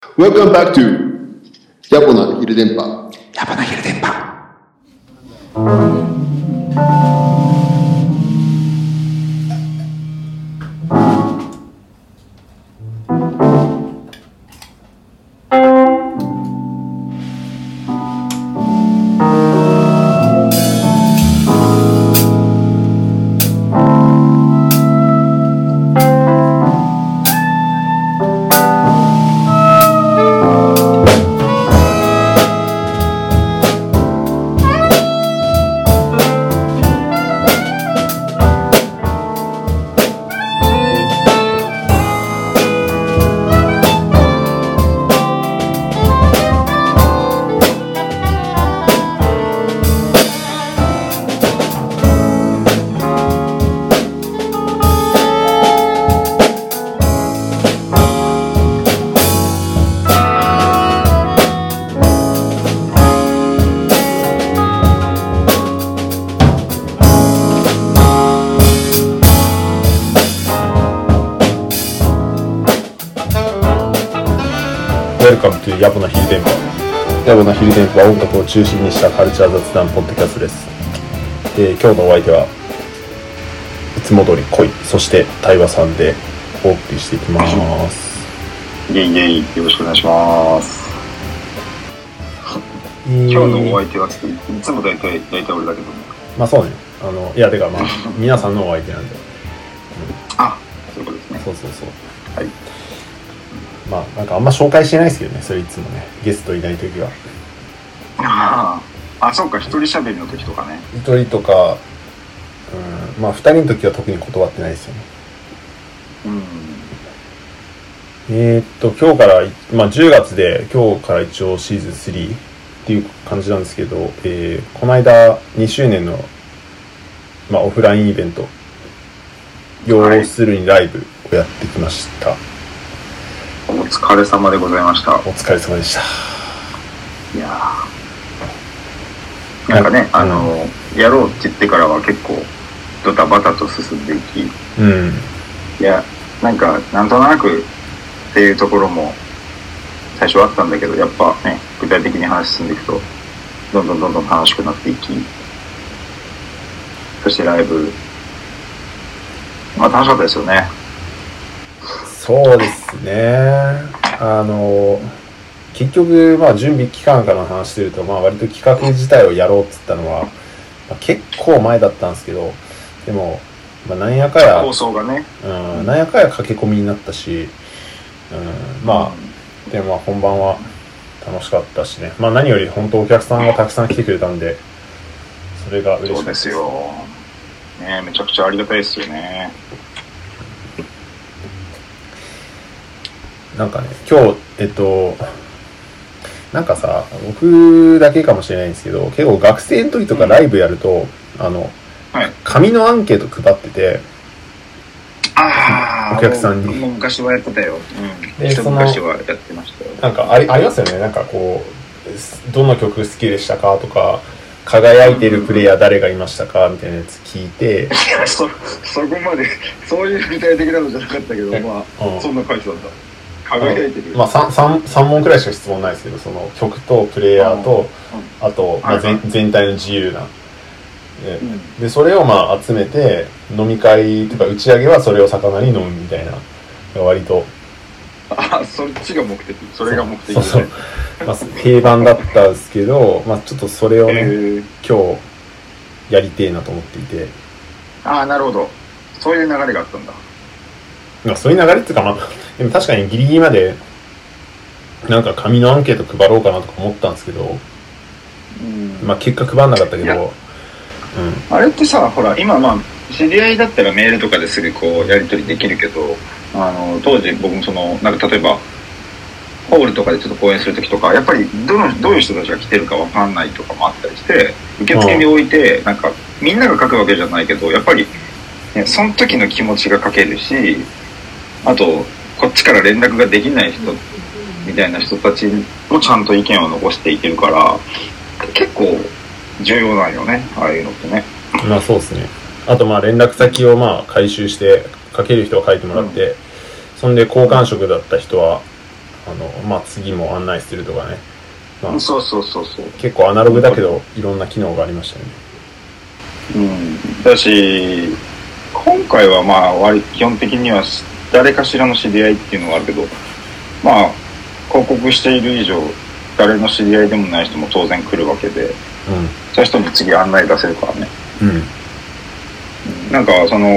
Welcome back to ヤポな昼電波。 ヤポな昼電波。 Welcome to ヤボな昼電波。ヤボな昼電波は音楽を中心にしたカルチャー雑談ポッドキャストです。今日のお相手はいつも通り恋、そして対話さんでお送りしていきます。 イェイイェイ、よろしくお願いします。今日のお相手はちょっといつも大体俺だけども、 まあそうね、いやてかまあ皆さんのお相手なんで、 あ、そういうことですね。 そうはい。 まあなんかあんま紹介してないですけどね、それいつもね、ゲストいない時は。 そうか、一人喋りの時とかね。 一人とか、まあ二人の時は特に断ってないですよね。今日から、まあ10月で今日から一応シーズン3っていう感じなんですけど、この間2周年の、まあ、オフラインイベント、要するにライブをやってきました。 お疲れ様でございました。 お疲れ様でした。 いやー、なんかね、やろうって言ってからは結構ドタバタと進んでいき、いや、なんかなんとなくっていうところも最初はあったんだけど、やっぱね、具体的に話進んでいくとどんどん楽しくなっていき、そしてライブ、まあ楽しかったですよね。 そうですね。結局まあ準備期間からの話すると、まあ割と企画自体をやろうっつったのは、まあ、結構前だったんですけど、でも、まあ、なんやかや構想がね、 なんやかや駆け込みになったし、まあでもまあ本番は楽しかったしね。まあ何より本当お客さんがたくさん来てくれたんで、それが嬉しかったです。 そうですよ。ね、めちゃくちゃありがたいですよね。 なんかね、今日なんかさ、僕だけかもしれないんですけど、結構学生の時とかライブやると、紙のアンケート配ってて、お客さんに。 昔はやってたよ。 で、 昔はやってましたよ。 なんかありますよね。なんかこう、どの曲好きでしたかとか、輝いてるプレイヤー誰がいましたかみたいなやつ聞いて。 そこまで、そういう具体的なのじゃなかったけど、まあ、そんな回数だった。輝いてる。 まあ3問くらいしか質問ないですけど、その曲とプレイヤーと、あと、まあ、全体の自由な。で、それをまあ集めて、飲み会とか打ち上げはそれを魚に飲むみたいな、割と。 そっちが目的。それが目的。 そう。まあ、定番だったんですけど、まあちょっとそれをね、今日やりてえなと思っていて。 なるほど。そういう流れがあったんだ。 まあそういう流れっていうか、まあ、でも確かにギリギリまで、なんか紙のアンケート配ろうかなとか思ったんですけど、まあ結果配んなかったけど、 あれってさ、ほら、今まあ、知り合いだったらメールとかですぐこう、やり取りできるけど、当時僕もなんか例えば、ホールとかでちょっと講演するときとか、やっぱりどういう人たちが来てるかわかんないとかもあったりして、受付に置いて、なんか、みんなが書くわけじゃないけど、やっぱり、ね、その時の気持ちが書けるし、あと、こっちから連絡ができない人みたいな人たちもちゃんと意見を残していけるから、結構重要なんよね、ああいうのってね。 まあそうですね。あとまあ連絡先をまあ回収して書ける人は書いてもらって、そんで交換職だった人はまあ、次も案内するとかね、まあ、 そう結構アナログだけどいろんな機能がありましたよね。 だし今回はまあ基本的には誰かしらの知り合いっていうのがあるけど、まあ広告している以上誰の知り合いでもない人も当然来るわけで、そういう人に次案内出せるからね。なんか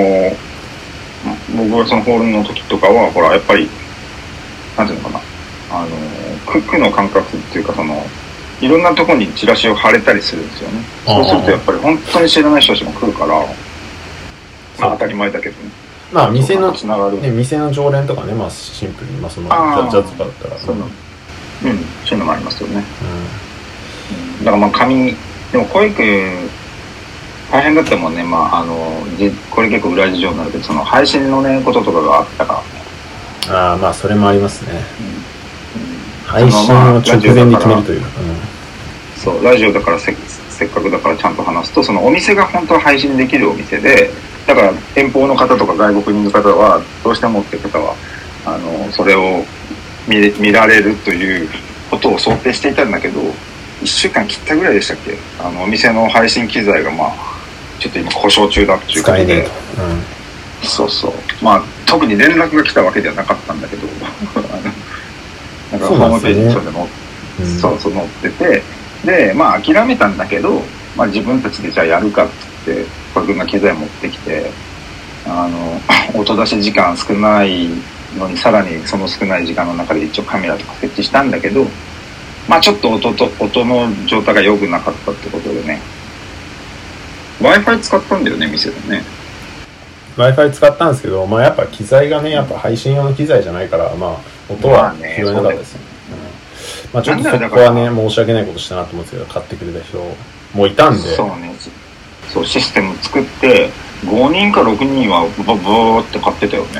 僕がそのホールの時とかはほらやっぱりなんていうのかな、区の感覚っていうかいろんなところにチラシを貼れたりするんですよね。そうするとやっぱり本当に知らない人たちも来るから、まあ当たり前だけどね。 まあ店の常連とかね、まあシンプルにジャズとかだったら、 そういうのもありますよね。だからまあでも小池大変だったもんね。まあこれ結構裏事情になるけど、配信のねこととかがあったからね。 まあそれもありますね。配信を直前で決めるというか、 そうラジオだからせっかくだからちゃんと話すと、お店が本当は配信できるお店で、だから遠方の方とか外国人の方はどうしてもって方はそれを見られるということを想定していたんだけど、1週間切ったぐらいでしたっけ、お店の配信機材がまあちょっと今故障中だっていうことで、そうまあ特に連絡が来たわけではなかったんだけどなんかホームページにそれで載ってて、でまあ諦めたんだけど、まあ、自分たちでじゃあやるかって言って小池君が機材持ってきて、音出し時間少ないのにさらにその少ない時間の中で一応カメラとか設置したんだけど、まあちょっと音の状態が良くなかったってことでね、 Wi-Fi 使ったんだよね店でね。 Wi-Fi 使ったんですけど、まあやっぱ機材がね、やっぱ配信用の機材じゃないから、まあ音は拾えなかったですよね。まあちょっとそこはね、申し訳ないことしたなと思うんですけど、買ってくれた人もいたんで。 そうね、そうシステム作って5人か6人はブーって買ってたよね。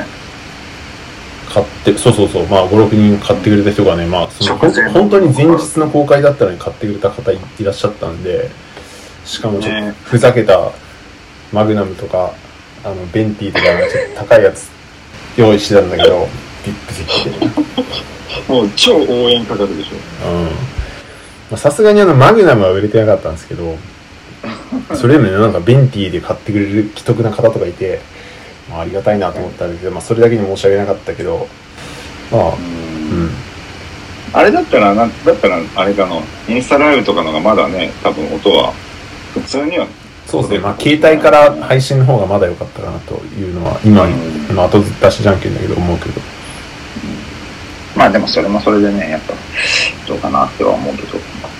そうまあ 5,6 人買ってくれた人がね、まあ本当に前日の公開だったのに買ってくれた方いらっしゃったんで、しかもちょっとふざけたマグナムとかベンティとかちょっと高いやつ用意してたんだけど、ビップ席でもう超応援かかるでしょ。 さすがにマグナムは売れてなかったんですけど、それでもね、なんかベンティで買ってくれる既得な方とかいて、まあ、ありがたいなと思ったんですけど、まあそれだけに申し訳なかったけど、まああれだったらあれかのインスタライブとかのがまだね、多分音は普通にはそうですね、まあ携帯から配信の方がまだ良かったかなというのは今、後出しじゃんけんだけど思うけど、 まあでもそれもそれでね、やっぱどうかなっては思うけど、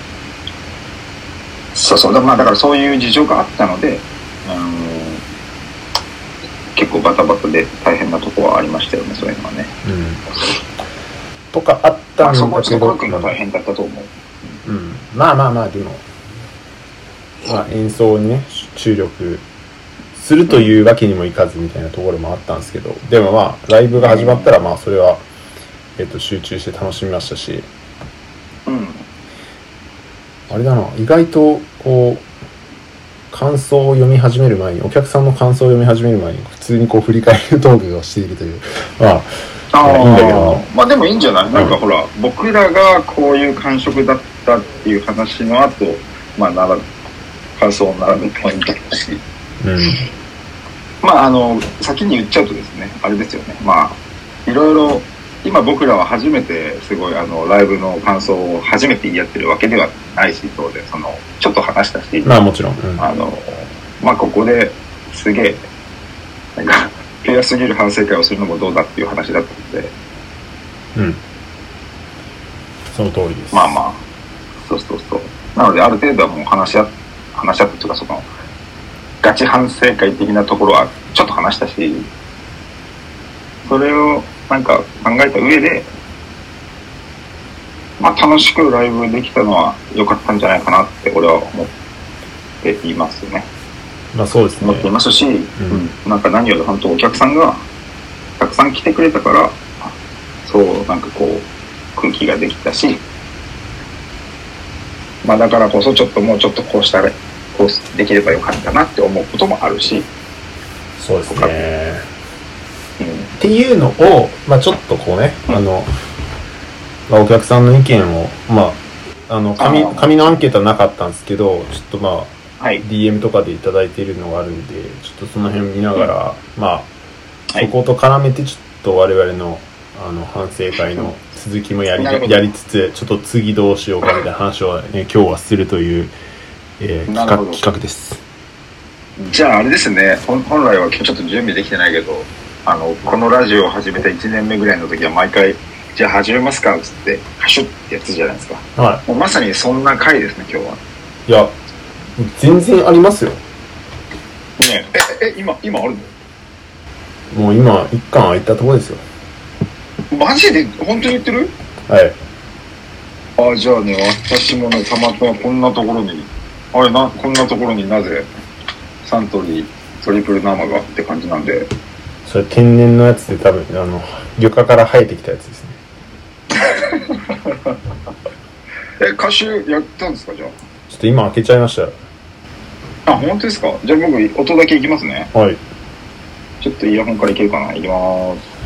まあだからそういう事情があったので、結構バタバタで大変なとこはありましたよね、そういうのはね。 とかあったんだけど、 まあ、そこ君が大変だったと思う。 まあでも、まあ、演奏にね注力するというわけにもいかずみたいなところもあったんですけど、でもまあライブが始まったらまあそれは、集中して楽しみましたし、あれだな、意外とこう感想を読み始める前に、お客さんの感想を読み始める前に普通にこう振り返るトークをしているという、まあいいんだけど、 まあでもいいんじゃない？なんかほら、僕らがこういう感触だったっていう話の後、まあ感想を並べポイントだし、まあ先に言っちゃうとですね、あれですよね、まあいろいろ今僕らは初めてすごいライブの感想を初めて言い合ってるわけではないし、そうでちょっと話したしていて、 まあもちろん、 まあここですげえなんかフェアすぎる反省会をするのもどうだっていう話だったので、 その通りです。 まあそうなのである程度はもう話し合ったというか、ガチ反省会的なところはちょっと話したし、それをなんか考えた上で、まあ楽しくライブできたのは良かったんじゃないかなって俺は思っていますね。 まあそうですね。 思っていますし、なんか何より本当お客さんがたくさん来てくれたから、そうなんかこう空気ができたし、まあだからこそちょっともうちょっとこうできればよかったなって思うこともあるし、 そうですね。っていうのを、まあちょっとこうね、 まあ、お客さんの意見を、まあ、紙のアンケートはなかったんですけど、ちょっとまあ、 はい。 DM とかでいただいているのがあるんで、ちょっとその辺見ながら、まあ、 はいそこと絡めて、ちょっと我々の、反省会の続きもやなるほどりつつ、ちょっと次どうしようかみたいな話を、ね、今日はするという、 なるほど企画です。 じゃああれですね、本来は今日ちょっと準備できてないけど、このラジオを始めた1年目ぐらいの時は毎回、じゃあ始めますかっつって、ハシュってやつじゃないですか。 はもうまさにそんな回ですね、今日は。 い。いや、全然ありますよ。 ね今あるの？ もう今、一巻空いたところですよ。 マジで本当に言ってる？ はい。 じゃあね、私もね、たまたまこんなところに、こんなところになぜ、サントリートリプル生がって感じなんで。 それ天然のやつで多分、床から生えてきたやつですね。 歌集やったんですか、じゃちょっと今開けちゃいましたよ。 あ。本当ですか？じゃあ僕、音だけいきますね。 はい。 ちょっとイヤホンからいけるかな。いきまーす。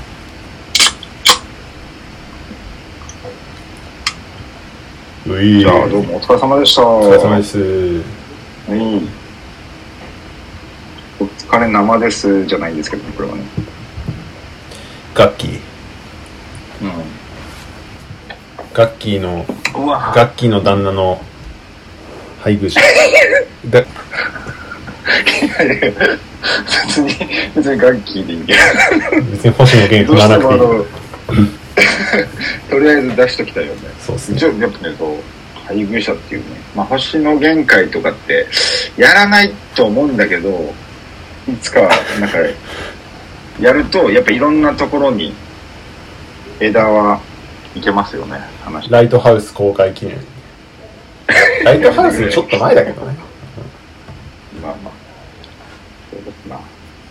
ういじゃあ、どうもお疲れ様でした。 お疲れ様です。 お疲れ生ですじゃないんですけどね、これはね。 ガッキー。 うガッキーの、 ん。うわガッキーの旦那の配偶者。 いや別にガッキーでいいけど。 別に星野源どうして踏まなくていい。 もとりあえず出しときたいよね。 そうですね。 一応やっぱね、配偶者っていうね、まあ星の限界とかってやらないと思うんだけど、いつかなんかやるとやっぱいろんなところに枝はいけますよね。話。 ライトハウス公開記念。ライトハウスちょっと前だけどね。 まあまあ。そうですな。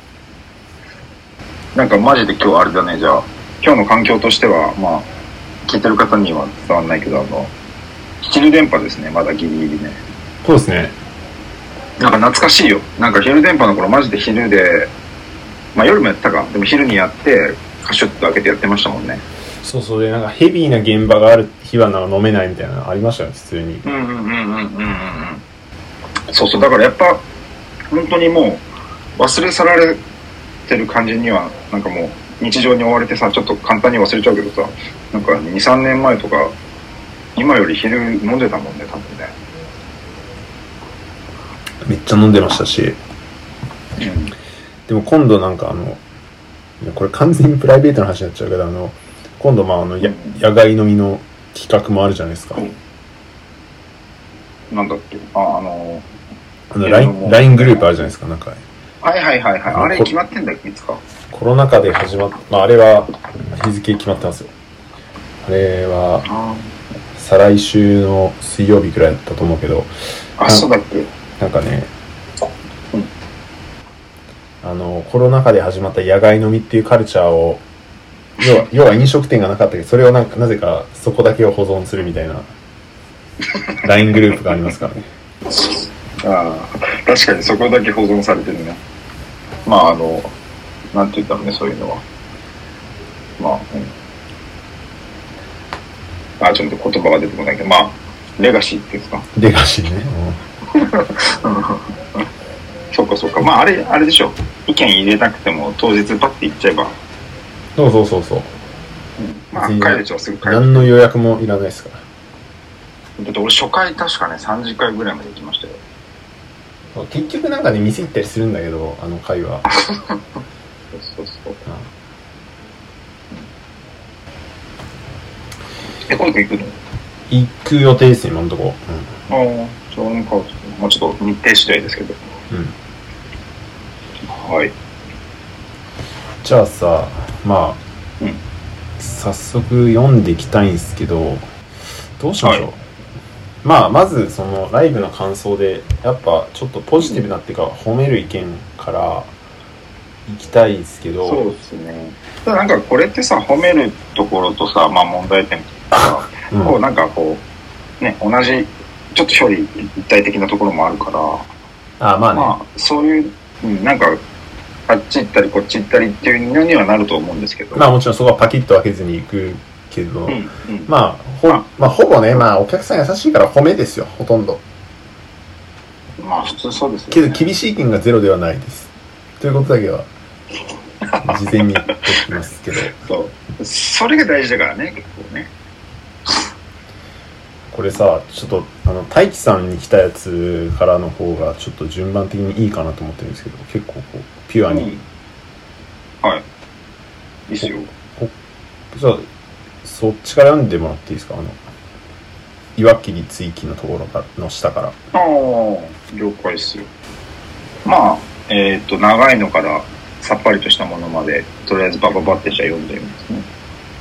なんかマジで今日あれだね、じゃあ今日の環境としては、まあ聞いてる方には伝わんないけど、昼電波ですね、まだギリギリね。 そうですね。 なんか懐かしいよ。なんか昼電波の頃マジで昼で、まあ夜もやったか、でも昼にやってカシュッと開けてやってましたもんね。 そうそうで、なんかヘビーな現場がある日はなんか飲めないみたいなのありましたよね、普通に。 そうそう、だからやっぱ本当にもう忘れ去られてる感じには、なんかもう日常に追われてさ、ちょっと簡単に忘れちゃうけどさ、なんか 2,3 年前とか今より昼飲んでたもんね、多分ね。 めっちゃ飲んでましたし。でも今度なんかこれ完全にプライベートの話になっちゃうけど、今度野外飲みの企画もあるじゃないですか。 なんだっけ、 LINE グループあるじゃないですか、なんか。 はいあれ決まってんだっけ、いつか。 コロナ禍で始まっあれは日付決まってますよ。あれは再来週の水曜日くらいだったと思うけど。 そうだっけ。 なんかね、コロナ禍で始まった野外飲みっていうカルチャーを、要は飲食店がなかったけど、それをなぜかそこだけを保存するみたいな LINE グループがありますからね。 確かにそこだけ保存されてるね。まあなんて言ったらね、そういうのは。まあ、ちょっと言葉が出てこないけど、まあ、レガシーっていうんですか。 レガシーね。 そうか。まあ、あれでしょ。意見入れなくても当日パッて行っちゃえば。 そう。 まあ、帰れちゃう、すぐ帰る。 何の予約もいらないですから。 だって俺初回確かね、3時間ぐらいまで行きましたよ。 結局なんかね、店行ったりするんだけど、会は。 そう。これ行くの？ 行く予定ですよ、今のとこ。 まあちょっと日程次第ですけど。はい。 じゃあさ、まあ、早速読んでいきたいんですけど、どうしましょう。まずそのライブの感想で、やっぱちょっとポジティブなっていうか、褒める意見からいきたいですけど。 そうですね。ただなんかこれってさ、褒めるところとさ、まあ問題点とか、こうなんかこうね、同じちょっと表裏一体的なところもあるから、まあそういう、なんかあっち行ったりこっち行ったりっていうのにはなると思うんですけど、 まあもちろんそこはパキッと分けずに行くけど、 うんうん、 まあほぼね、まあお客さん優しいから褒めですよ、ほとんど。 まあ普通そうですよ、ね。 けど厳しい意見がゼロではないです。ということだけは事前に言っておきますけど。 それが大事だからね、結構ね。 これさ、ちょっと大輝さんに来たやつからの方がちょっと順番的にいいかなと思ってるんですけど、結構こうピュアに、 はい、いいっすよ。 じゃあそっちから読んでもらっていいですか？岩切追記のところからの下から。 ああ、了解っすよ。まあ長いのからさっぱりとしたものまでとりあえずバババってじゃあ読んでみますね。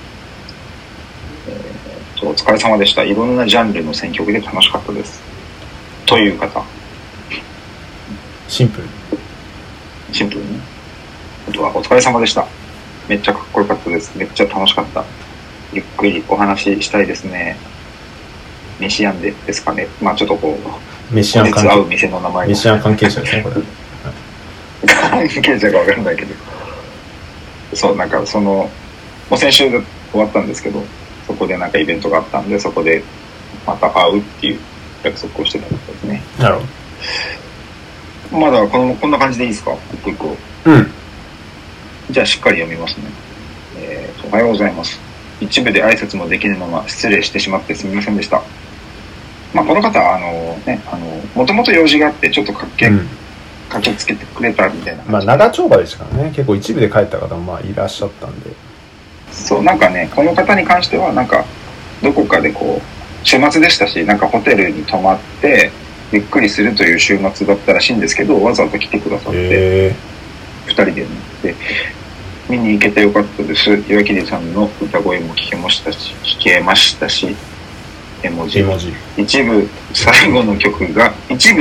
お疲れ様でした。いろんなジャンルの選曲で楽しかったです。という方。 シンプルにね。あとはお疲れ様でした。めっちゃかっこよかったです。めっちゃ楽しかった。ゆっくりお話ししたいですね。メシアンですかね。まあちょっとこうメシアン関合う店の名前。 メシアン関係者ですね、これ。 関係者かわからないけど。そう、なんかもう先週で終わったんですけど、そこでなんかイベントがあったんで、そこでまた会うっていう約束をしてたんですね。 なるほど。まだこんな感じでいいですか？一個。 うん。 じゃあしっかり読みますね。おはようございます。一部で挨拶もできぬまま失礼してしまってすみませんでした。まあこの方はもともと用事があってちょっと駆けつけてくれたみたいな。 まあ長丁場でしたからね。結構一部で帰った方もまあいらっしゃったんで。 そう、なんかね、この方に関してはなんかどこかでこう週末でしたし、なんかホテルに泊まってゆっくりするという週末だったらしいんですけど、わざわざ来てくださって、2人でね、で見に行けてよかったです。岩切さんの歌声も聞けましたし、絵文字。一部の最後の曲が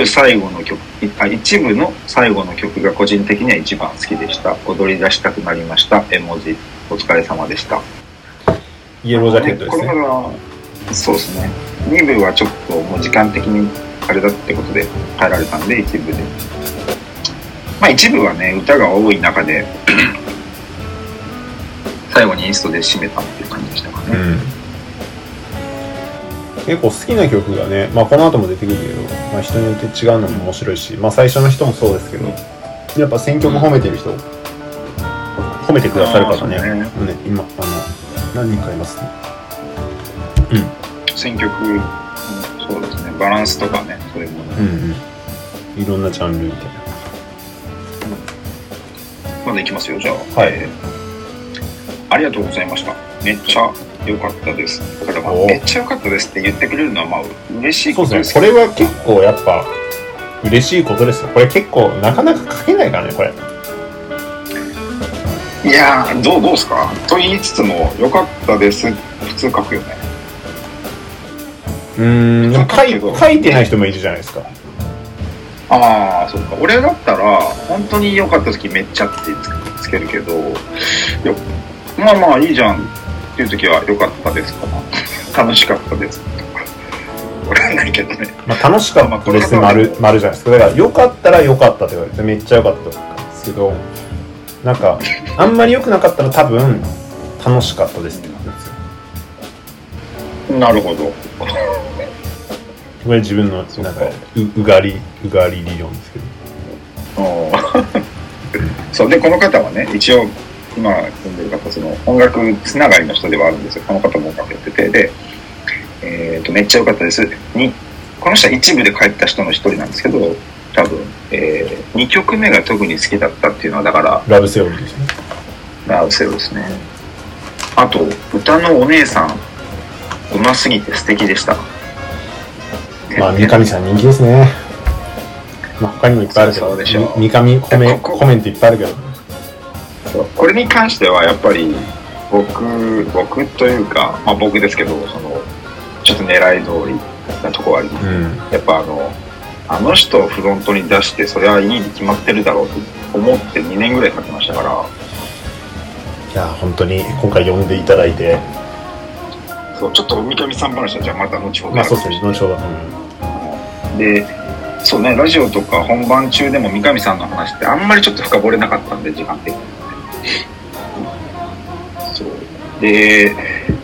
個人的には一番好きでした。踊り出したくなりました。絵文字。お疲れ様でした。 イエロージャケットですね。 これはそうですね。2部はちょっともう時間的にあれだってことで変えられたんで、1部で。まあ1部はね、歌が多い中で最後にインストで締めたっていう感じでしたかね。 結構好きな曲がね、まあこの後も出てくるけど、まあ人によって違うのも面白いし、まあ最初の人もそうですけど、やっぱ選曲褒めてる人、褒めてくださる方ね、今何人かいますね。 選曲、そうですね、バランスとかね、そういうもの、 いろんなジャンルみたいな。 まだいきますよ、じゃあ。 はい。 ありがとうございました。めっちゃ良かったです。だからめっちゃ良かったですって言ってくれるのはまあ嬉しいことですけど。そうですね。これは結構やっぱ嬉しいことですよ。これ結構なかなか書けないからね、これ。 いやー、どうですかと言いつつも良かったです普通書くよね。 でも書いてない人もいるじゃないですか。 ああ、そうか。俺だったら本当に良かった時めっちゃってつけるけど、まあまあいいじゃんっていう時は良かったですかな。楽しかったですとか。わかんないけどね。 まあ楽しかったです丸じゃないですか。だから良かったら良かったって言われてめっちゃ良かったとかですけど、なんかあんまり良くなかったら多分楽しかったですって感じですよ。 なるほど。 これ自分のなんかうがり理論ですけど。 そうで、この方はね、一応今住んでる方、その音楽つながりの人ではあるんですよ。この方も音楽やってて、で、めっちゃ良かったです。この人は一部で帰った人の一人なんですけど、多分、2曲目が特に好きだったっていうのは、だからラブセオリーですね。 ラブセオリーですね。あと歌のお姉さんうますぎて素敵でした。 まあ三上さん人気ですね。まあ他にもいっぱいあるけど、三上コメントいっぱいあるけど、 これに関してはやっぱり僕というか、まあ僕ですけど、ちょっと狙い通りなところあります、やっぱあの人をフロントに出してそれはいいに決まってるだろうと思って2年ぐらい経ちましたから。 いや本当に今回呼んでいただいて、 そうちょっと三上さん話はじゃあまた後ほど。 まあそうですね、後ほど。 で、そうね、ラジオとか本番中でも三上さんの話ってあんまりちょっと深掘れなかったんで、時間的に。そうで素敵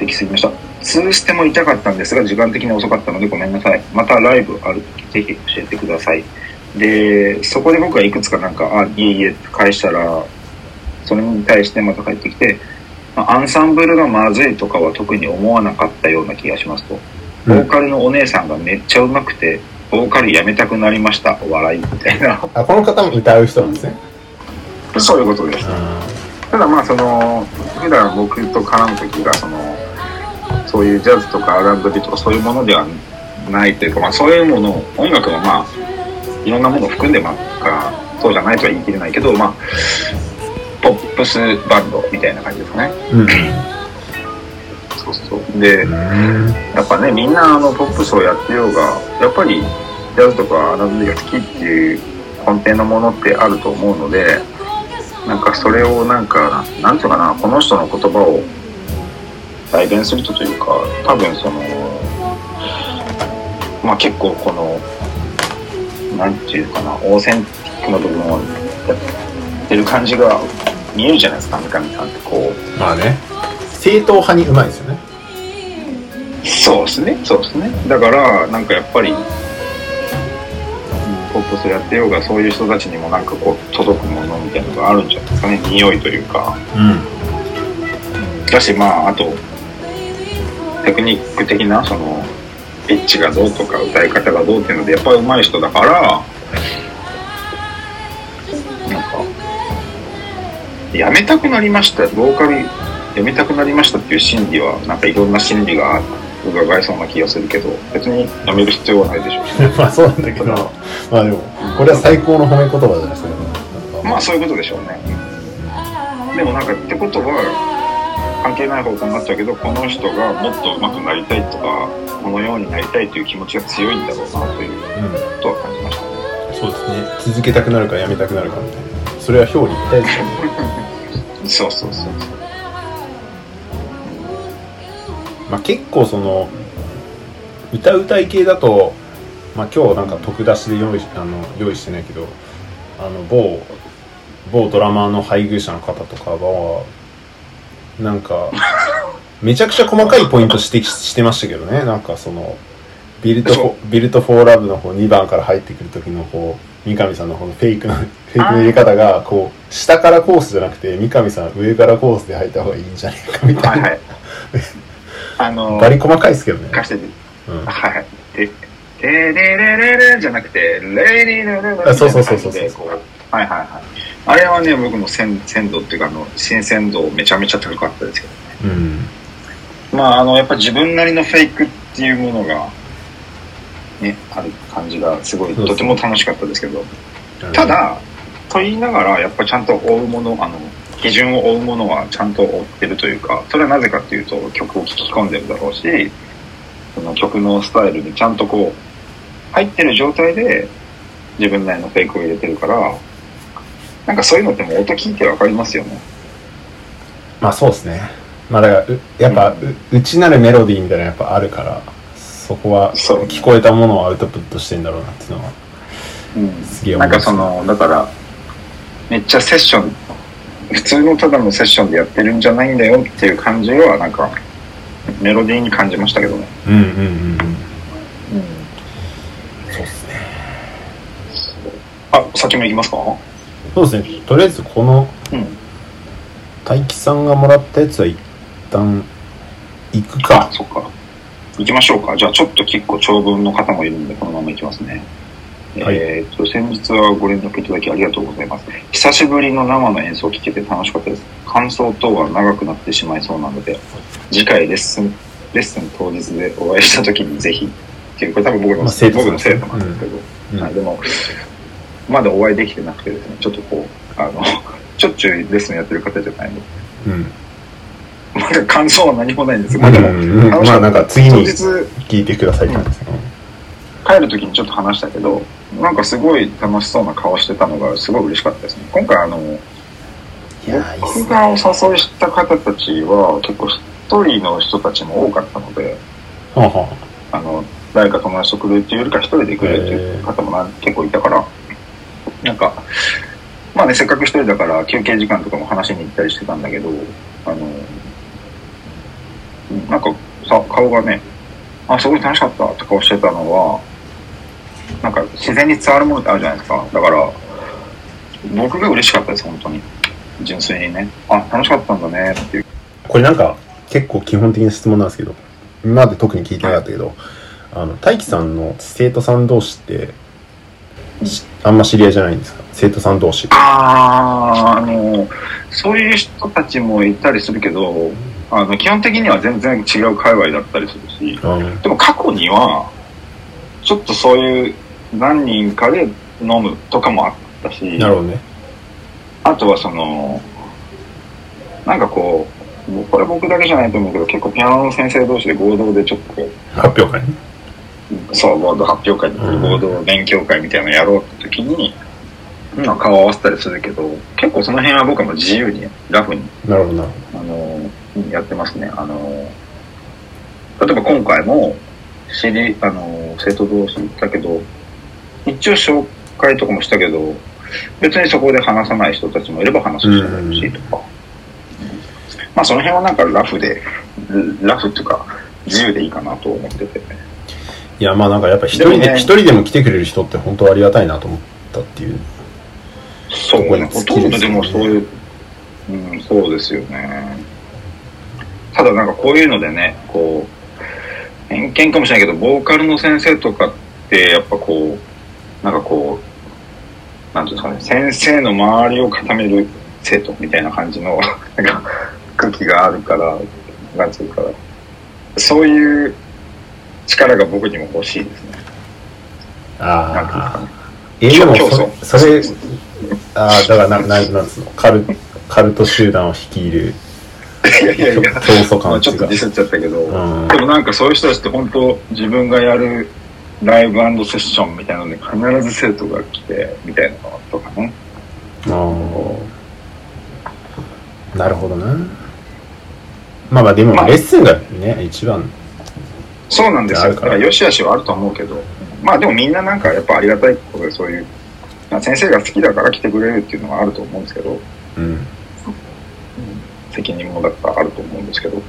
きすぎました。2ステも痛かったんですが時間的に遅かったのでごめんなさい。またライブあるときぜひ教えてください。でそこで僕はいくつかなんかいえいえって返したら、それに対してまた帰ってきて、アンサンブルがまずいとかは特に思わなかったような気がしますと。ボーカルのお姉さんがめっちゃ上手くてボーカルやめたくなりました笑いみたいな。 この方も歌う人なんですね。 そういうことです。ただまあその普段僕と絡む時がそういうジャズとか R&B とかそういうものではないというか、まあ、そういうもの音楽はまあいろんなものを含んでますからそうじゃないとは言い切れないけど、まあポップスバンドみたいな感じですかね。そうそうでやっぱねみんなポップスをやってようがやっぱりジャズとか R&B が好きっていう根底のものってあると思うので、なんかそれをなんていうかな、この人の言葉を代弁するというか、多分まあ結構このなんていうかな、オーセンティックな部分をやってる感じが見えるじゃないですか、三上さんってこう。 まあね、正統派にうまいですよね。 そうですね。だからなんかやっぱりポップスやってようがそういう人たちにもなんかこう届くものみたいなのがあるんじゃないですかね、匂いというか。だしまああとテクニック的なピッチがどうとか歌い方がどうっていうのでやっぱり上手い人だから、なんかやめたくなりました、ボーカルやめたくなりましたっていう心理はなんかいろんな心理が伺えそうな気がするけど、別にやめる必要はないでしょうね。 まあそうなんだけど、まあでもこれは最高の褒め言葉じゃないですか。 まあそういうことでしょうね。でもなんかってことは関係ない方向になっちゃうけど、この人がもっと上手くなりたいとかこのようになりたいという気持ちが強いんだろうなということは感じましたね。 そうですね。続けたくなるかやめたくなるかみたいな、それは表裏一体ですよね。 そうまあ結構歌い系だと、まあ今日なんか特出しで用意してないけど、某ドラマーの配偶者の方とかはなんかめちゃくちゃ細かいポイント指摘してましたけどね。なんかビルトフォーラブの方2番から入ってくる時の三上さんの方のフェイクの入れ方がこう下からコースじゃなくて三上さん上からコースで入った方がいいんじゃないかみたいな、バリ細かいですけどね。 貸してて、はい。でレレレじゃなくてレイリーレレレそうはい。あれはね僕の鮮度っていうか新鮮度めちゃめちゃ高かったですけどね。まあやっぱ自分なりのフェイクっていうものがねある感じがすごいとても楽しかったですけど、ただと言いながらやっぱちゃんと追うもの基準を追うものはちゃんと追ってるというか、それはなぜかっていうと曲を聴き込んでるだろうし、その曲のスタイルにちゃんとこう入ってる状態で自分なりのフェイクを入れてるから、なんかそういうのってもう音聞いてわかりますよね。 まあそうですね。まあだからやっぱ内なるメロディーみたいなのやっぱあるから、そこは聞こえたものをアウトプットしてんだろうなっていうのはすげえ思います。 なんかだからめっちゃセッション普通のただのセッションでやってるんじゃないんだよっていう感じはなんかメロディーに感じましたけどね。 そうですね。 先も行きますか？ そうですね。とりあえずこの大輝さんがもらったやつは一旦行くか。 そっか。行きましょうか。じゃあちょっと結構長文の方もいるんでこのまま行きますね。 はい、 先日はご連絡いただきありがとうございます。久しぶりの生の演奏を聴けて楽しかったです。感想等は長くなってしまいそうなので、次回レッスン当日でお会いした時にぜひっていう、これ多分僕の生徒なんですけど、でもまだお会いできてなくてですね、ちょっとこうしょっちゅうレッスンやってる方じゃないので、まだ感想は何もないんですけど、でもまあなんか次に聞いてくださいって感じですね。 帰る時にちょっと話したけど、なんかすごい楽しそうな顔してたのがすごい嬉しかったですね。今回僕がお誘いした方たちは結構一人の人たちも多かったので、誰か友達と来るっていうよりか一人で来るっていう方も結構いたから、なんかまあね、せっかく一人だから休憩時間とかも話しに行ったりしてたんだけど、 なんかさ、顔がね、あ、すごい楽しかったって顔してたのは、なんか自然に伝わるものってあるじゃないですか。だから、僕が嬉しかったです、本当に。純粋にね。あ、楽しかったんだねっていう。 これなんか結構基本的な質問なんですけど、今まで特に聞いてなかったけど、大輝さんの生徒さん同士ってあんま知り合いじゃないんですか？生徒さん同士。 そういう人たちもいたりするけど、基本的には全然違う界隈だったりするし、でも過去にはちょっとそういう何人かで飲むとかもあったし、 なるほどね。 あとはなんかこれ僕だけじゃないと思うけど、結構ピアノの先生同士で合同でちょっと発表会ね。 そう、合同発表会とか合同勉強会みたいなのやろうって時に、顔合わせたりするけど、結構その辺は僕はもう自由にラフになるほどな。 やってますね。例えば今回も生徒同士だけど、一応紹介とかもしたけど、別にそこで話さない人たちもいれば話す人もいるしとか、まあその辺はなんかラフっていうか自由でいいかなと思ってて、 いや、まあなんかやっぱ一人でも来てくれる人って本当ありがたいなと思ったっていう。 そうね、ほとんどでもそういう、そうですよね。ただなんかこういうのでね、こう偏見かもしれないけど、ボーカルの先生とかってやっぱこうなんかこうなんていうんですかね、先生の周りを固める生徒みたいな感じのなんか空気があるから、なんていうか、そういう力が僕にも欲しいですね。 でもそれだからなんつうの、カルト集団を率いる競争感ちょっとディスっちゃったけど、でもなんかそういう人たちって本当自分がやるライブ&セッションみたいなので必ず生徒が来てみたいなのとかね。 なるほどな。まあでもレッスンがね、一番。 そうなんですよ。だから良し悪しはあると思うけど、まあでもみんななんかやっぱありがたいことで、そういう先生が好きだから来てくれるっていうのはあると思うんですけど、責任もだからあると思うんですけど。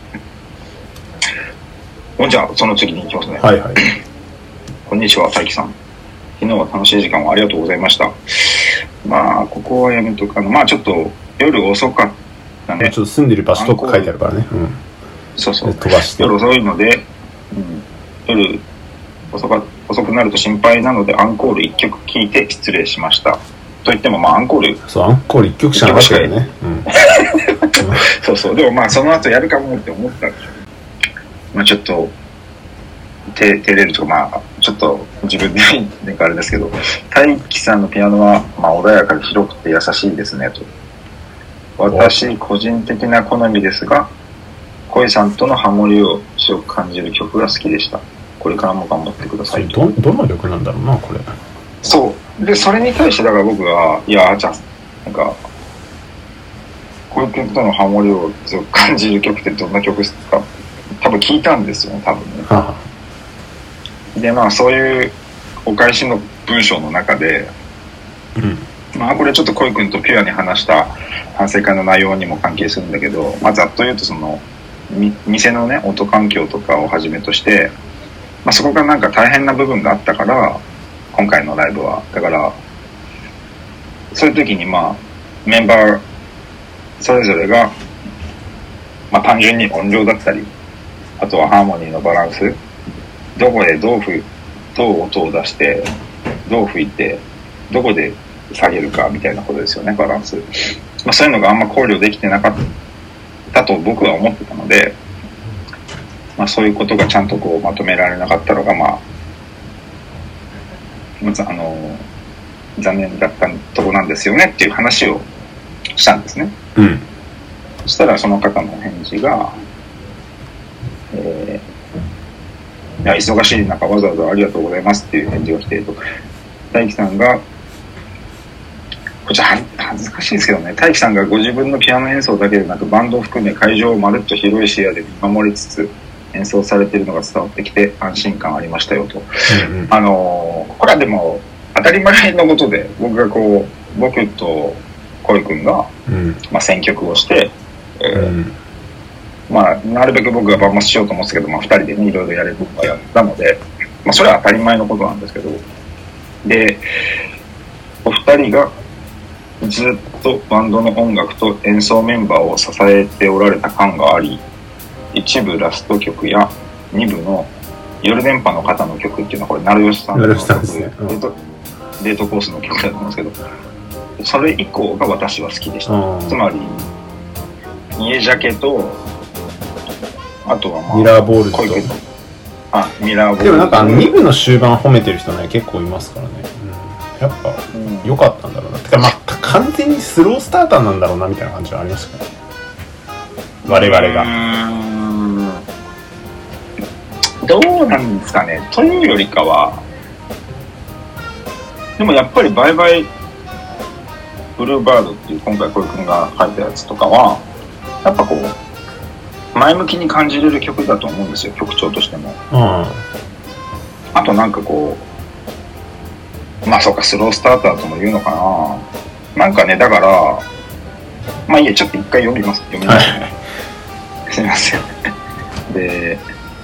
じゃあその次に行きますね。 はいはい。 こんにちは、大輝さん。昨日は楽しい時間をありがとうございました。まあここはやめとかまあちょっと夜遅かったね。 ちょっと住んでる場所とか書いてあるからね。 そうそう。 飛ばして。 夜遅いので、夜遅くなると心配なのでアンコール1曲聴いて失礼しました。といってもまあアンコール 1曲しかなかったよね。 そうそう。でもまあその後やるかもって思ったんでしょ。まあちょっと照れるとか、まあちょっと自分でなんかあれですけど、大輝さんのピアノはまあ穏やかで広くて優しいですねと。私個人的な好みですが、恋さんとのハモリを強く感じる曲が好きでした。これからも頑張ってください。 どの曲なんだろうな、これ。 そうで、それに対してだから僕がじゃあなんかこういう曲とのハモリを強く感じる曲ってどんな曲ですか、多分聞いたんですよね、多分ね。でまあそういうお返しの文章の中で、まあこれちょっと恋くんとピュアに話した反省会の内容にも関係するんだけど、まあざっと言うと店のね音環境とかをはじめとして、まあ、そこがなんか大変な部分があったから、今回のライブはだからそういう時にまあメンバーそれぞれが、まあ、単純に音量だったり、あとはハーモニーのバランス、どこでどう音を出してどう吹いてどこで下げるかみたいなことですよね、バランス。まあ、そういうのがあんま考慮できてなかったと僕は思ってたので、まあ、そういうことがちゃんとこうまとめられなかったのが、まあ残念だったとこなんですよねっていう話をしたんですね。そしたらその方の返事が、いや忙しい中わざわざありがとうございますっていう返事が来ていると、大輝さんがこちら恥ずかしいですけどね、大輝さんがご自分のピアノ演奏だけでなくバンドを含め会場をまるっと広い視野で見守りつつ演奏されているのが伝わってきて安心感ありましたよと。これはでも当たり前のことで、僕と恋くんが、まあ、選曲をして、 まあ、なるべく僕がバンマスしようと思ってたけど、まあ、2人でね、いろいろやれることはやったので、まあ、それは当たり前のことなんですけど、で、お二人がずっとバンドの音楽と演奏メンバーを支えておられた感があり、一部ラスト曲や二部の夜電波の方の曲っていうのはこれ成吉さんの曲、デートコースの曲だと思うんですけど、それ以降が私は好きでした。つまり家ジャケと、あとはまあミラーボールズと、 ミラーボールズ。 でもなんか2部の終盤褒めてる人ね結構いますからね、やっぱ良かったんだろうな。てかまあ完全にスロースターターなんだろうなみたいな感じはありましたね、我々が。 どうなんですかね。というよりかは、でもやっぱりバイバイブルーバードっていう今回小井くんが書いたやつとかはやっぱこう前向きに感じれる曲だと思うんですよ、曲調としても。あとなんかこう、まあそうか、スロースターターとも言うのかな。なんかね、だからまあいいや、ちょっと一回読みますね、はい、すみませんで、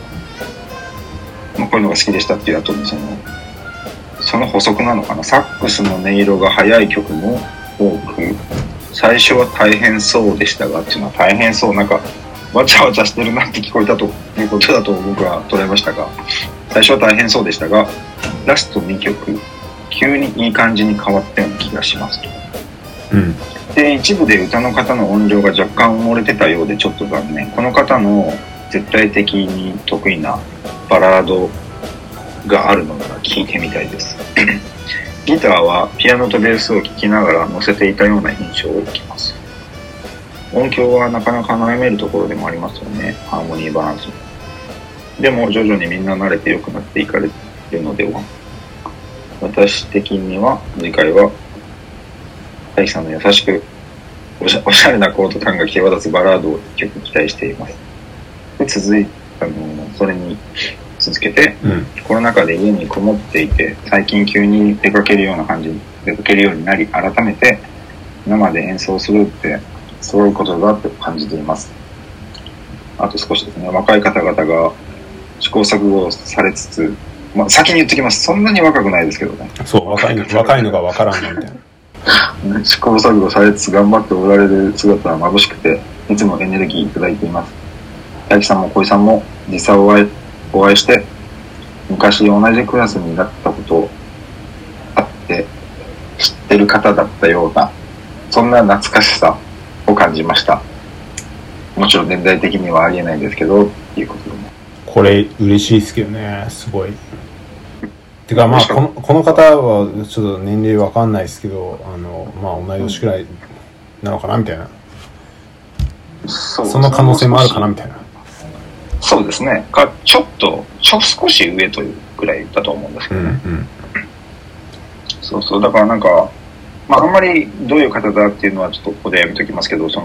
まあ、こういうのが好きでしたっていう後にその補足なのかな。サックスの音色が速い曲も多く、最初は大変そうでしたがっていうのは、大変そう、なんかわちゃわちゃしてるなって聞こえたということだと僕は捉えましたが、最初は大変そうでしたが、ラスト2曲急にいい感じに変わったような気がしますと。で、一部で歌の方の音量が若干埋もれてたようでちょっと残念。この方の絶対的に得意なバラードがあるのなら聴いてみたいですギターはピアノとベースを聴きながら乗せていたような印象を受けます。音響はなかなか悩めるところでもありますよね、ハーモニーバランス。でも徐々にみんな慣れて良くなっていかれるのでは。私的には次回は大樹さんの優しくおしゃれなコード感が際立つバラードを1曲期待しています。で、それに続けて、コロナ禍で家にこもっていて、最近急に出かけるようになり、改めて生で演奏するってすごいことだって感じています。あと少しですね。若い方々が試行錯誤されつつ、まあ、先に言ってきます。そんなに若くないですけどね。 そう、若いのが分からんのみたいな試行錯誤されつつ頑張っておられる姿は眩しくて、いつもエネルギーいただいています。大樹さんも小井さんも実際お会いして、昔同じクラスになったことあって知ってる方だったような、そんな懐かしさを感じました。もちろん年代的にはありえないですけどっていうことでね。 これ嬉しいですけどね、すごい。てかまあこの方はちょっと年齢わかんないですけど、まあ同い年くらいなのかなみたいな、その可能性もあるかなみたいな。 そうですね。少し上というくらいだと思うんですけどね。そうそう、だからなんか、まああんまりどういう方だっていうのはちょっとここでやめときますけど、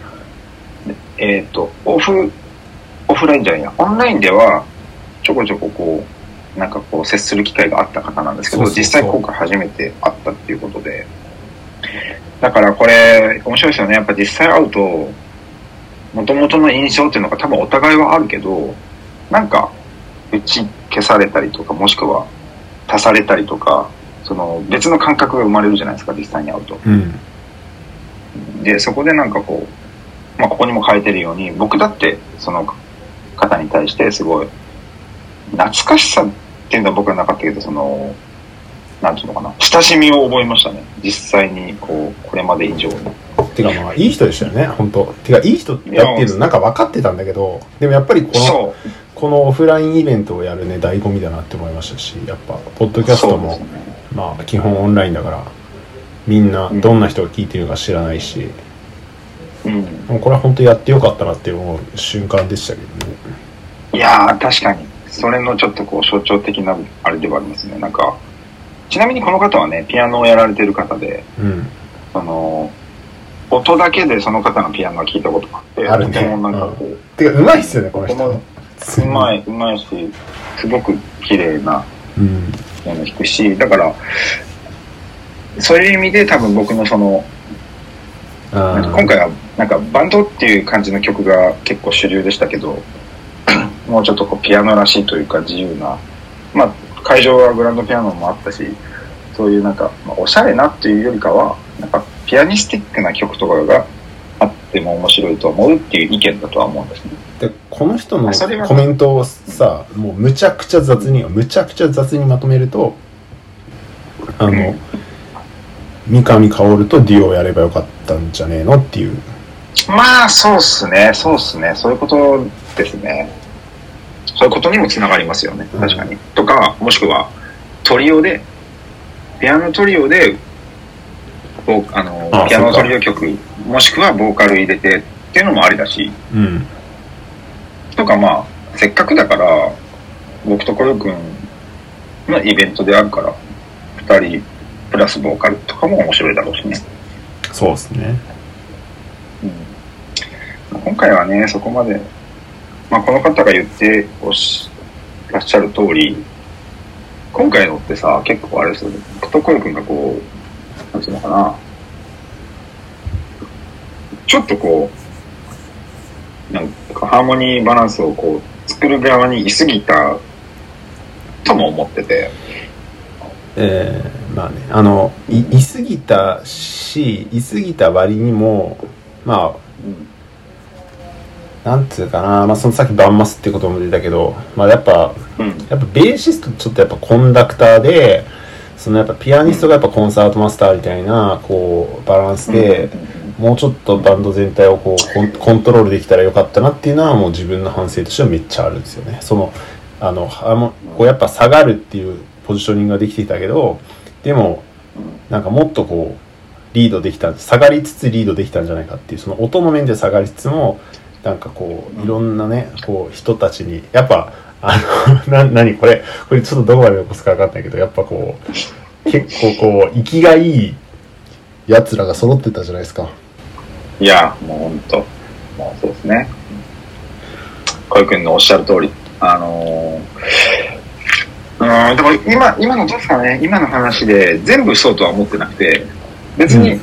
オフラインじゃないや、オンラインではちょこちょここうなんかこう接する機会があった方なんですけど、実際今回初めて会ったっていうことで、だからこれ面白いですよね。やっぱ実際会うと元々の印象っていうのが多分お互いはあるけど、なんか打ち消されたりとか、もしくは足されたりとか、その別の感覚が生まれるじゃないですか、実際に会うと。で、そこでなんかこう、まあここにも書いてるように、僕だってその方に対してすごい懐かしさっていうのは僕はなかったけど、なんていうのかな、親しみを覚えましたね、実際にこれまで以上に。 てかまあいい人でしたよね、本当。てかいい人だっていうのなんか分かってたんだけど、でもやっぱりこのオフラインイベントをやるね醍醐味だなって思いましたし、やっぱポッドキャストも、まあ基本オンラインだからみんなどんな人が聞いてるか知らないし、もうこれは本当やってよかったなって思う瞬間でしたけどね。 いやー確かにそれのちょっとこう象徴的なあれではありますね。なんかちなみにこの方はねピアノをやられてる方で、音だけでその方のピアノは聞いたことがあって、 あるね。 もなんかこう、 てか上手いっすよねこの人。 うまいし、すごく綺麗なピアノ弾くし、だからそういう意味で多分僕の今回はなんかバンドっていう感じの曲が結構主流でしたけど、もうちょっとこうピアノらしいというか自由な、まあ会場はグランドピアノもあったし、そういうなんか、まあ、おしゃれなっていうよりかはなんかピアニスティックな曲とかがあっても面白いと思うっていう意見だとは思うんですね。 でこの人のコメントをさ、もうむちゃくちゃ雑にまとめると、三上薫とデュオをやればよかったんじゃねえのっていう。 まあそうっすね、そういうことですね。そういうことにもつながりますよね、確かに。とか、もしくはトリオでピアノトリオでピアノトリオ曲もしくはボーカル入れてっていうのもありだし、 うん、 とかまあせっかくだから僕とコヨ君のイベントであるから2人プラスボーカルとかも面白いだろうしね。 そうですね、 今回はねそこまで、まあ、この方が言ってらっしゃる通り、今回のってさ結構あれですよね、僕とコヨ君がこうなんていうのかな、ちょっとこうなんかハーモニーバランスをこう作る側にいすぎたとも思ってて、 まあね、いすぎた割にもまあ、なんつうかな、まあそのさっきバンマスってことも出たけど、まあやっぱベーシストちょっとやっぱコンダクターで、そのやっぱピアニストがやっぱコンサートマスターみたいなこうバランスで、もうちょっとバンド全体をこうコントロールできたらよかったなっていうのはもう自分の反省としてはめっちゃあるんですよね。こうやっぱ下がるっていうポジショニングができていたけど、でもなんかもっとこうリードできた、下がりつつリードできたんじゃないかっていう、その音の面で下がりつつもなんかこういろんなねこう人たちにやっぱ何これちょっとどこまで残すか分かんないけど、やっぱこう結構こう息がいいやつらが揃ってたじゃないですか。 いやもう本当もうそうですね、小池君のおっしゃる通り、でも今のどうですかね、今の話で全部そうとは思ってなくて、別に、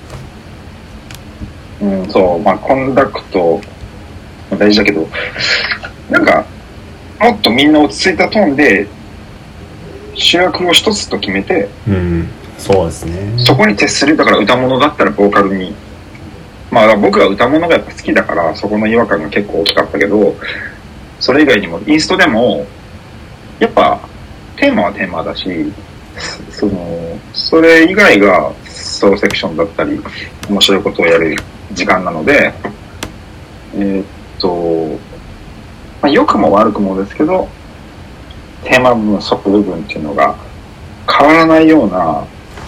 そう、まあコンダクトも大事だけど、なんかもっとみんな落ち着いたトーンで主役を一つと決めて、 そうですね、 そこに徹する。だから歌物だったらボーカルに、まあ僕は歌物がやっぱ好きだからそこの違和感が結構大きかったけど、それ以外にもインストでもやっぱテーマはテーマだし、それ以外がソロセクションだったり面白いことをやる時間なので、まあ、良くも悪くもですけどテーマ部分、ソロ部分っていうのが変わらないような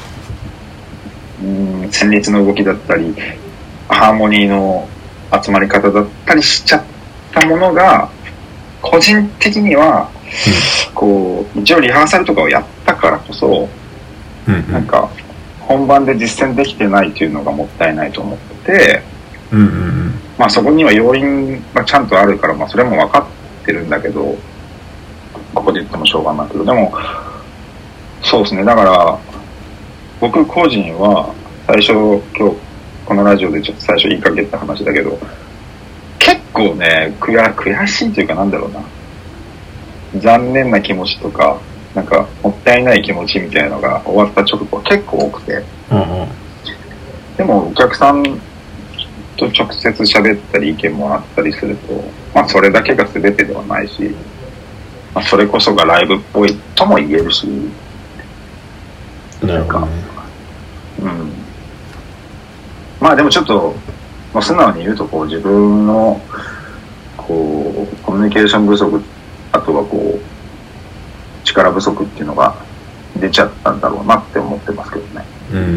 旋律の動きだったりハーモニーの集まり方だったりしちゃったものが、個人的にはこう一応リハーサルとかをやったからこそ、なんか本番で実践できてないというのがもったいないと思ってて、まあそこには要因がちゃんとあるから、まあそれも分かってるんだけど、ここで言ってもしょうがないけど、でもそうですね、だから僕個人は最初今日このラジオでちょっと最初言いかけた話だけど、結構ね悔しいというか、なんだろうな、残念な気持ちとかなんかもったいない気持ちみたいなのが終わった直後結構多くて、でもお客さんと直接喋ったり意見もらったりすると、まあそれだけが全てではないし、まあ、それこそがライブっぽいとも言えるし、 なるほどね。 まあでもちょっと、まあ、素直に言うとこう自分のこうコミュニケーション不足、あとはこう力不足っていうのが出ちゃったんだろうなって思ってますけどね。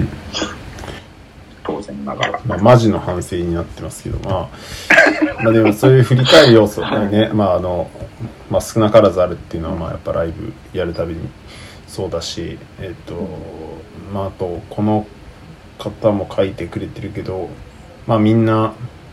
当然ながら。 まあマジの反省になってますけど、まあでもそういう振り返る要素がね、まあ少なからずあるっていうのは、まあやっぱライブやるたびにそうだし、まああとこの方も書いてくれてるけど、まあみんな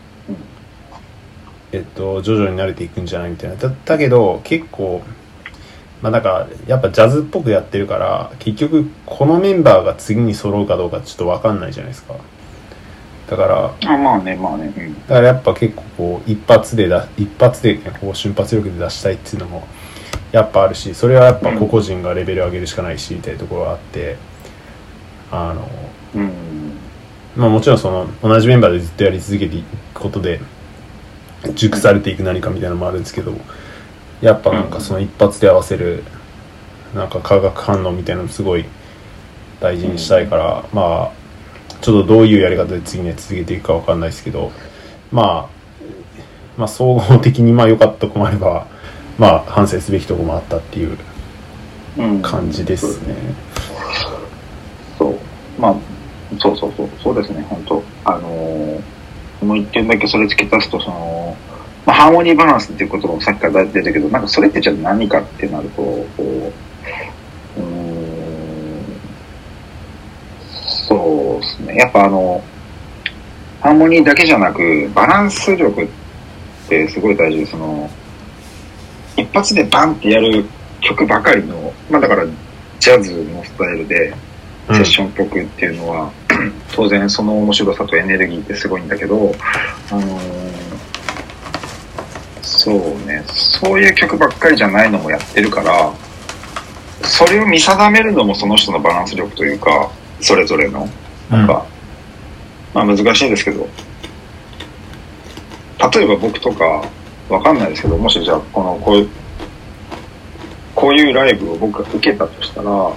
徐々に慣れていくんじゃないみたいな。だけど結構まあなんかやっぱジャズっぽくやってるから、結局このメンバーが次に揃うかどうかちょっと分かんないじゃないですか。 だからまあね、 だからやっぱ結構こう一発でこう瞬発力で出したいっていうのもやっぱあるし、それはやっぱ個々人がレベル上げるしかないしみたいなところがあって、まあもちろんその同じメンバーでずっとやり続けていくことで熟されていく何かみたいなのもあるんですけど、やっぱなんかその一発で合わせるなんか化学反応みたいなのすごい大事にしたいから、まあちょっとどういうやり方で次ね続けていくかわかんないですけど、まあ総合的にまあ良かったとこもあれば、まあ反省すべきとこもあったっていう感じですね。 そうですね、本当もう一点だけそれ付け足すと、ハーモニーバランスっていうこともさっきから出てるけど、なんかそれってじゃあ何かってなると、そうですね、やっぱハーモニーだけじゃなくバランス力ってすごい大事で、一発でバンってやる曲ばかりの、まあだからジャズのスタイルでセッションっぽくっていうのは、当然その面白さとエネルギーってすごいんだけど、そうね、そういう曲ばっかりじゃないのもやってるから、それを見定めるのもその人のバランス力というか、それぞれのなんか、まあ難しいですけど、例えば僕とかわかんないですけど、もしじゃあこういうライブを僕が受けたとしたら、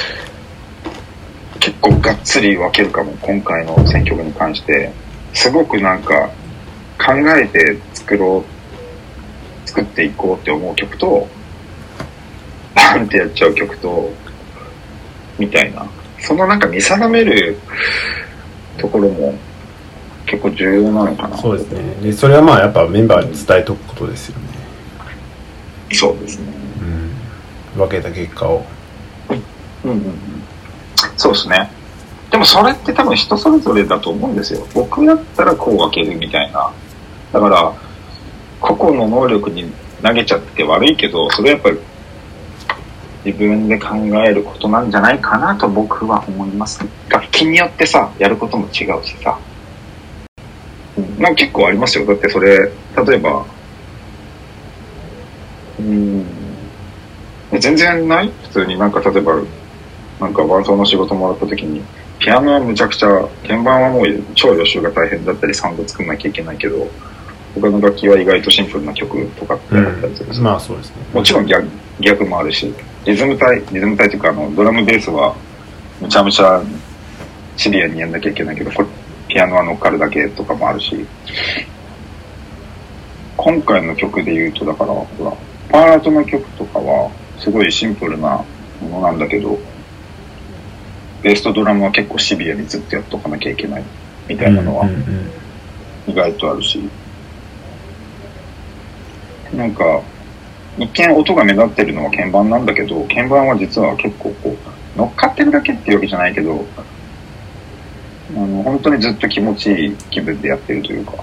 結構がっつり分けるかも。今回の選曲に関してすごくなんか考えて作っていこうって思う曲と、バンってやっちゃう曲とみたいな、そのなんか見定めるところも結構重要なのかな。 そうですね。でそれはまあやっぱメンバーに伝えとくことですよね。 そうですね、 分けた結果を。 そうですね。でもそれって多分人それぞれだと思うんですよ。僕だったらこう分けるみたいな。だから個々の能力に投げちゃって悪いけど、それはやっぱり自分で考えることなんじゃないかなと僕は思います。楽器によってさ、やることも違うしさ。なんか結構ありますよ。だってそれ、例えば全然ない？普通になんか例えばなんか伴奏の仕事もらった時に、ピアノはむちゃくちゃ、鍵盤はもう超予習が大変だったりサウンド作んなきゃいけないけど、他の楽器は意外とシンプルな曲とかってあったりする、 まあそうですね。 もちろん逆もあるし、リズム体というかドラムベースはむちゃむちゃシビアにやんなきゃいけないけど、ピアノは乗っかるだけとかもあるし、今回の曲で言うとだからパートの曲とかはすごいシンプルなものなんだけど、ベースとドラムは結構シビアにずっとやっとかなきゃいけないみたいなのは意外とあるし、なんか一見音が目立ってるのは鍵盤なんだけど、鍵盤は実は結構こう乗っかってるだけっていうわけじゃないけど、本当にずっと気持ちいい気分でやってるというか。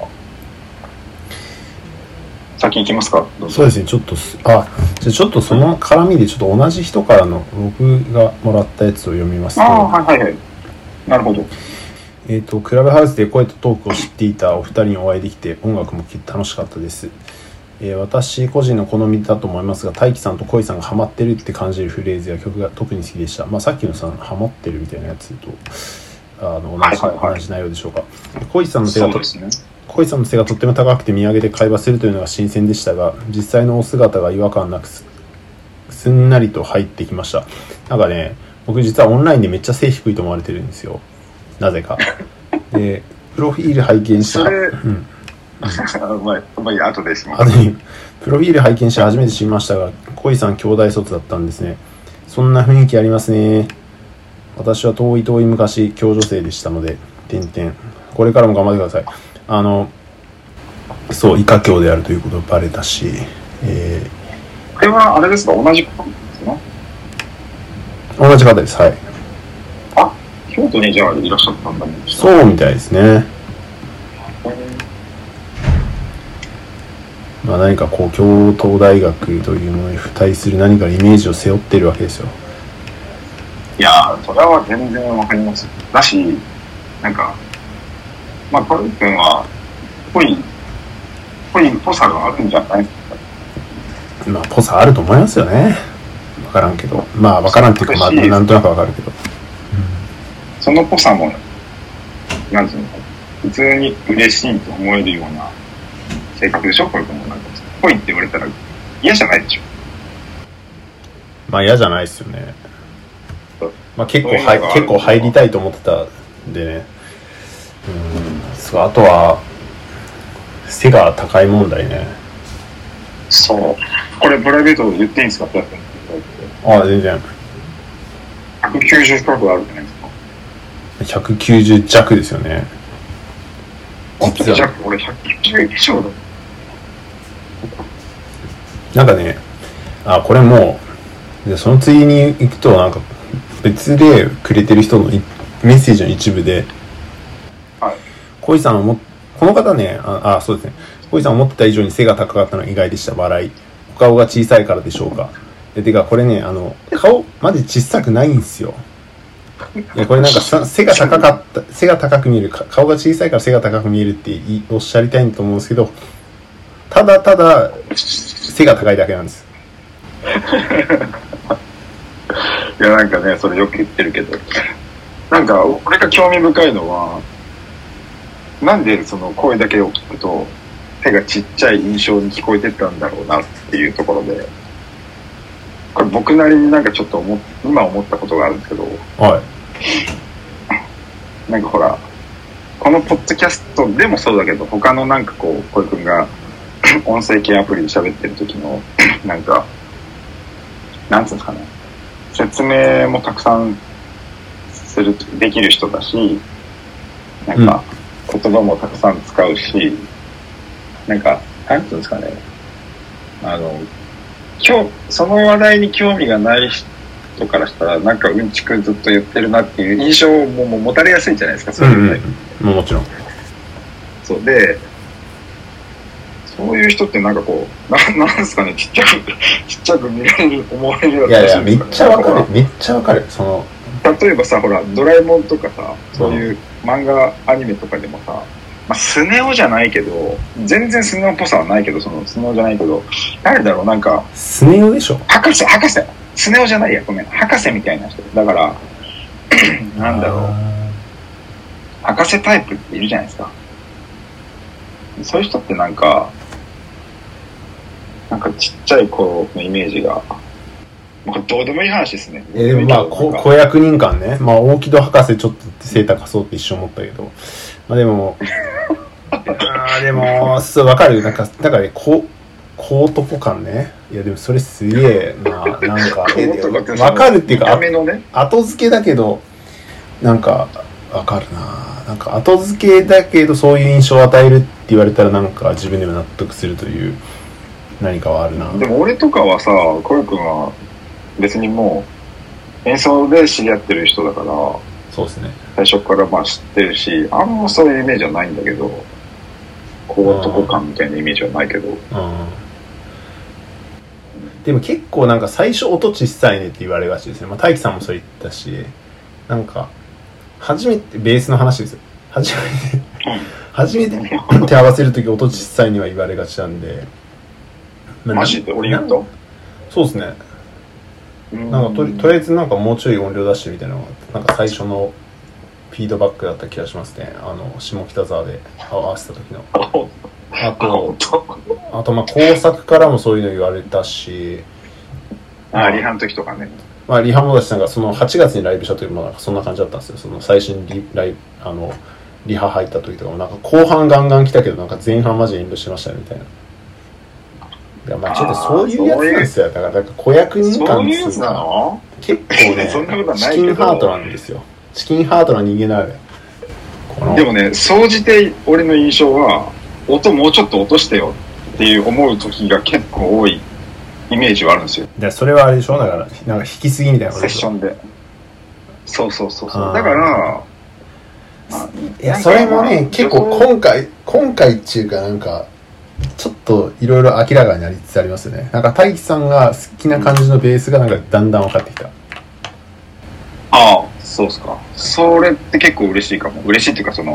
先行きますか？どうぞ。 そうですね。ちょっとじゃあちょっとその絡みでちょっと同じ人からの僕がもらったやつを読みますと、 はいなるほど。 クラブハウスで声とトークを知っていたお二人にお会いできて音楽も楽しかったです。私個人の好みだと思いますが、大輝さんと恋さんがハマってるって感じるフレーズや曲が特に好きでした。まあさっきのハマってるみたいなやつと同じ内容でしょうか。恋さんの手がとっても高くて見上げて会話するというのが新鮮でしたが、実際のお姿が違和感なくすんなりと入ってきました。なんかね、僕実はオンラインでめっちゃ背低いと思われてるんですよ、なぜか。でプロフィール拝見した後でします。 プロフィール拝見して初めて知りましたが、恋さん兄弟卒だったんですね。そんな雰囲気ありますね。私は遠い昔共助生でしたので、これからも頑張ってください。そうイカ教であるということがバレたし、 これはあれですか、同じ方ですね。 同じ方です。はい。 京都にじゃあいらっしゃったんだね。 そうみたいですね。まあ何かこう京都大学というものに付帯する何かイメージを背負っているわけですよ。いやそれは全然わかります。だしなんかまあ、トル君は、ぽいぽさがあるんじゃないですか。 まあ、ぽさあると思いますよね。わからんけど。まあ、わからんっていうか、まあ、なんとなくわかるけど。 そのぽさも、なんていうの、普通に嬉しいと思えるような性格でしょ、これも。なんか、ぽいって言われたら嫌じゃないでしょ。 まあ、嫌じゃないですよね。まあ、結構入りたいと思ってたんでね。そう、あとは、背が高い問題ね。 そう。これプライベートで言っていいんですか？ ああ、全然。 190近くあるじゃないですか。 190弱ですよね。 実は。弱、俺190以上だ。 なんかね、これもう、その次に行くと、なんか、別でくれてる人のメッセージの一部で、 はい。 小井さんはこの方ね、そうですね。小井さん思ってた以上に背が高かったのは意外でした。笑い。お顔が小さいからでしょうか。てか、これね、顔、マジ小さくないんですよ。いや、これなんか背が高く見える、顔が小さいから背が高く見えるっておっしゃりたいんだと思うんですけど、ただただ、背が高いだけなんです。 いや、なんかね、それよく言ってるけど、なんか、俺が興味深いのは、なんでその声だけを聞くと、手がちっちゃい印象に聞こえてたんだろうなっていうところで、これ僕なりになんかちょっと今思ったことがあるんですけど、 はい。 なんかほら、このポッドキャストでもそうだけど、他のなんかこう、小井くんが音声系アプリで喋ってる時の、なんか、なんつうんですかね、説明もたくさんできる人だし、なんか、言葉もたくさん使うし、なんか、なんつうんですかね、その話題に興味がない人からしたら、なんかうんちくずっと言ってるなっていう印象も持たれやすいじゃないですか、そういうタイプ。 もちろん。 そうで、そういう人ってなんかこう、なんですかね、ちっちゃく見られる、思われるような。 いや、めっちゃわかる。 例えばさ、ほら、ドラえもんとかさ、そういう漫画、アニメとかでもさ、まあ、スネ夫じゃないけど、全然スネ夫っぽさはないけど、スネ夫じゃないけど、誰だろう、なんか、 スネ夫でしょ？ 博士、スネ夫じゃないや、ごめん、博士みたいな人。だから、なんだろう、博士タイプっているじゃないですか。そういう人ってなんかちっちゃい子のイメージが、どうでもいい話ですね。 でもまあ、子役人感ね。まあ、大木戸博士ちょっと背高そうって一瞬思ったけど。まあでも、そう、わかる。なんかね、小男感ね。いや、でもそれすげえな、なんか、わかるっていうか、後付けだけど、なんか、わかるな。なんか、後付けだけど、そういう印象を与えるって言われたら、なんか、自分でも納得するという、何かはあるな。 でも俺とかはさ、小井くんは、別にもう演奏で知り合ってる人だから、 そうですね。 最初からまあ知ってるし、あんまそういうイメージはないんだけど、小男感みたいなイメージはないけど。 でも結構なんか最初音小さいねって言われがちですね。まあ大輝さんもそう言ったし、なんか初めてベースの話ですよ。初めて手合わせるとき音小さいには言われがちなんで。 マジで俺言うと？ そうですね。なんかとりあえずなんかもうちょい音量出してみたいなのがなんか最初のフィードバックだった気がしますね。下北沢で合わせた時の。あとまあ工作からもそういうの言われたし。 リハの時とかね。 まあリハもだし、なんかその8月にライブした時もなんかそんな感じだったんですよ。その最初にリハ入った時とかもなんか後半ガンガン来たけどなんか前半マジ遠慮してましたねみたいな。いやまあちょっとそういうやつなんですよ。だから子役人感です結構ねチキンハートなんですよ。チキンハートな人間なのでもね、総じて俺の印象は音もうちょっと落としてよっていう思う時が結構多いイメージはあるんですよ。 でそれはあれでしょ、だからなんか弾きすぎみたいなセッションで。そうだからいやそれもね結構今回っていうかなんかちょっといろいろ明らかになりつつありますよね。なんか大輝さんが好きな感じのベースがなんかだんだん分かってきた。 ああ、そうっすか。それって結構嬉しいかも。嬉しいっていうか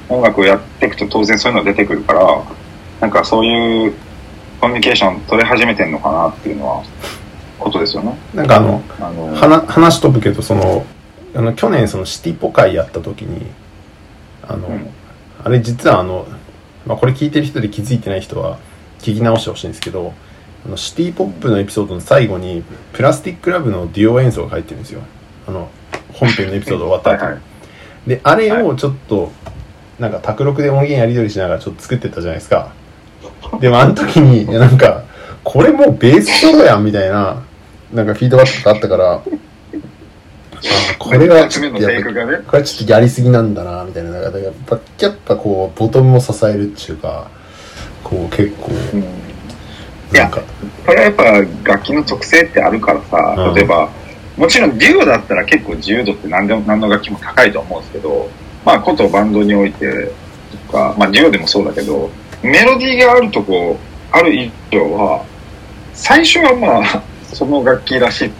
音楽をやっていくと当然そういうのが出てくるから、なんかそういうコミュニケーション取れ始めてんのかなっていうのはことですよね。 なんか話飛ぶけど、去年そのシティポ会やった時にあれ実はこれ聞いてる人で気づいてない人は聞き直してほしいんですけど、シティポップのエピソードの最後にプラスティックラブのデュオ演奏が入ってるんですよ。本編のエピソード終わった後に。はいはい、であれをちょっとなんか卓録で音源やり取りしながらちょっと作ってたじゃないですか。でもあの時になんかこれもうベースソロやんみたいななんかフィードバックがあったからこれはちょっとこれちょっとやりすぎなんだなみたいな。だからやっぱこうボトムを支えるっていうか、こう結構、 なんかこれはやっぱ楽器の特性ってあるからさ、例えばもちろんデュオだったら結構自由度って何の楽器も高いと思うんですけど、まあことバンドにおいてとか、まあデュオでもそうだけど、メロディーがあるとこある以上は最初はまあその楽器らしい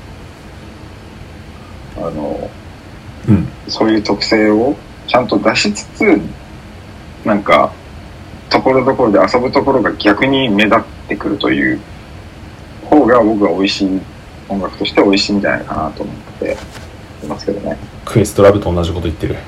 そういう特性をちゃんと出しつつ、なんかところどころで遊ぶところが逆に目立ってくるという方が僕は美味しい音楽として美味しいんじゃないかなと思っていますけどね。 クエストラブと同じこと言ってる。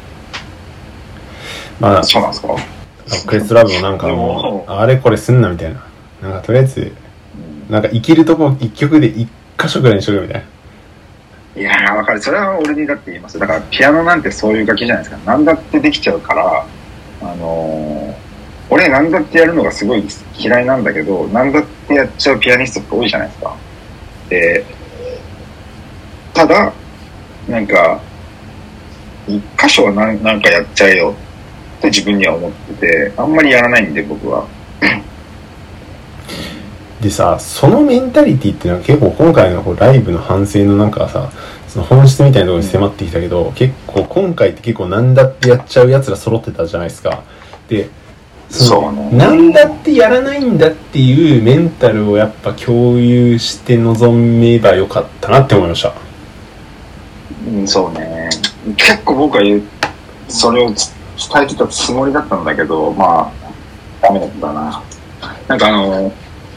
まあそうなんですか。 クエストラブもなんかもうあれこれすんなみたいな、なんかとりあえずなんか生きるとこ一曲で一箇所ぐらいにしとるみたいな。 いやーわかる。それは俺にだって言います。だからピアノなんてそういう楽器じゃないですか。何だってできちゃうから、俺何だってやるのがすごい嫌いなんだけど、何だってやっちゃうピアニストって多いじゃないですか。で、ただなんか一箇所はなんかやっちゃえよって自分には思ってて、あんまりやらないんで僕は。 でさ、そのメンタリティっていうのは結構今回のライブの反省のなんかさ、その本質みたいなところに迫ってきたけど、結構今回って結構何だってやっちゃうやつら揃ってたじゃないですか。で、 そうね、 何だってやらないんだっていうメンタルをやっぱ共有して臨めばよかったなって思いました。 そうね。結構僕はそれを伝えてたつもりだったんだけど、まあダメだったな。なんか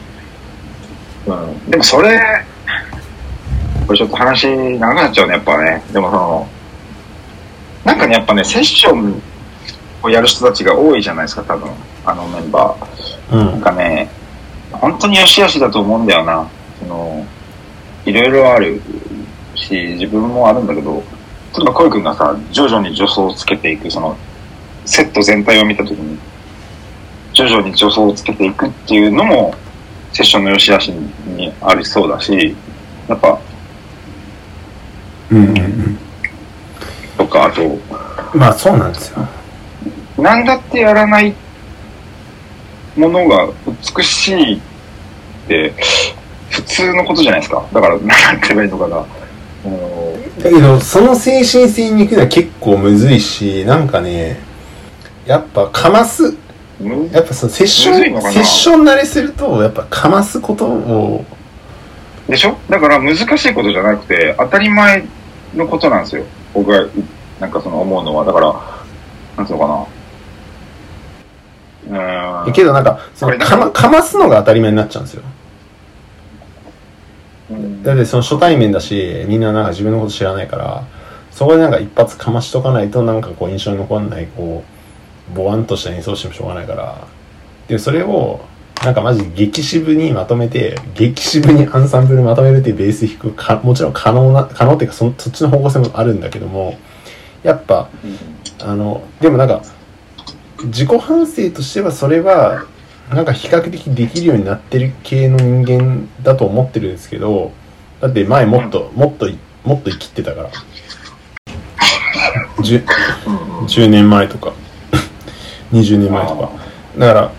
でもこれちょっと話長くなっちゃうね、やっぱね。でもなんかね、やっぱね、セッションをやる人たちが多いじゃないですか、多分メンバー、なんかね、本当に良し悪しだと思うんだよな。いろいろあるし、自分もあるんだけど、例えばコイ君がさ、徐々に助走をつけていく、そのセット全体を見たときに徐々に助走をつけていくっていうのもセッションの良し悪しにありそうだし、やっぱとか、あとまあそうなんですよ。 なんだってやらないものが美しいって普通のことじゃないですか。だから何て言えばいいのかな。 だけどその精神性に行くのは結構むずいし、なんかね、やっぱかます、やっぱそのセッション慣れするとやっぱかますことをでしょ。だから難しいことじゃなくて当たり前のことなんですよ、僕がなんか思うのは。だからなんていうのかな、 けどなんかかますのが当たり前になっちゃうんですよ。だってその初対面だし、みんななんか自分のこと知らないから、そこでなんか一発かましとかないとなんかこう印象に残らない、こうボワンとした演奏してもしょうがないから。でそれをなんかマジ激渋にまとめて、激渋にアンサンブルまとめるっていうベース弾くか、もちろん可能っていうかそっちの方向性もあるんだけども、やっぱでもなんか自己反省としてはそれはなんか比較的できるようになってる系の人間だと思ってるんですけど、だって前もっと生きてたから、10年前とか20年前とかだから、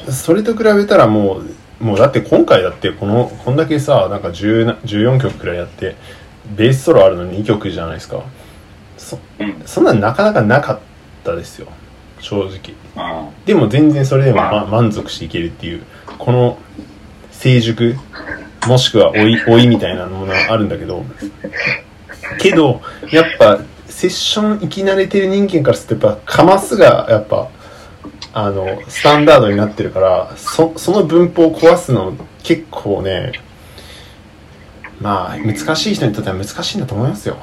それと比べたらもうだって今回だってこんだけさ、なんか14曲くらいやってベースソロあるのに2曲じゃないですか。そんななかなかなかったですよ、正直。でも全然それでも満足していけるっていう、この成熟もしくは老いみたいなものがあるんだけど、やっぱセッション生き慣れてる人間からするとやっぱかますがやっぱスタンダードになってるから、その文法を壊すの結構ね、まあ難しい人にとっては難しいんだと思いますよ。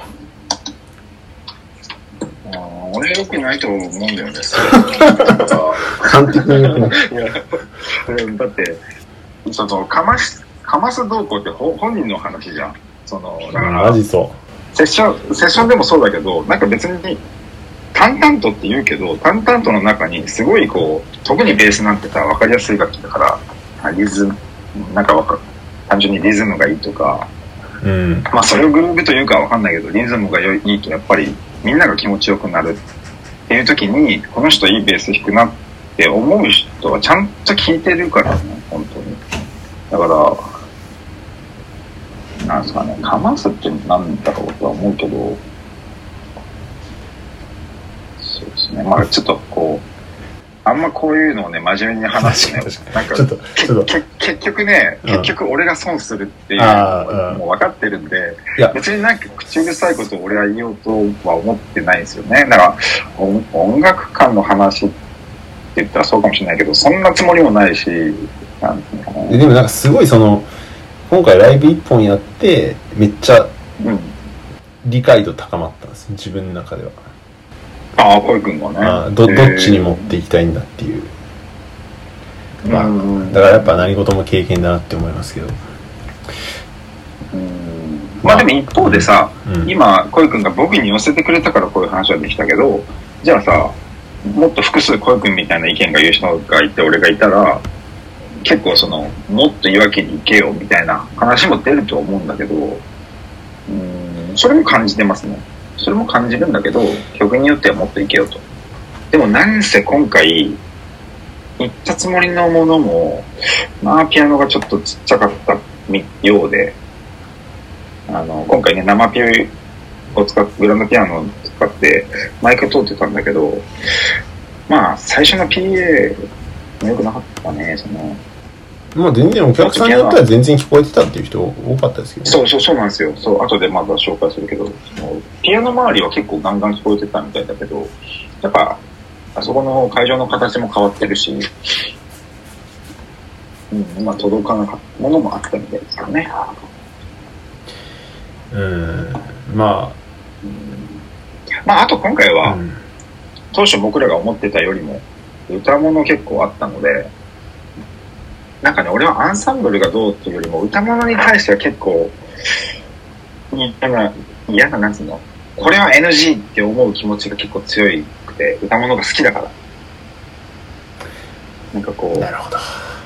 俺良くないと思うんだよね。 完璧に良くない。 だってそのかますどうこうって本人の話じゃん。だからマジそう。 セッションでもそうだけど、なんか別に淡々とって言うけど、淡々との中にすごいこう、特にベースなんてさ、分かりやすい楽器だから、リズム、なんか単純にリズムがいいとか、 うん、 まあそれをグルーブというか分かんないけど、リズムがいいとやっぱりみんなが気持ちよくなるっていう時に、この人いいベース弾くなって思う人はちゃんと聞いてるからね、本当に。だから、なんですかね、かますってなんだろうとは思うけど、そうですね。まあちょっとこう、あんまこういうのをね、真面目に話すね。なんか、結局ね、結局俺が損するっていうのはもう分かってるんで、別になんか口うるさいことを俺は言おうとは思ってないんですよね。だから、音楽館の話って言ったらそうかもしれないけど、そんなつもりもないし、なんていうのかな。 でもなんかすごい今回ライブ1本やって、めっちゃ理解度高まったんです、自分の中では。 ああ、小井くんがね。 どっちに持っていきたいんだっていう。まあ、だからやっぱ何事も経験だなって思いますけど。 まあでも一方でさ、今、小井くんが僕に寄せてくれたからこういう話はできたけど、じゃあさ、もっと複数小井くんみたいな意見が言う人がいて、俺がいたら、結構もっといわきに行けよみたいな話も出ると思うんだけど、それも感じてますね。それも感じるんだけど、曲によってはもっといけよと。でもなんせ今回言ったつもりのものも、まあピアノがちょっとちっちゃかったようで、今回ね、生ピュを使って、グランドピアノを使ってマイク通ってたんだけど、まあ最初の PA も良くなかったね。 まあ全然お客さんによっては全然聞こえてたっていう人多かったですけど、 ね、そうなんですよ。そう、後でまだ紹介するけど、ピアノ周りは結構ガンガン聞こえてたみたいだけど、やっぱあそこの会場の形も変わってるし、まあ届かなかったものもあったみたいですよね。 まああと今回は、当初僕らが思ってたよりも歌物結構あったので、なんかね、俺はアンサンブルがどうっていうよりも歌物に対しては結構嫌な、なんつうの、これは NG って思う気持ちが結構強くて、歌物が好きだから、なんかこう、 なるほど、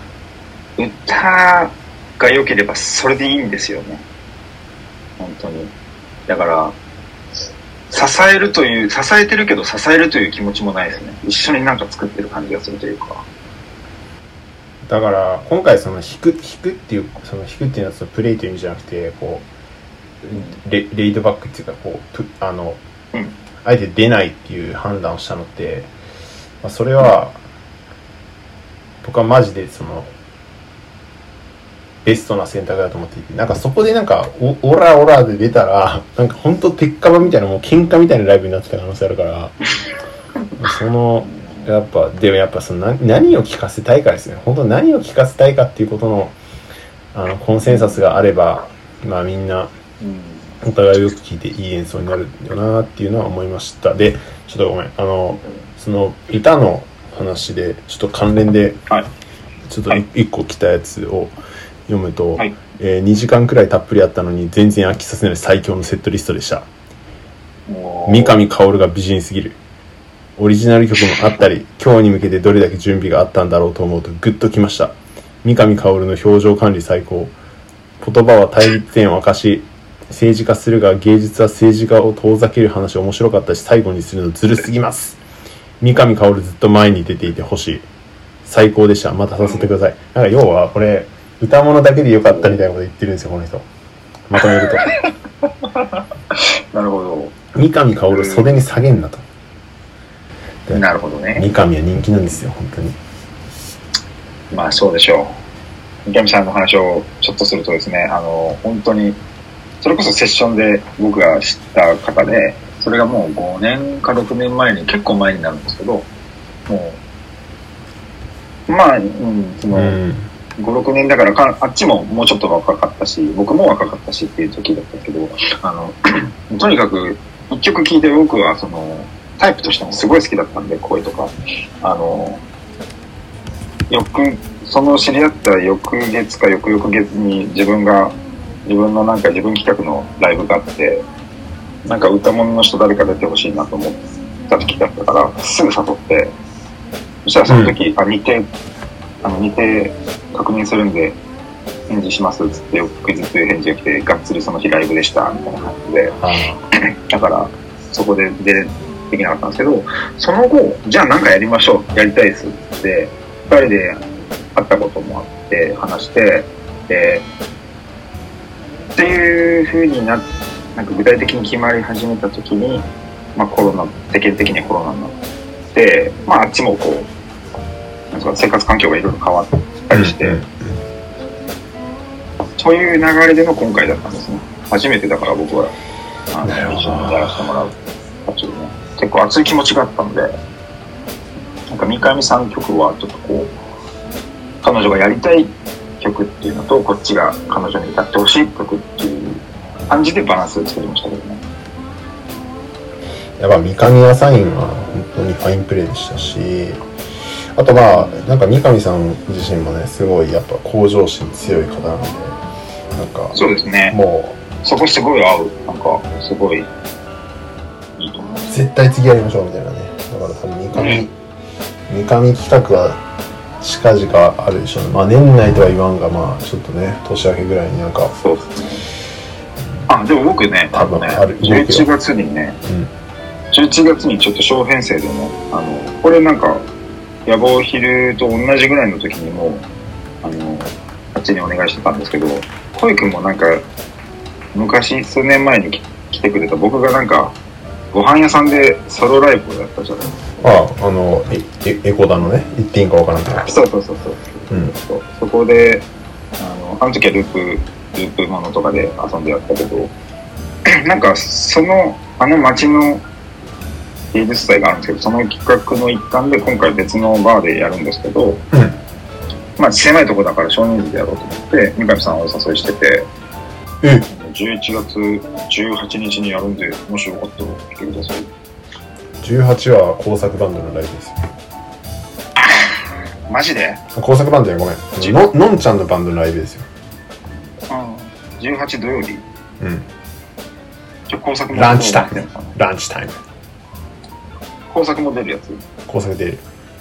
歌が良ければそれでいいんですよね、本当に。だから支えてるけど支えるという気持ちもないですね。一緒になんか作ってる感じがするというか。 だから今回弾くっていう弾くっていうのはプレイという意味じゃなくて、こうレイドバックっていうか、こうあえて出ないっていう判断をしたのって、まあ、それは僕はマジでベストな選択だと思っていて、なんかそこでなんかオラで出たらなんか本当鉄火場みたいな、もう喧嘩みたいなライブになってた可能性あるから、やっぱ何を聞かせたいかですね。本当に何を聞かせたいかっていうことのコンセンサスがあれば、まあみんなお互いをよく聞いていい演奏になるよなっていうのは思いました。で、ちょっとごめん、その歌の話でちょっと関連で、ちょっと1個来たやつを読むと、2時間くらいたっぷりあったのに全然飽きさせない最強のセットリストでした。三上薫が美人すぎる。オリジナル曲もあったり、今日に向けてどれだけ準備があったんだろうと思うとグッときました。三上薫の表情管理最高。言葉は対立点を明かし、政治化するが芸術は政治家を遠ざける話面白かったし、最後にするのずるすぎます。三上薫ずっと前に出ていてほしい。最高でした。またさせてください。なんか要はこれ歌物だけでよかったみたいなこと言ってるんですよ、この人。まとめると。 なるほど。 三上薫袖に下げんなと。 なるほどね。 三上は人気なんですよ、本当に。 まあそうでしょう。三上さんの話をちょっとするとですね、本当にそれこそセッションで僕が知った方で、それがもう5年か6年前に、結構前になるんですけど、もうまあ、その、5、6年だからあっちももうちょっと若かったし、僕も若かったしっていう時だったけど、とにかく一曲聴いて僕はその、タイプとしてもすごい好きだったんで、声とか。その知り合った翌月か翌々月に自分のなんか自分企画のライブがあって、なんか歌物の人誰か出てほしいなと思った時だったから、すぐ誘って、そしたらその時、日程確認するんで返事しますっつって翌日返事が来て、がっつりその日ライブでしたみたいな感じで、だからそこでできなかったんですけど、その後じゃあなんかやりましょう、やりたいですって2人で会ったこともあって話してっていう風になんか具体的に決まり始めた時に、まあ、世間的にコロナになって、まあ、あっちもこうなんか生活環境がいろいろ変わったりして、そういう流れでの今回だったんですね。初めてだから僕は一緒にやらせてもらう形でね、結構熱い気持ちがあったので、なんか三上さん曲はちょっとこう彼女がやりたい曲っていうのと、こっちが彼女に歌ってほしい曲っていう感じでバランスを作りましたけどね。 やっぱ三上アサインは本当にファインプレーでしたし、あとまあなんか三上さん自身もね、すごいやっぱ向上心強い方なので、なんかそうですね、もうそこすごい合う、なんかすごいいいと思う。 絶対次やりましょうみたいなね。だから多分三上企画は近々あるでしょうね。まあ年内とは言わんが、まあちょっとね年明けぐらいになんか。 そうですね。でも僕ね、多分ね、11月にね、11月にちょっと小編成でね、これなんか野望昼と同じぐらいの時にもあっちにお願いしてたんですけど、小池君もなんか昔数年前に来てくれた、僕がなんかご飯屋さんでソロライブをやったじゃないですか。 エコダのね、言っていいんかわからんけど。 そう、そこであの時はループものとかで遊んでやったけど、なんか街の芸術祭があるんですけど、その企画の一環で今回別のバーでやるんですけど、まあ狭いとこだから少人数でやろうと思って三上さんをお誘いしてて、11月18日にやるんで、もしよかったら来てください。18 は工作バンドのライブですよ。 マジで？ 工作バンドやごめん。のんちゃんのバンドのライブですよ。 18土曜日。工作もランチタイム。 工作も出るやつ？ 工作出る。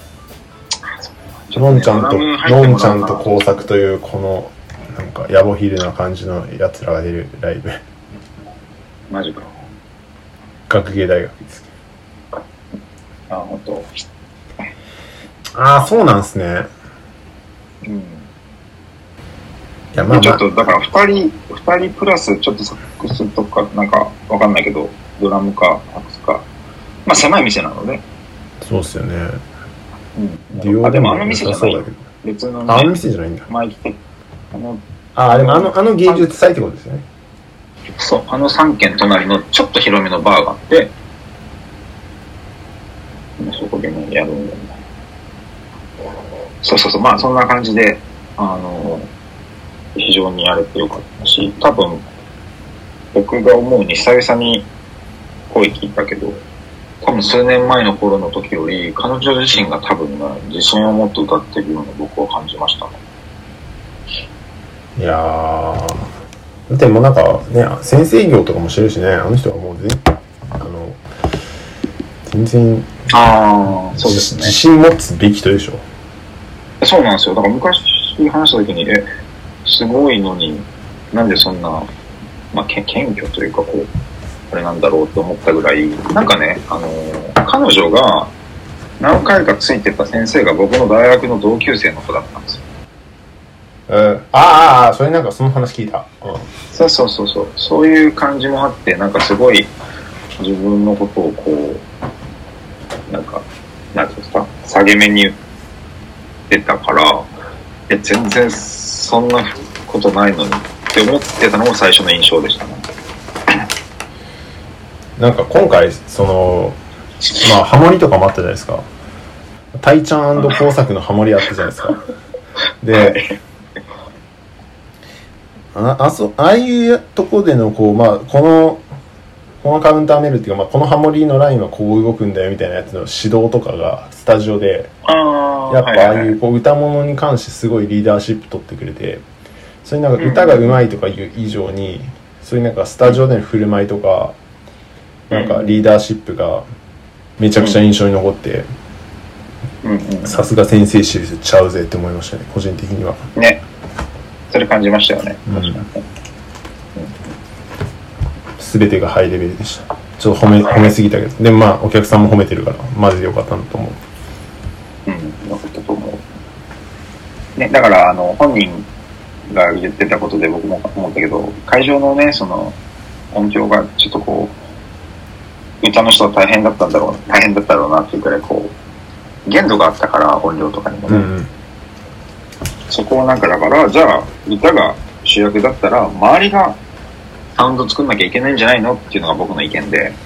のんちゃんと工作というこのなんか野暮ヒルな感じのやつらが出るライブ。 マジか。 学芸大学です。 本当。 そうなんですね。いやまあちょっとだから2人プラスちょっとサックスとかなんかわかんないけど、ドラムかサックスか、まあ狭い店なので。 そうっすよね。 でも店じゃないよ。別のね。 あの店じゃないんだ。 前来て。でも芸術祭ってことですよね。 そう、3軒隣のちょっと広めのバーがあって、そこでね、やるんだよね。そう、まあそんな感じで、非常にやれてよかったし、多分、僕が思うに久々に声聞いたけど、多分数年前の頃の時より、彼女自身が多分ね、自信を持って歌ってるように僕は感じましたね。 いやー、でもなんかね、先生業とかもしてるしね、あの人はもう全然そうですね、 自信持つべき人でしょ。 そうなんですよ。だから昔話した時にすごいのになんでそんな、まあ、謙虚というかこうあれなんだろうと思ったぐらい、なんかね、彼女が何回かついてた先生が僕の大学の同級生の子だったんですよ。 それなんかその話聞いた。 そういう感じもあって、なんかすごい自分のことをこうなんていうんですか、下げ目に言ってたから、全然そんなことないのにって思ってたのも最初の印象でしたね。なんか今回まあハモリとかもあったじゃないですか。 タイちゃん工作のハモリあったじゃないですか。で、ああいうとこでのこう、まあ、このカウンターメルっていうか、まあ、このハモリのラインはこう動くんだよみたいなやつの指導とかがスタジオでやっぱああいうこう歌物に関してすごいリーダーシップ取ってくれて、そういうなんか歌が上手いとかいう以上に、そういうなんかスタジオでの振る舞いとかなんかリーダーシップがめちゃくちゃ印象に残って、さすが先生シリーズちゃうぜって思いましたね、個人的にはね。それ感じましたよね。 全てがハイレベルでした。ちょっと褒めすぎたけど、でもまあお客さんも褒めてるからマジでよかったなと思う。 よかったと思う。ね、だから本人が言ってたことで僕も思ったけど、会場のね、その音響がちょっとこう歌の人は大変だったろうなっていうくらいこう限度があったから、音量とかにもね、そこをなんかだからじゃあ歌が主役だったら周りがサウンド作んなきゃいけないんじゃないのっていうのが僕の意見で、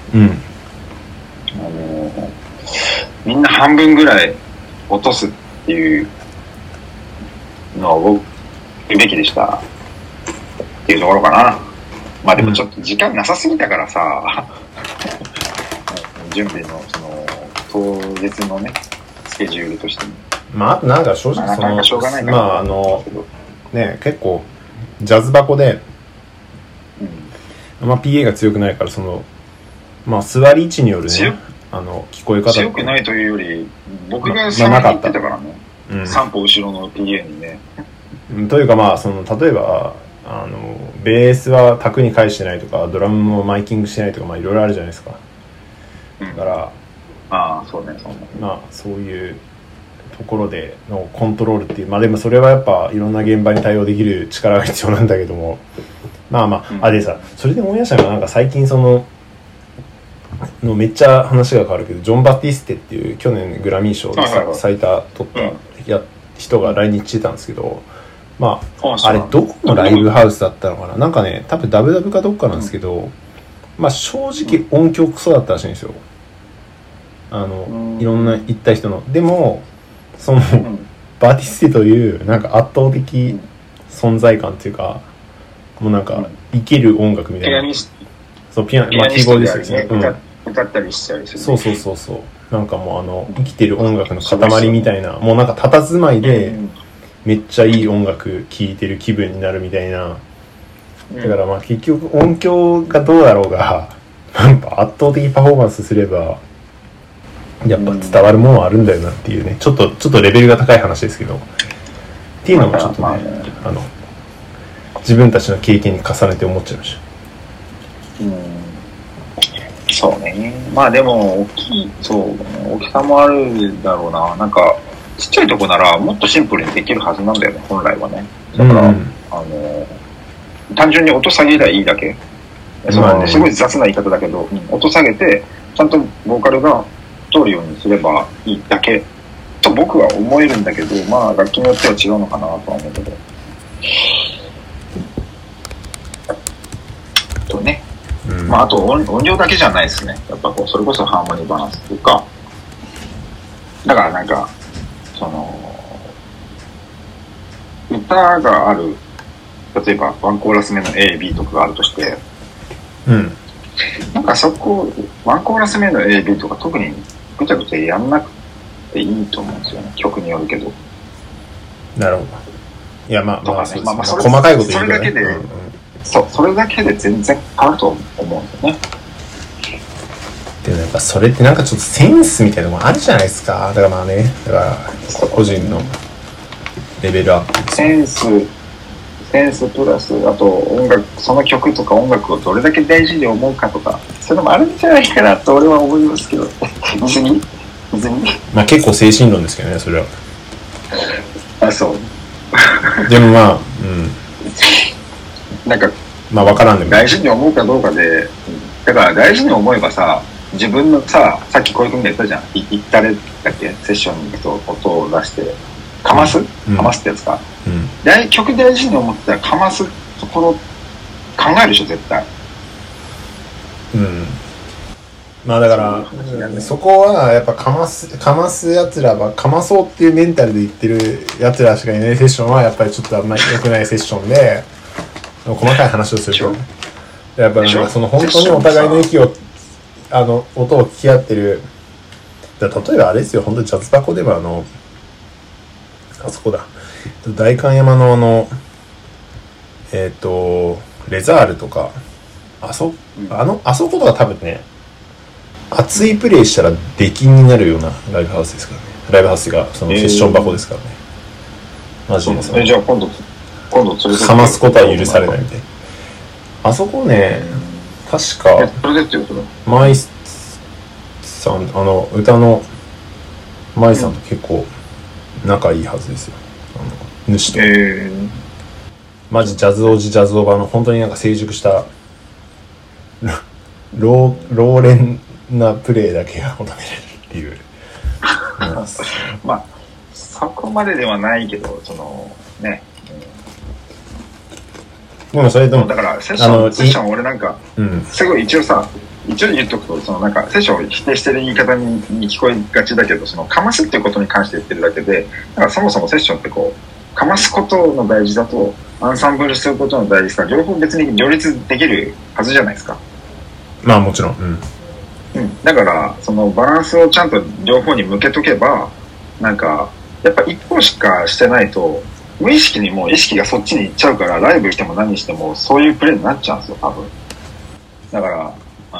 みんな半分ぐらい落とすっていうのを僕言うべきでしたっていうところかな。まあでもちょっと時間なさすぎたからさ、準備のその当日のねスケジュールとしても、 まああとなんか正直その、 まあ、しょうがないかな、まあね、結構ジャズ箱で、まあ PA が強くないからそのまあ座り位置によるね聞こえ方強くないというより僕が先に言ってたからね、3歩後ろの PA にね、 というかまあその例えばベースは卓に返してないとかドラムもマイキングしてないとかまあいろいろあるじゃないですか。だからそうねまあそういうところでのコントロールっていう、まあでもそれはやっぱいろんな現場に対応できる力が必要なんだけども、まあまあ、でさ、それで思い出したのがなんか最近そのめっちゃ話が変わるけど、ジョン・バティステっていう去年グラミー賞で最多取った人が来日してたんですけど、まああれどこのライブハウスだったのかな、なんかね多分ダブダブかどっかなんですけど、まあ正直音響クソだったらしいんですよ。いろんな行った人の。でもそのバティステというなんか圧倒的存在感っていうか、もうなんか生きる音楽みたいな。そうまあキーボードですよね。 歌ったりしたりする。 そうなんかもう生きてる音楽の塊みたいな、もうなんか佇まいでめっちゃいい音楽聴いてる気分になるみたいな。だからまあ結局音響がどうだろうが、なんか圧倒的パフォーマンスすればやっぱ伝わるものはあるんだよなっていうね、ちょっとレベルが高い話ですけど、っていうのもちょっとね、自分たちの経験に重ねて思っちゃいました。 そうね。まあでも大きさもあるだろうな。なんかちっちゃいとこならもっとシンプルにできるはずなんだよね、本来はね。だから、単純に音下げりゃいいだけ。すごい雑な言い方だけど、音下げてちゃんとボーカルが通るようにすればいいだけと僕は思えるんだけど、まあ楽器によっては違うのかなとは思うけど。とね。まああと音量だけじゃないですね。やっぱこうそれこそハーモニーバランスというか、だからなんかその歌がある、例えばワンコーラス目の A、B とかがあるとして、なんかそこワンコーラス目の A、B とか特にぐちゃぐちゃやんなくていいと思うんですよね、曲によるけど。 なるほど。いやまあまあそうですね。細かいこと言うとね。 それだけで、それだけで全然変わると思うんですよね。 でもやっぱそれってなんかちょっとセンスみたいなのもあるじゃないですか。だからまあね、だから個人のレベルアップ。 センスプラスあと音楽、その曲とか音楽をどれだけ大事に思うかとか、それもあるんじゃないかなと俺は思いますけど。別にまあ結構精神論ですけどね、それは。 そうでもまあなんかまあ分からんでも大事に思うかどうかで、だから大事に思えばさ、自分のさっき小池君が言ったじゃん、行ったれだっけ、セッションに行くと音を出してかますってやつか、曲大事に思ったらかますところ考えるでしょ絶対。 まあだからそこはやっぱかますやつらはかまそうっていうメンタルで言ってるやつらしかいないセッションはやっぱりちょっとあんまり良くないセッションで、細かい話をするとやっぱりその本当にお互いの息を音を聞き合ってる。例えばあれですよ、本当にジャズバコではあそこだ、代官山のレザールとかあそことか多分ね、熱いプレイしたら出禁になるようなライブハウスですからね。ライブハウスがそのセッション箱ですからね。マジでさ。 じゃあ今度連れてかますことは許されないみたいな。あそこね、確かマイさん、歌のマイさんと結構仲いいはずですよ。主と。マジジャズおじジャズおばの本当になんか成熟した老練なプレーだけが求められるっていう。 まあそこまでではないけど、そのね。 でもそれともだからセッション俺なんか、すごい一応言っとくと、そのなんかセッションを否定してる言い方に聞こえがちだけど、そのかますっていうことに関して言ってるだけで、だからそもそもセッションってこうかますことの大事だとアンサンブルすることの大事さ、両方別に両立できるはずじゃないですか。 まあもちろん、 だからそのバランスをちゃんと両方に向けとけば、なんかやっぱ一方しかしてないと無意識にもう意識がそっちに行っちゃうから、ライブしても何してもそういうプレーになっちゃうんですよ多分。だから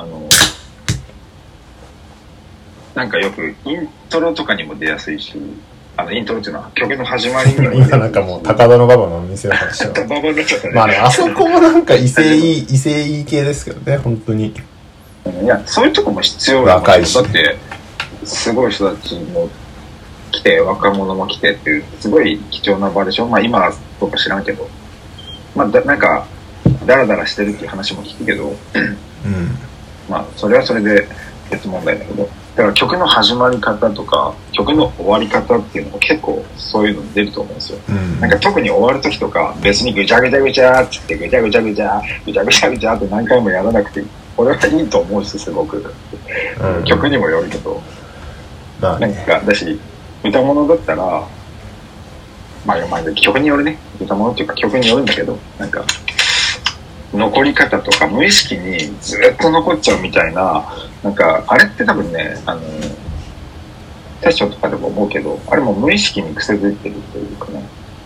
なんかよくイントロとかにも出やすいし、イントロっていうのは曲の始まりにも今なんかもう高田馬場の店の話はババになっちゃったね。 まあね、あそこもなんか威勢いい系ですけどね、本当に。 いや、そういうとこも必要だ。 若いし、 だってすごい人たちも来て、若者も来てっていうすごい貴重な場でしょ。まあ今とか知らんけど、まあなんかダラダラしてるっていう話も聞くけど、まあそれはそれで別問題だけど、だから曲の始まり方とか曲の終わり方っていうのも結構そういうの出ると思うんですよ。なんか特に終わる時とか別にぐちゃぐちゃぐちゃって言ってぐちゃぐちゃぐちゃぐちゃぐちゃぐちゃって何回もやらなくていい。俺はいいと思うし、すごく、曲にもよるけど、なんかだし歌物だったらまあ曲によるね、歌物っていうか曲によるんだけど、なんか残り方とか無意識にずっと残っちゃうみたいな、なんかあれって多分ね、セッションとかでも思うけど、あれも無意識に癖づいてるというかね。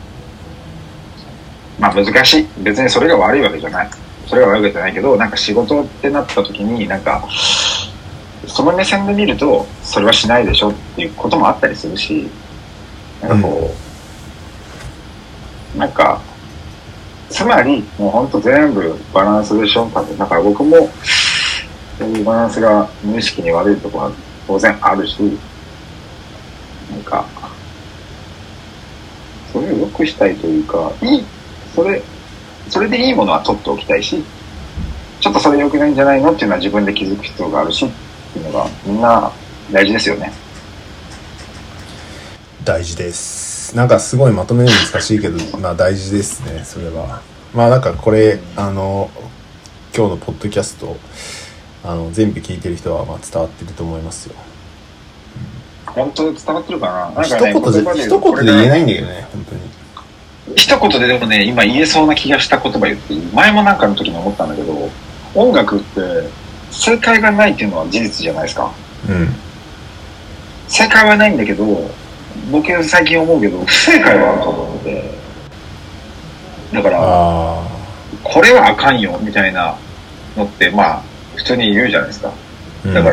まあ難しい。別にそれが悪いわけじゃない。それが悪いわけじゃないけど、なんか仕事ってなった時になんかその目線で見るとそれはしないでしょっていうこともあったりするし、なんかこう、なんかつまりもうほんと全部バランスでしょ。多分だから僕もそういうバランスが無意識に悪いところは当然あるし、なんかそれを良くしたいというか、それでいいものは取っておきたいし、ちょっとそれ良くないんじゃないのっていうのは自分で気づく必要があるしっていうのがみんな大事ですよね。 大事です。なんかすごいまとめるの難しいけど、まあ大事ですね、それは。まあなんかこれ今日のポッドキャスト全部聞いてる人はまあ伝わってると思いますよ。 本当伝わってるかな。なんかね、一言で言えないんだけどね、本当に。 一言ででもね、今言えそうな気がした言葉言っていい？前もなんかの時に思ったんだけど、音楽って正解がないっていうのは事実じゃないですか。正解はないんだけど、僕最近思うけど不正解はあると思うので、だからこれはあかんよみたいなのってまあ普通に言うじゃないですか。だから、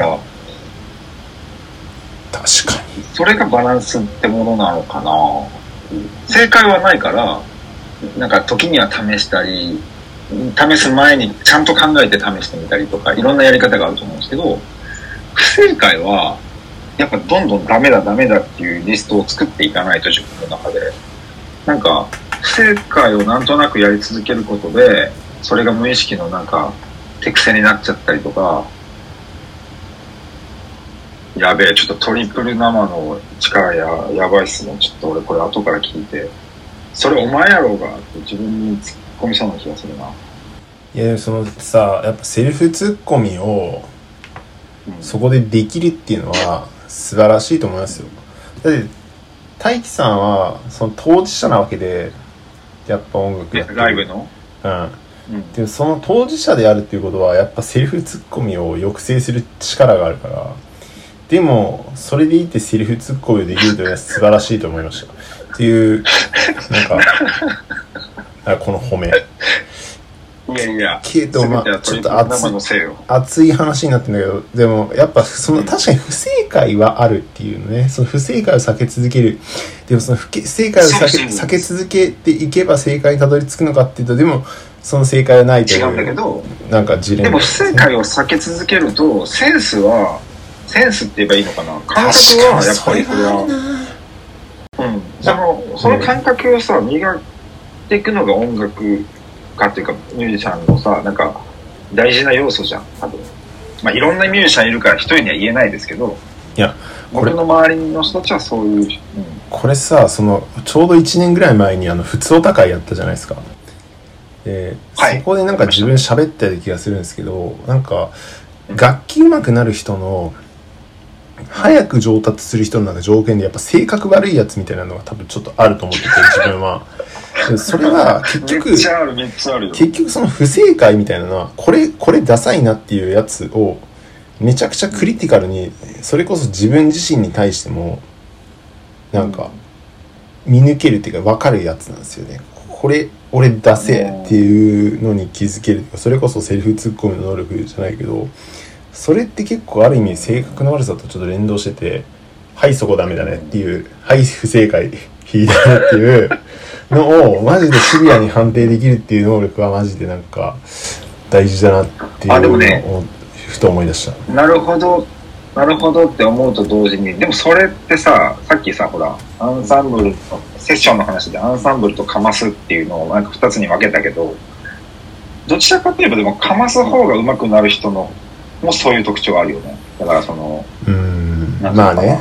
確かにそれがバランスってものなのかな。正解はないから、なんか時には試したり、試す前にちゃんと考えて試してみたりとか、いろんなやり方があると思うんですけど、不正解はやっぱどんどんダメだっていうリストを作っていかないと、自分の中でなんか不正解をなんとなくやり続けることで、それが無意識のなんか手癖になっちゃったりとか。やべえ、ちょっとトリプル生の力やばいっすね。ちょっと俺これ後から聞いて、それお前やろうがって自分に突っ込みそうな気がするな。 いや、そのさ、やっぱセルフツッコミをそこでできるっていうのは素晴らしいと思いますよ。だって大輝さんはその当事者なわけで、やっぱ音楽やってるライブの、 でその当事者であるっていうことはやっぱセルフツッコミを抑制する力があるから、でもそれでいてセルフツッコミをできるというのは素晴らしいと思いましたっていうなんかこの褒め。 いやいや、 けどまあちょっと熱い話になってんだけど、でもやっぱその確かに不正解はあるっていうのね。その不正解を避け続ける。でもその不正解を避け続けていけば正解にたどり着くのかっていうと、でもその正解はないという。 違うんだけど、 なんかジレンマ、 でも不正解を避け続けるとセンスって言えばいいのかな。感覚はやっぱりこれは、その感覚をさ磨いていくのが音楽かっていうかミュージシャンのさ、なんか大事な要素じゃん多分。まあいろんなミュージシャンいるから一人には言えないですけど、 いや僕の周りの人たちはそういう、 これさ、そのちょうど1年ぐらい前にふつおた会やったじゃないですか。そこでなんか自分喋ったような気がするんですけど、なんか楽器上手くなる人の早く上達する人のなんか条件でやっぱ性格悪いやつみたいなのが多分ちょっとあると思ってて、自分はそれは結局結局その不正解みたいなのはこれダサいなっていうやつをめちゃくちゃクリティカルに、それこそ自分自身に対してもなんか見抜けるっていうか分かるやつなんですよね。これ俺ダセーっていうのに気づける。それこそセルフツッコミの能力じゃないけど、それって結構ある意味性格の悪さとちょっと連動してて、はいそこダメだねっていう、はい不正解引いたねっていうのをマジでシビアに判定できるっていう能力はマジでなんか大事だなっていうのをふと思い出した。 なるほどって思うと同時に、でもそれってさっきさほらアンサンブルのセッションの話でアンサンブルとかますっていうのをなんか2つに分けたけど、どちらかといえばでもかます方が上手くなる人のもそういう特徴があるよね。だからそのまあね、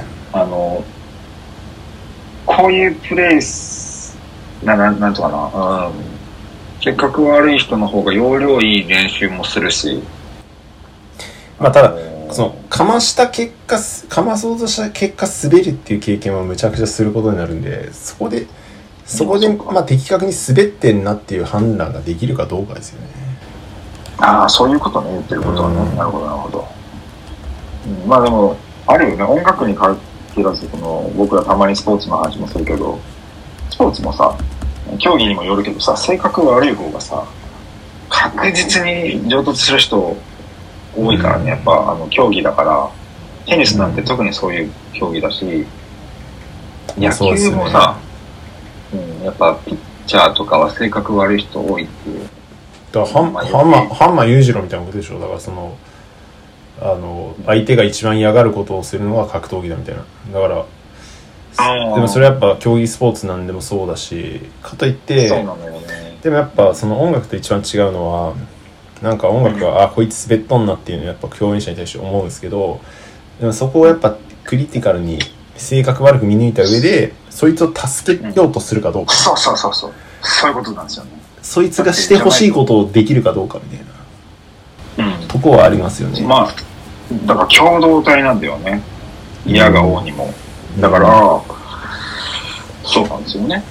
こういうプレイスなんとかな、性格悪い人の方が要領いい練習もするし、 まあただそのかました結果、かまそうとした結果滑るっていう経験はむちゃくちゃすることになるんで、そこでまあ的確に滑ってんなっていう判断ができるかどうかですよね。 ああ、そういうことね、言ってることはね。なるほど、まあでもあるよね、音楽に限らず僕らたまにスポーツの話もするけど、スポーツもさ競技にもよるけどさ、性格悪い方がさ確実に上達する人多いからね。やっぱ競技だから、テニスなんて特にそういう競技だし、野球もさ、やっぱピッチャーとかは性格悪い人多いっていう。 だからハンマ裕次郎みたいなことでしょ。だからその相手が一番嫌がることをするのが格闘技だみたいな。だからでもそれはやっぱ競技スポーツなんでもそうだし、かといってそうなんだよね。 でもやっぱその音楽と一番違うのは、なんか音楽はこいつ滑っとんなっていうのをやっぱ共演者に対して思うんですけど、でもそこをやっぱクリティカルに性格悪く見抜いた上でそいつを助けようとするかどうか、そういうことなんですよね。そいつがしてほしいことをできるかどうかみたいな、とこはありますよね。 まあだから共同体なんだよね、嫌が王にも。だから、そうなんですよね。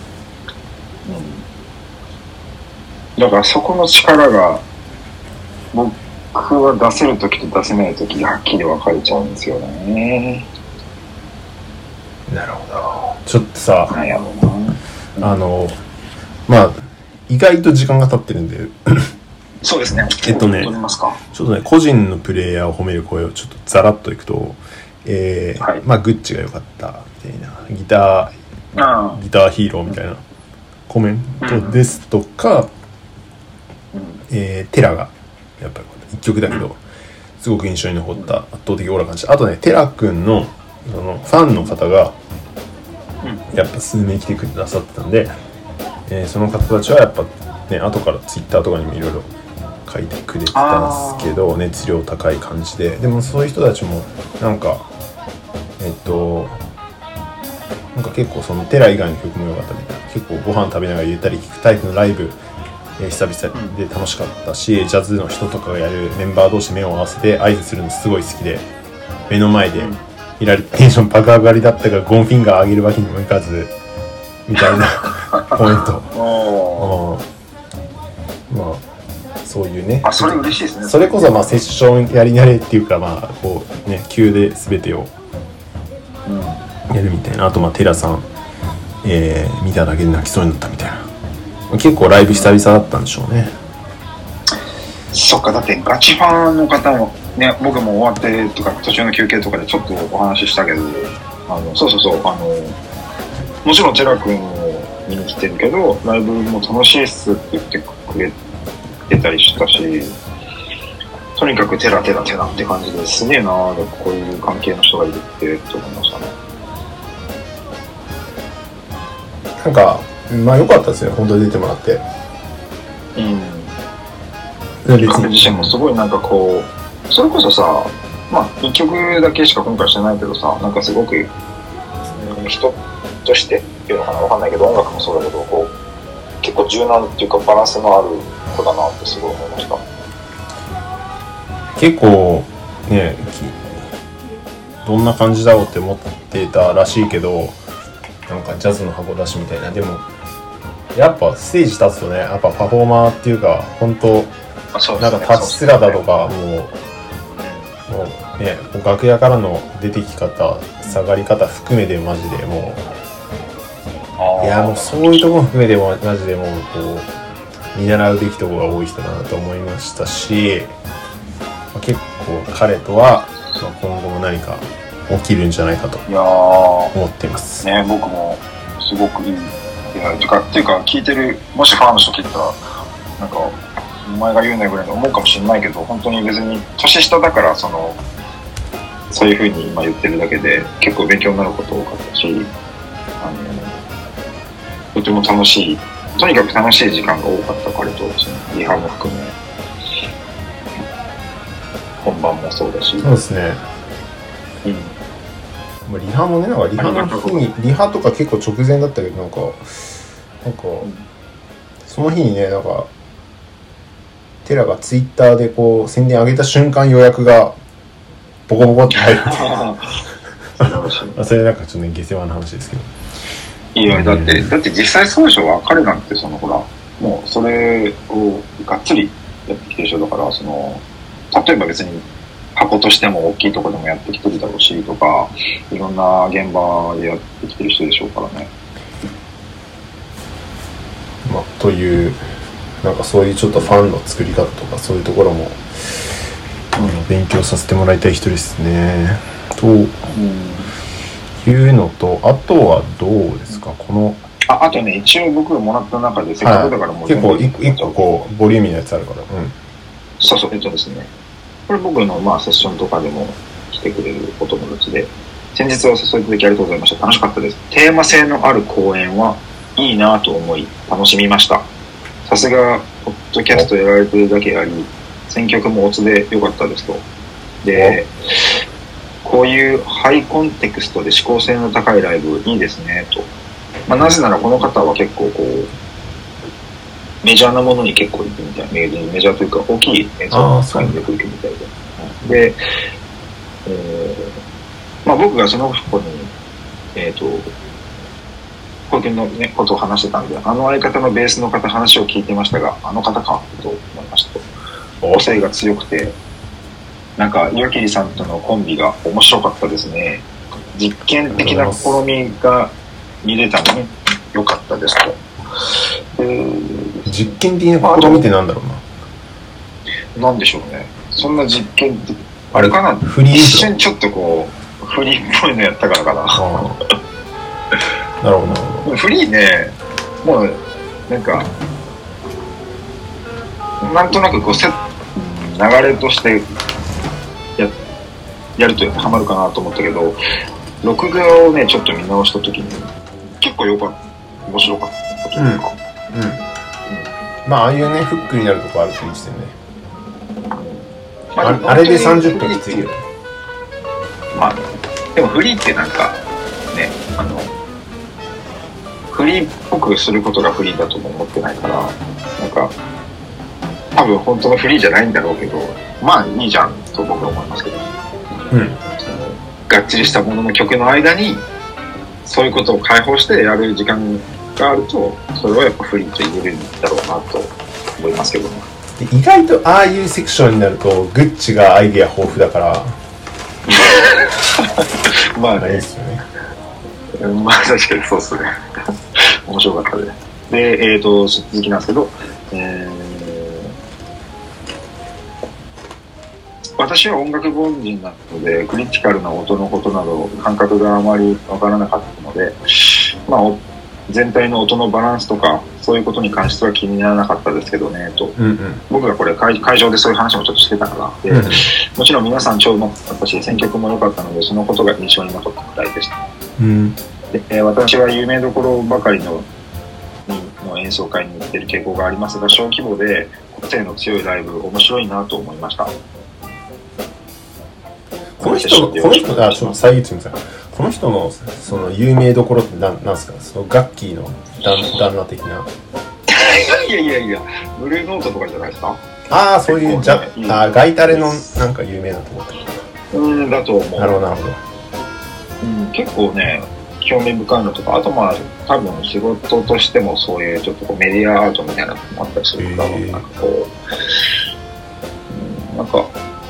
だからそこの力が僕は出せるときと出せないときがはっきり分かれちゃうんですよね。 なるほど。ちょっとさ、 なんやろうな。 まあ意外と時間が経ってるんでそうですね。 ちょっとね個人のプレイヤーを褒める声をちょっとザラッといくと、まあグッチが良かったみたいな、ギターヒーローみたいなコメントですとか、テラがやっぱり一曲だけどすごく印象に残った圧倒的オーラ感じ。あとね、テラ君のそのファンの方がやっぱ数名来てくださってたんで、その方たちはやっぱね、後からツイッターとかにもいろいろ書いてくれてたんですけど、熱量高い感じで、でもそういう人たちもなんかなんか結構そのテラ以外の曲も良かったみたいな、結構ご飯食べながらゆったり聴くタイプのライブ、久々で楽しかったし、ジャズの人とかがやるメンバー同士目を合わせて合図するのすごい好きで、 目の前でいられてテンション爆上がりだったがゴンフィンガー上げるわけにもいかずみたいなコメント。まあそういうね。 それ嬉しいですね。 それこそまあセッションやり慣れっていうか、まあこうね急で全てをやるみたいな。あとまあテラさん、見ただけで泣きそうになったみたいな。結構ライブ久々だったんでしょうね。 そっか、だってガチファンの方もね、僕も終わってとか途中の休憩とかでちょっとお話ししたけど、そうもちろんテラ君を見に来てるけどライブも楽しいっすって言ってくれてたりしたし、とにかくテラって感じですげえなー、こういう関係の人がいるって思いましたね。 なんかまあ良かったですよ、本当に出てもらって。 彼自身もすごいなんかこう、それこそさ、まあ1曲だけしか今回してないけどさ、なんかすごく、人としてっていうのかな、わかんないけど、音楽もそうだけど、こう結構柔軟っていうかバランスのある子だなってすごい思いました。 結構ね、どんな感じだろうって思ってたらしいけど、なんかジャズの箱出しみたいな。でもやっぱステージ立つとね、やっぱパフォーマーっていうか本当なんか立ち姿とかもうね、楽屋からの出てき方、下がり方含めてマジでもう、いやもうそういうところ含めてもマジでもうこう見習うべきところが多い人だなと思いましたし、結構彼とは今後も何か起きるんじゃないかと思っています。 ね、僕もすごくいい出会いっていうか聞いてる、もしファンの人聞いたらなんかお前が言うねぐらいに思うかもしれないけど、本当に別に年下だからそういう風に今言ってるだけで結構勉強になること多かったし、とても楽しい、とにかく楽しい時間が多かった彼と、リハも含め本番もそうだし。 そうですね。リハもね、なんかリハの日に、リハとか結構直前だったけど、なんかその日にね、なんかテラがツイッターでこう宣伝上げた瞬間予約がボコボコって入るってそれなんかちょっとね下世話な話ですけど。 いやだって実際そうでしょ。彼なんてほらもうそれをがっつりやってきてる人だから、例えば別に箱としても大きいところでもやってきてるだろうしとか、いろんな現場でやってきてる人でしょうからね。 まあというなんかそういうちょっとファンの作り方とかそういうところも、勉強させてもらいたい人ですね。というのと、あとはどうですか、このあとね、一応僕がもらった中でせっかくだからもう結構一個こうボリューミーなやつあるから、 そうですね、これ僕のセッションとかでも来てくれるお友達で、先日はお誘いいただきありがとうございました。楽しかったです。テーマ性のある講演はいいなと思い楽しみました。さすがポッドキャストやられてるだけあり、選曲もオツで良かったですと。で、こういうハイコンテクストで思考性の高いライブいいですねと。なぜならこの方は結構こうメジャーなものに結構行くみたいな、メジャーというか大きい演奏を使いに行くみたいで。で、僕がその子にこういうのねことを話してたんで、相方のベースの方話を聞いてましたが、あの方かと思いましたと。個性が強くて、なんか岩切さんとのコンビが面白かったですね。実験的な試みが見れたのに良かったですと。 実験的な試みってなんだろうな。 なんでしょうね。そんな実験ってあれかな。 フリー一瞬ちょっとこうフリーっぽいのやったからかな。 なるほど。 フリーね、もうなんかなんとなくこう流れとしてやるとハマるかなと思ったけど、録画をねちょっと見直した時に結構面白かったというか、 まあああいうねフックになるとこあるといいですよね。あれで30分きついけど、 でもフリーってなんかね、フリーっぽくすることがフリーだとも思ってないから、なんか多分本当のフリーじゃないんだろうけど、まあいいじゃんと僕は思いますけど。 がっちりしたものの曲の間にそういうことを解放してやる時間があると、それはやっぱフリーと言えるんだろうなと思いますけどね。 で意外とああいうセクションになるとグッチがアイデア豊富だからまあね、 いいですよね。 まあ確かにそうっすね。面白かったです。で、続きなんですけど、私は音楽凡人なのでクリティカルな音のことなど感覚があまりわからなかったので、まあ全体の音のバランスとかそういうことに関しては気にならなかったですけどねと、僕がこれ会場でそういう話もちょっとしてたからで、もちろん皆さん超うまかったし選曲も良かったのでそのことが印象に残ったくらいでした。で私は有名どころばかりの演奏会に行っている傾向がありますが、小規模で個性の強いライブ面白いなと思いました。 この人ちょっと遮ってください。この人のその有名どころってなんですか？そのガッキーの旦那的な。 いやブルーノートとかじゃないですか？ ああ、そういうガイタレのなんか有名なと思ってる。 だと思う。 なるほど。 結構ね興味深いのとか、あとまあ多分仕事としてもそういうちょっとこうメディアアートみたいなのもあったりするから、なんかこう、なんか、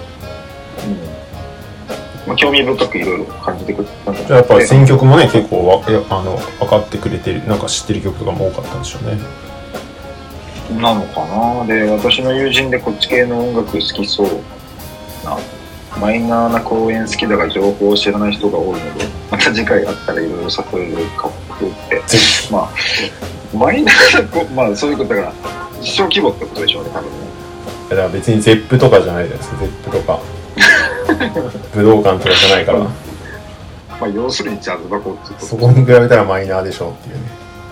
まあ、興味深くいろいろ感じてくれたんだけど、 やっぱり選曲もね結構分かってくれてる、なんか知ってる曲とかも多かったんでしょうね。 なのかな。で、私の友人でこっち系の音楽好きそうな、マイナーな公演好きだが情報を知らない人が多いので、また次回あったらいろいろ誘えるかもって、まあマイナーなまあそういうことだから小規模ってことでしょうね多分ね。 だから別にゼップとかじゃないですか、ゼップとか武道館とかじゃないから、 まあ要するにジャズ箱ってこと、 そこに比べたらマイナーでしょうっていうね。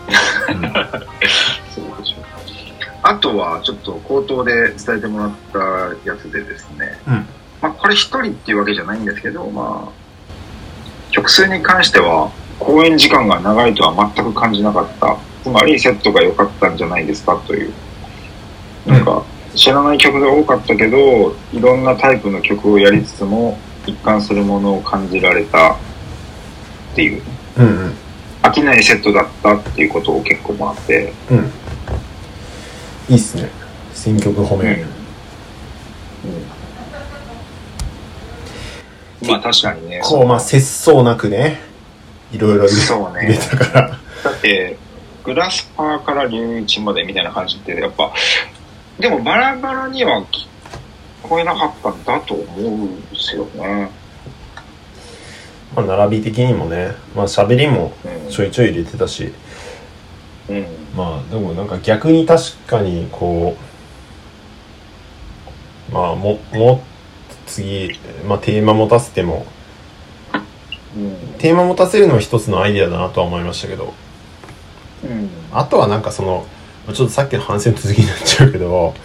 そうでしょう。あとはちょっと口頭で伝えてもらったやつでですね、まあこれ一人っていうわけじゃないんですけど、まあ曲数に関しては公演時間が長いとは全く感じなかった。つまりセットが良かったんじゃないですかという、なんか知らない曲が多かったけどいろんなタイプの曲をやりつつも一貫するものを感じられたっていう、飽きないセットだったっていうことを結構もあって、 いいっすね、選曲褒め、 まあ確かにね、 こうまあ節操なくねいろいろ入れたから、 だってグラスパーから龍一までみたいな感じってやっぱでもバラバラには聞こえなかったんだと思うんですよね。 まあ並び的にもね、まあ喋りもちょいちょい入れてたし、まあでもなんか逆に確かにこうまあも次、まあ、テーマ持たせても、テーマ持たせるのは一つのアイデアだなとは思いましたけど、あとはなんかそのちょっとさっきの反省の続きになっちゃうけど、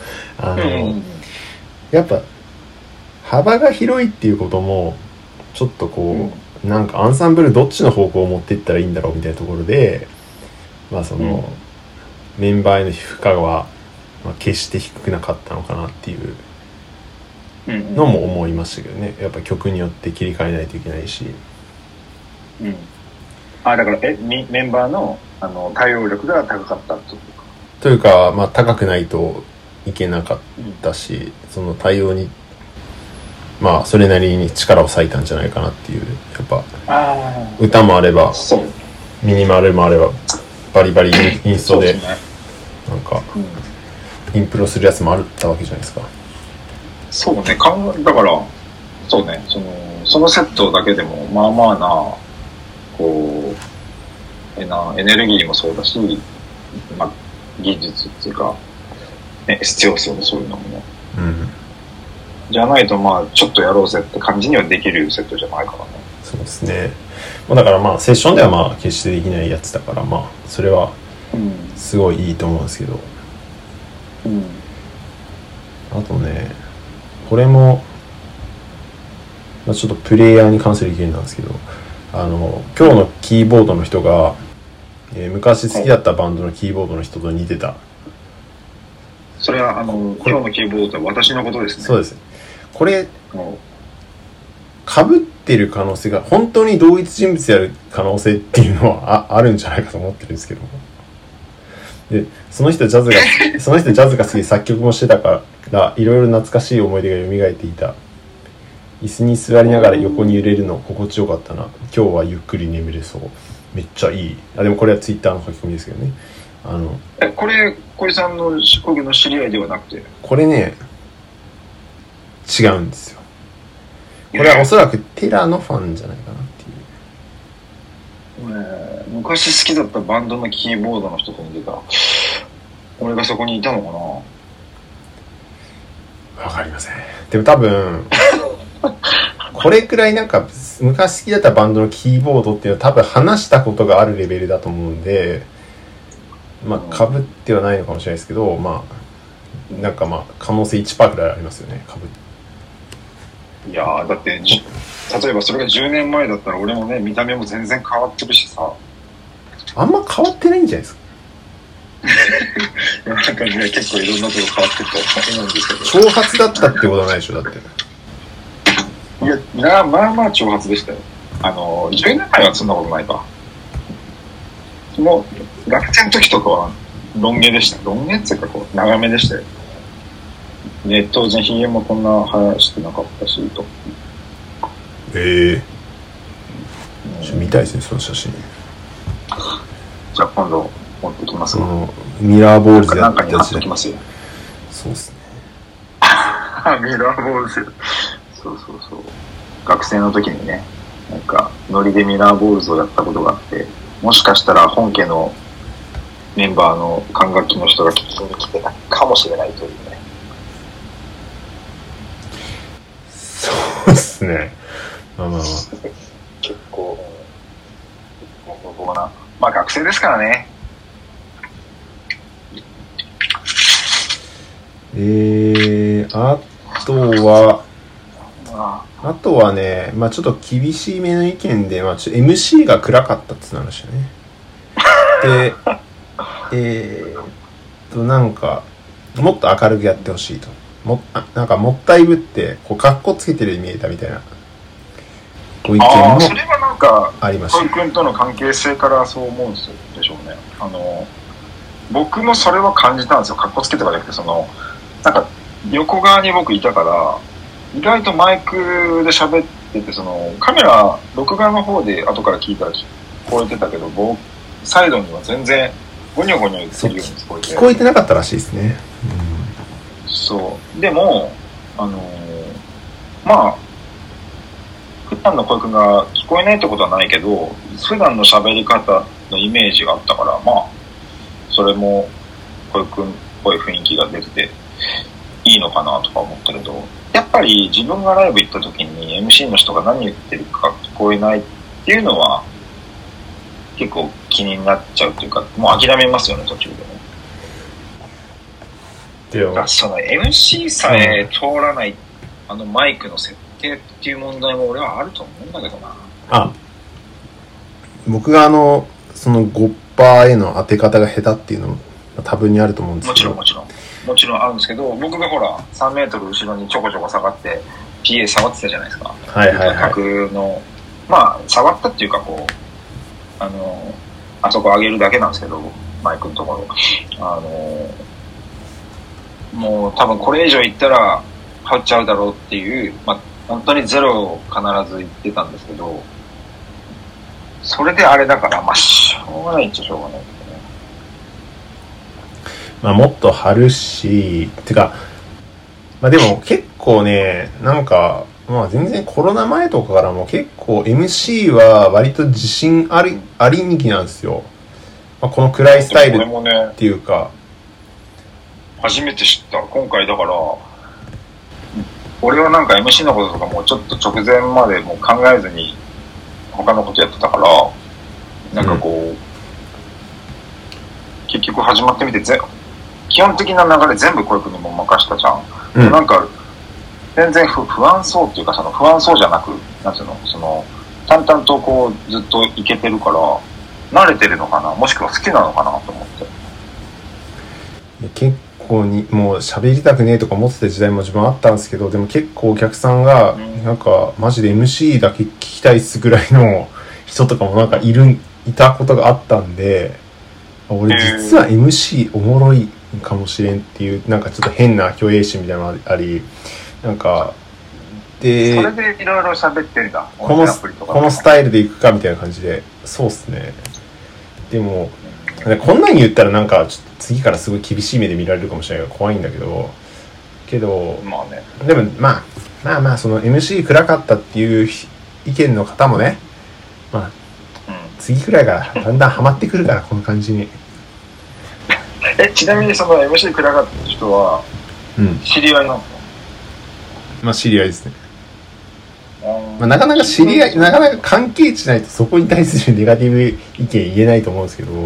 やっぱ幅が広いっていうこともちょっとこう、なんかアンサンブルどっちの方向を持っていったらいいんだろうみたいなところで、まあその、メンバーへの負荷は、まあ、決して低くなかったのかなっていうのも思いましたけどね。やっぱ曲によって切り替えないといけないし、 だからメンバーの対応力が高かったというか、まあ高くないといけなかったし、その対応にまあそれなりに力を割いたんじゃないかなっていう、やっぱ歌もあればミニマルもあればバリバリインストでなんかインプロするやつもあったわけじゃないですか。 そうね、だからそうね、そのセットだけでもまあまあなこうエネルギーもそうだし、まあ、技術っていうか、ね、必要そうでそういうのもね、じゃないとまあちょっとやろうぜって感じにはできるセットじゃないからね。そうですね。 だからまあセッションではまあ決してできないやつだから、まあそれはすごいいいと思うんですけど、あとねこれも、まあ、ちょっとプレイヤーに関する意見なんですけど、今日のキーボードの人が、昔好きだったバンドのキーボードの人と似てた。 それは今日のキーボードは私のことですね。 そうです。これ被ってる可能性が、本当に同一人物である可能性っていうのは あるんじゃないかと思ってるんですけども。で、その人ジャズが好きで作曲もしてたから、いろいろ懐かしい思い出が蘇っていた。椅子に座りながら横に揺れるの心地よかったな。今日はゆっくり眠れそう。めっちゃいい。でもこれはツイッターの書き込みですけどね。 これ小井さんの小木の知り合いではなくて、 これね、違うんですよ。これはおそらくテラのファンじゃないかなっていう。 昔好きだったバンドのキーボードの人と似てた。俺がそこにいたのかな。 わかりません。でも多分これくらいなんか昔好きだったバンドのキーボードっていうのは多分話したことがあるレベルだと思うんで、まあ被ってはないのかもしれないですけど、まあなんかまあ可能性 1% くらいありますよね。被って。 いやーだって例えばそれが10年前だったら俺もね見た目も全然変わってるしさ。 あんま変わってないんじゃないですか。 なんかね結構いろんなとこ変わってると思うんですけど。 長髪だったってことはないでしょだって。 いやまあまあ長髪でしたよ。10年前はそんなことないか。その学生の時とかはロン毛でした。ロン毛っていうかこう長めでしたよ。で当然ひげもこんな生やしてなかったしと。 見たいですねその写真。 じゃあ今度持ってきますわ。 ミラーボールズなんかに貼ってきますよ。 そうですね。 ミラーボールズ。そう。学生の時にね、なんかノリでミラーボールズをやったことがあって、もしかしたら本家のメンバーの管楽器の人が聞きに来てたかもしれないというね。 そうですね。まあ結構無謀な。まあ学生ですからね。 あとはね、まあちょっと厳しいめの意見で、まあちょっと MC が暗かったってなるんですよね。で、なんか、もっと明るくやってほしいと。なんかもったいぶって、こう、カッコつけてるように見えたみたいな、ご意見もそれはなんか、 ありました。 小井君との関係性からそう思うんでしょうね。僕もそれは感じたんですよ。カッコつけてかじゃなくて、なんか、横側に僕いたから、意外とマイクで喋ってて、カメラ、録画の方で後から聞いたら聞こえてたけど、サイドには全然、ゴニョゴニョ言ってるように聞こえて。 聞こえてなかったらしいですね。 そう。でも、まあ、普段の小井くんが聞こえないってことはないけど、普段の喋り方のイメージがあったから、まあ、それも小井くんっぽい雰囲気が出てていいのかなとか思ったけど、やっぱり自分がライブ行った時に MC の人が何言ってるか聞こえないっていうのは結構気になっちゃうというか、もう諦めますよね、途中でね。その MC さえ通らないマイクの設定っていう問題も俺はあると思うんだけどな。 僕がその5%への当て方が下手っていうのも多分にあると思うんですけど。 もちろんあるんですけど、僕がほら3メートル後ろにちょこちょこ下がって PA 触ってたじゃないですか。角のまあ触ったっていうかこうあそこ上げるだけなんですけど、マイクのところもう多分これ以上いったら入っちゃうだろうっていう、まあ本当にゼロを必ず言ってたんですけど、それであれだからまあしょうがないっちゃしょうがないですね。 まあもっと張るし、てかまあでも結構ね、なんかまあ全然コロナ前とかからも結構 MC は割と自信あり人気なんですよ。まあ、この暗いスタイルっていうか。 初めて知った。今回だから、俺はなんか MC のこととかもうちょっと直前までもう考えずに他のことやってたから、なんかこう、結局始まってみて基本的な流れ全部小井君にも任したじゃん。なんか全然不安そうっていうか、不安そうじゃなく、なんていうの、淡々とこうずっといけてるから慣れてるのかな、もしくは好きなのかなと思って。 結構にもう喋りたくねえとか思ってた時代も自分あったんですけど、でも結構お客さんがなんかマジで MC だけ聞きたいっすぐらいの人とかもなんかいたことがあったんで、俺実は MC おもろいかもしれんっていう、なんかちょっと変な虚栄心みたいなのがあり、なんかでそれでいろいろ喋ってるんだ。 このスタイルでいくかみたいな感じで、そうっすね。でもこんなに言ったらなんかちょっと次からすごい厳しい目で見られるかもしれないから怖いんだけど、 まあね、 でもまあその MC 暗かったっていう意見の方もね、まあ次くらいからだんだんハマってくるからこの感じに。 ちなみにその MC 暗かった人は知り合いなの？ まあ知り合いですね。まあ、なかなかなかなか関係値ないとそこに対するネガティブ意見言えないと思うんですけど、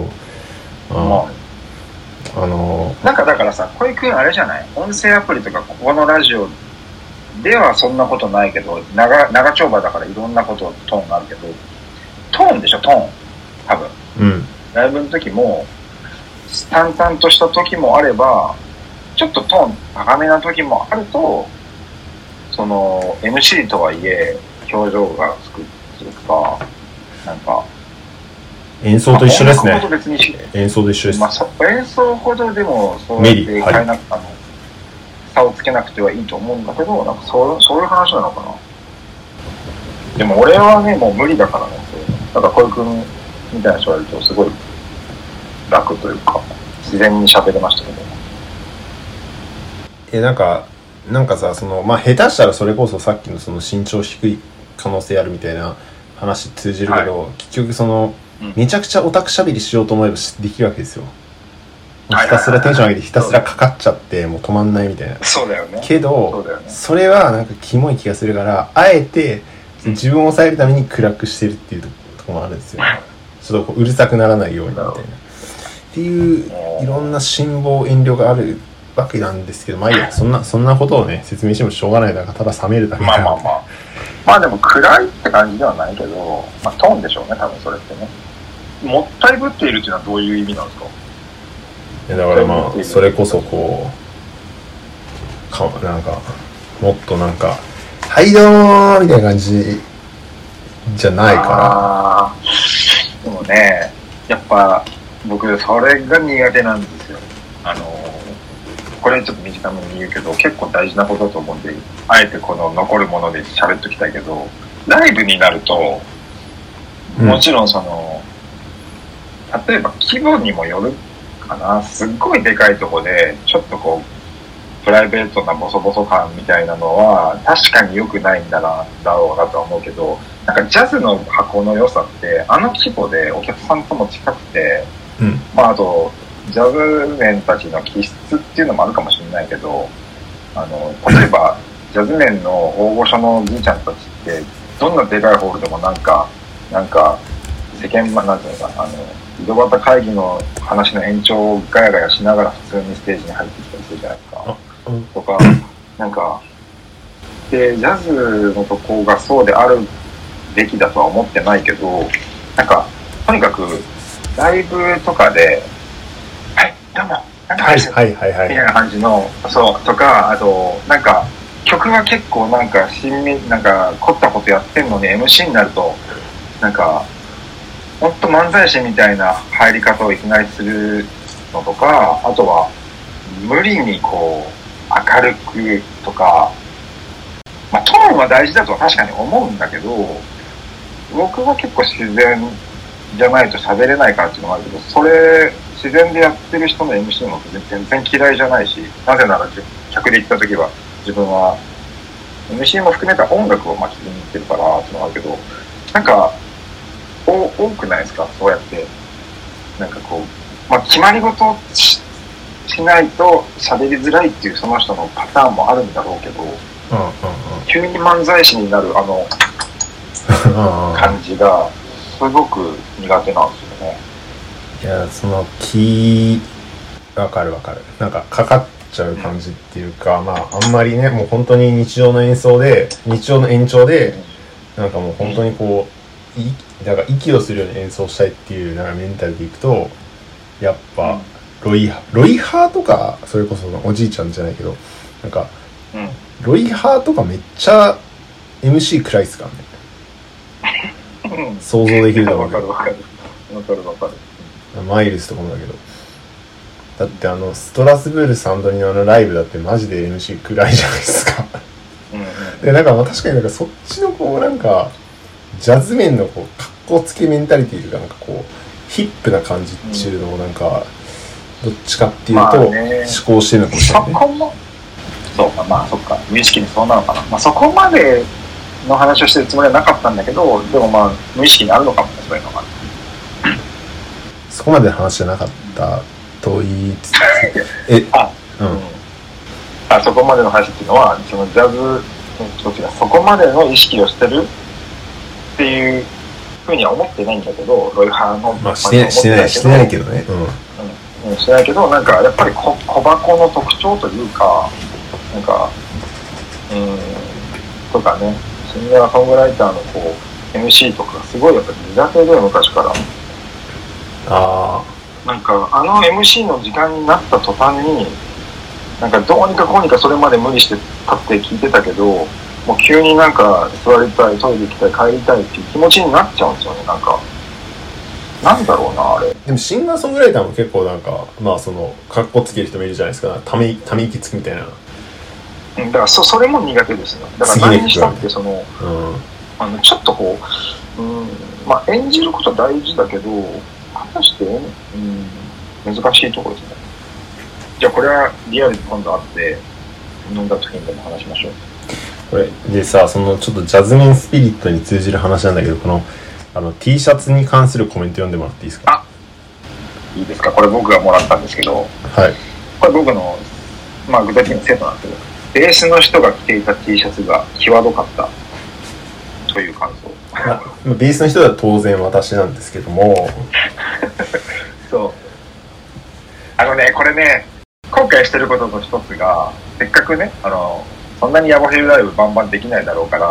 なんかだからさ、小井くんあれじゃない？音声アプリとかここのラジオではそんなことないけど、長丁場だからいろんなことトーンがあるけど、トーンでしょ、トーン。多分。ライブの時も、淡々とした時もあれば、ちょっとトーン高めな時もあると、その MC とはいえ表情がつくっていうか、なんか演奏と一緒ですね。演奏と一緒です。 まあ、演奏ほどでもそうやって変えなく、差をつけなくてはいいと思うんだけど、なんかそういう話なのかな。でも俺はねもう無理だからね。だから小井くんみたいな人がいるとすごい楽というか自然に喋れましたけど。 なんかさ、そのまあ下手したらそれこそさっきのその身長低い可能性あるみたいな話通じるけど、結局そのめちゃくちゃオタク喋りしようと思えばできるわけですよ。ひたすらテンション上げてひたすらかかっちゃってもう止まんないみたいな。 そうだよね。 けどそれはなんかキモい気がするから、あえて自分を抑えるために暗くしてるっていうところもあるんですよ。ちょっとこううるさくならないようにみたいなっていういろんな辛抱遠慮があるわけなんですけど、まあいいや、そんなことをね説明してもしょうがないから、ただ冷めるだけだ。 まあでも暗いって感じではないけど、まあトーンでしょうね、多分それってね。もったいぶっているっていうのはどういう意味なんですか？ だからまあそれこそこうなんかもっとなんかはいどーみたいな感じじゃないから。 でもね、やっぱ僕それが苦手なんですよ。これちょっと短めに言うけど結構大事なことだと思うんで、あえてこの残るもので喋っときたいけど、ライブになるともちろんその、例えば規模にもよるかな。すっごいでかいとこでちょっとこうプライベートなボソボソ感みたいなのは確かに良くないんだろうなとは思うけど、なんかジャズの箱の良さってあの規模でお客さんとも近くて、まああとジャズメンたちの気質っていうのもあるかもしれないけど、例えばジャズメンの大御所のじいちゃんたちってどんなでかいホールでもなんか世間なんていうのか井戸端会議の話の延長をガヤガヤしながら普通にステージに入ってきたりするじゃないですか。とかなんかでジャズのとこがそうであるべきだとは思ってないけど、なんかとにかくライブとかでどうもなんかみたいな感じのそうとか、あとなんか曲が結構なんかなんか凝ったことやってんのに MC になるとなんかほんと漫才師みたいな入り方をいきなりするのとか、あとは無理にこう明るくとか、まあトーンは大事だとは確かに思うんだけど、僕は結構自然じゃないと喋れないからっていうのもあるけど、それ自然でやってる人の MC も全然嫌いじゃないし、なぜなら客で行った時は自分は MC も含めた音楽を聴きに行ってるからっていうのもあるけど、なんか多くないですか、そうやってなんかこう、まあ、決まり事を しないと喋りづらいっていうその人のパターンもあるんだろうけど、急に漫才師になる感じがすごく苦手なんですよね。 いや、そのわかるなんかかかっちゃう感じっていうか、まああんまりね、もう本当に日常の延長でなんかもう本当にこうだから息をするように演奏したいっていうなんかメンタルでいくと、やっぱロイハーとか、それこそおじいちゃんじゃないけど、なんか、ロイハーとかめっちゃ MC 暗いっすからね。想像できると思うけど。 わかる。 マイルスとかもだけど。だってストラスブールサンドリのライブだってマジで MC 暗いじゃないですか。で、なんか確かになんかそっちのこうなんか、ジャズ面のこう、かっこつけメンタリティがなんかこう、ヒップな感じっていうのをなんか、どっちかっていうと、思考してるのかもしれないね。 そこも、そうか、まあそっか、無意識にそうなのかな。まあそこまでの話をしてるつもりはなかったんだけど、でもまあ無意識にあるのかもね、そういうのが。 そこまでの話じゃなかったと言いつつ、 そこまでの話っていうのは、そのジャズの人たちがそこまでの意識をしてるっていうふうには思ってないんだけど、ロイハーの、 まあしてないけどね。 してないけど、なんかやっぱり小箱の特徴というか、なんか、とかね、シンガーソングライターのこう MC とかすごいやっぱり苦手で、昔から。なんかMC の時間になった途端に、なんかどうにかこうにかそれまで無理して立って聞いてたけど、もう急になんか座りたい、トイレ行きたい、帰りたいっていう気持ちになっちゃうんですよね。なんだろうな、あれ。 でもシンガーソングライターも結構なんか、まあその、かっこつける人もいるじゃないですか。ため息つくみたいな。 だからそれも苦手ですね。だから何にしたってちょっとこう、まあ演じることは大事だけど、果たして、難しいところですね。じゃあこれはリアルに今度会って飲んだ時にでも話しましょう。 これでさ、そのちょっとジャズメンスピリットに通じる話なんだけど、このT シャツに関するコメント読んでもらっていいですか？ いいですか？これ僕がもらったんですけど、 はい。 これ僕の、まあ具体的なセットなんですけど、ベースの人が着ていた T シャツが際どかったという感想。 ベースの人は当然私なんですけどもそう。これね、後悔してることの一つが、せっかくね、そんなにヤバヘルライブバンバンできないだろうから、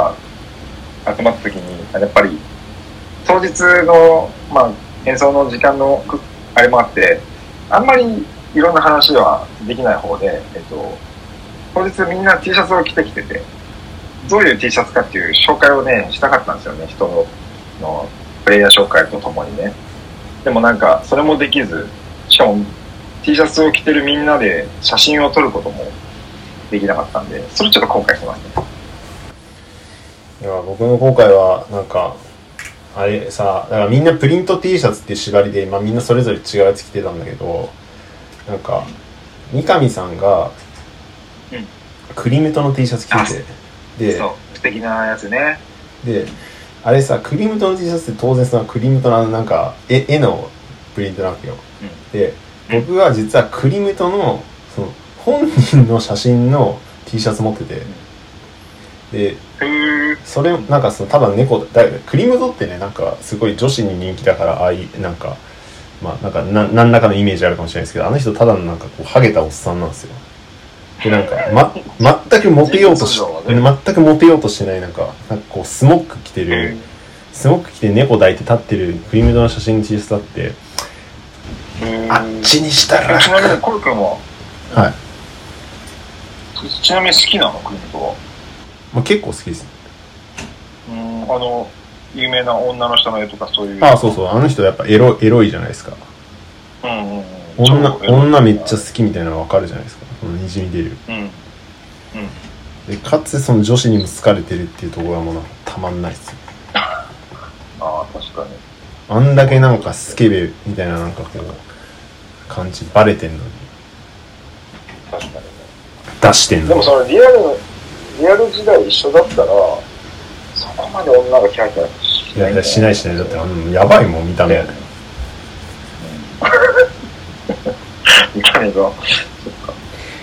集まった時に、やっぱり、当日の、まあ、演奏の時間のあれもあって、あんまりいろんな話はできない方で、当日みんな T シャツを着てきてて、どういう T シャツかっていう紹介をね、したかったんですよね、人のプレイヤー紹介とともにね。でもなんか、それもできず、しかも T シャツを着てるみんなで写真を撮ることもできなかったんで、それちょっと後悔してますね。 いや、僕の後悔は、なんか、あれさ、だからみんなプリント T シャツっていう縛りで、まあみんなそれぞれ違うやつ着てたんだけど、なんか、三上さんが、クリムトの T シャツ着てて、で、 そう、素敵なやつね。 で、あれさ、クリムトの T シャツって当然そのクリムトのなんか、絵のプリントなわけよ。で、僕は実はクリムトの、その、本人の写真の T シャツ持ってて、で、それ、なんかその、ただ猫だ、クリムトってね、なんかすごい女子に人気だから、ああいう、なんか、まあなんか何らかのイメージあるかもしれないですけど、あの人ただのなんかこう、ハゲたおっさんなんですよ。で、なんか、全くモテようとしてない、なんかこう、スモック着て猫抱いて立ってるクリムトの写真の T シャツだって、あっちにしたら。 ちなみに、コル君は、 はい。 ちなみに好きなの、クリムトは。 まあ、結構好きです。 有名な女の人の絵とかそういう。 ああ、そうそう。あの人やっぱエロいじゃないですか。女めっちゃ好きみたいなの分かるじゃないですか。このにじみ出る。で、かつその女子にも好かれてるっていうところがもうなんかたまんないっすよ。 ああ、確かに。 あんだけなんかスケベみたいななんかこう、感じバレてんのに。 確かにね。 出してんのに。 でもそのリアル時代一緒だったら、そこまで女がキャーキャーしない。 いや、しない。だってやばいもん、見た目。 見た目が。そっか。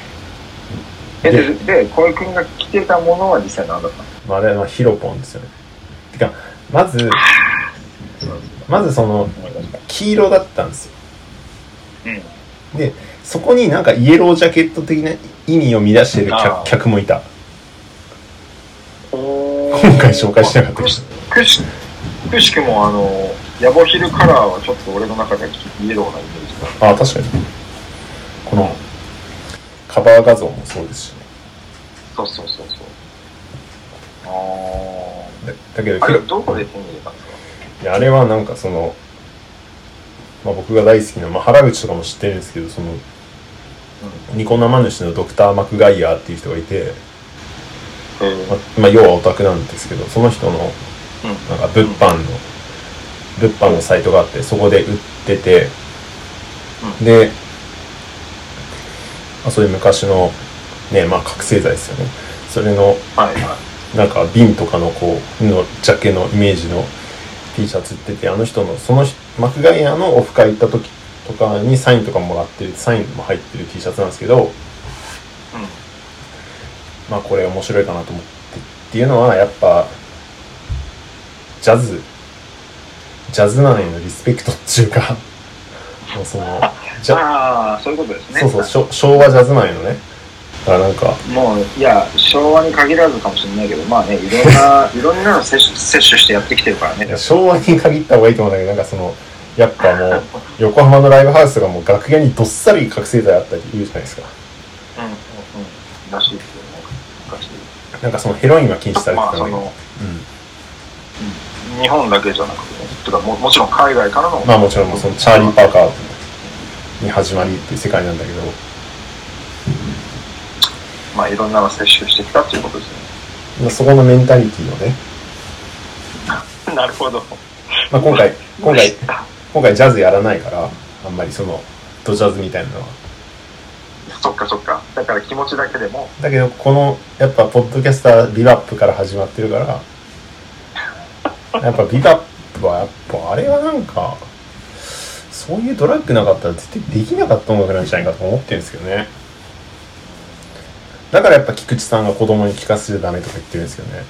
で、小井くんが着てたものは実際何だったの？ あれはヒロポンですよね。てか、まずその、黄色だったんですよ。で、そこになんかイエロージャケット的な意味を乱してる客もいた。今回紹介しなかったけど。 くしくもヤボヒルカラーはちょっと俺の中でイエローなイメージだ。 ああ、確かに。 このカバー画像もそうですしね。 そうそうそうそう。 だけどあれどこで手に入れたんですか？ いやあれはなんかその、僕が大好きな、原口とかも知ってるんですけど、その、ニコ生主のドクター・マクガイアーっていう人がいて、要はオタクなんですけど、その人のなんか物販のサイトがあって、そこで売ってて、で、そういう昔のね、覚醒剤ですよね。それのなんか瓶とかのこうのジャケのイメージの T シャツ売ってて、あの人のそのマクガイアのオフ会行った時とかにサインとかもらってる、サインも入ってる T シャツなんですけど、これ面白いかなと思っていうのは、やっぱジャズなのへのリスペクトっていうか、もうそのそういうことですね。 そう昭和ジャズマンへのね。だからなんかもういや昭和に限らずかもしれないけど、いろんなの摂取してやってきてるからね。 昭和に限った方がいいと思うんだけど、なんかそのやっぱもう横浜のライブハウスがもう楽屋にどっさり覚醒剤あったり言うじゃないですか。 らしいですよね。 なんかそのヘロインは禁止されてたのに、 日本だけじゃなくてね、とかもちろん海外からのもちろんそのチャーリー・パーカーに始まりっていう世界なんだけど、 いろんなの摂取してきたっていうことですね。 そこのメンタリティをねなるほど。 今回ジャズやらないから、あんまりそのドジャズみたいなのは。 そっか。だから気持ちだけでも。 だけどこのやっぱポッドキャスタービバップから始まってるから、やっぱビバップはやっぱあれはなんかそういうドラッグなかったら絶対できなかった音楽なんじゃないかと思ってるんですけどね。だからやっぱ菊池さんが子供に聞かせちゃダメとか言ってるんですけどね。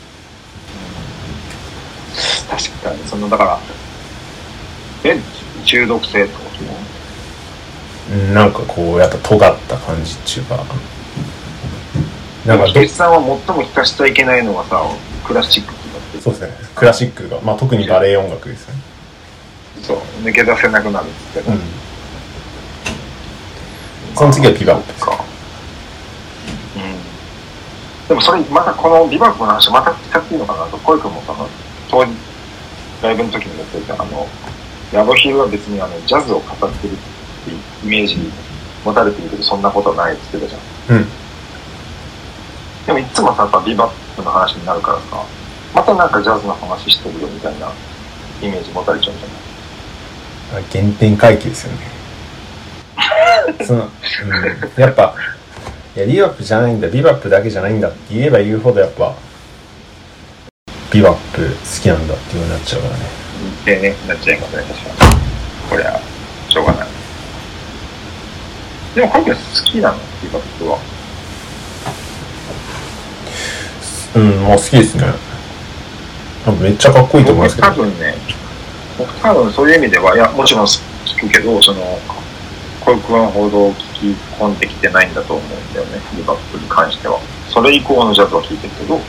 確かにだから中毒性ってことね。 なんかこうやっぱ尖った感じっていうか、 なんか菊池さんは最も聞かせちゃいけないのがさ、クラシックってなってる。 そうですね、クラシックが特にバレエ音楽ですね。 そう抜け出せなくなるんですけど、 その次はビバップか。 でもそれまたこのビバップの話また使っていいのかなと、小池もさ当時ライブの時にやっていたヤボヒルは別にジャズを語ってるっていうイメージに持たれてるけど、そんなことないって言ってたじゃん。でもいつもさ、やっぱビバップの話になるからさ、またなんかジャズの話してるよみたいなイメージ持たれちゃうんじゃない？ 原点回帰ですよね。やっぱビバップじゃないんだ、ビバップだけじゃないんだって言えば言うほどやっぱビバップ好きなんだっていうようになっちゃうからね。 なっちゃいますね、確かに。これはしょうがない。でも彼女好きなの、ビバップは。 もう好きですね。めっちゃかっこいいと思いますけど。 僕多分そういう意味では、いやもちろん聞くけど、小池君ほど聞き込んできてないんだと思うんだよね、ビバップに関しては。それ以降のジャズは聞いてるけど。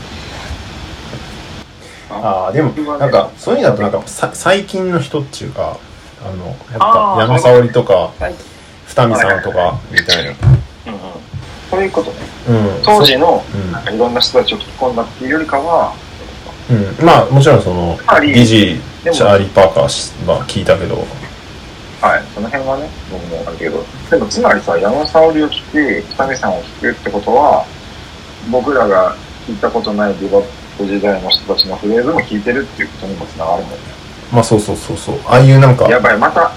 でもなんかそういう意味だとなんか最近の人っていうか、やっぱ矢野沙織とか二見さんとかみたいな、 そういうことね。当時のなんかいろんな人たちを聞き込んだっていうよりかは、 もちろんそのギジチャーリー・パーカーは聞いたけど、 その辺はね僕もあるけど、でもつまりさ、矢野沙織を聞く、二見さんを聞くってことは、僕らが聞いたことないビバップ時代の人たちのフレーズも聞いてるっていうことにもつながるもんね。 そうああいうなんかやばい、また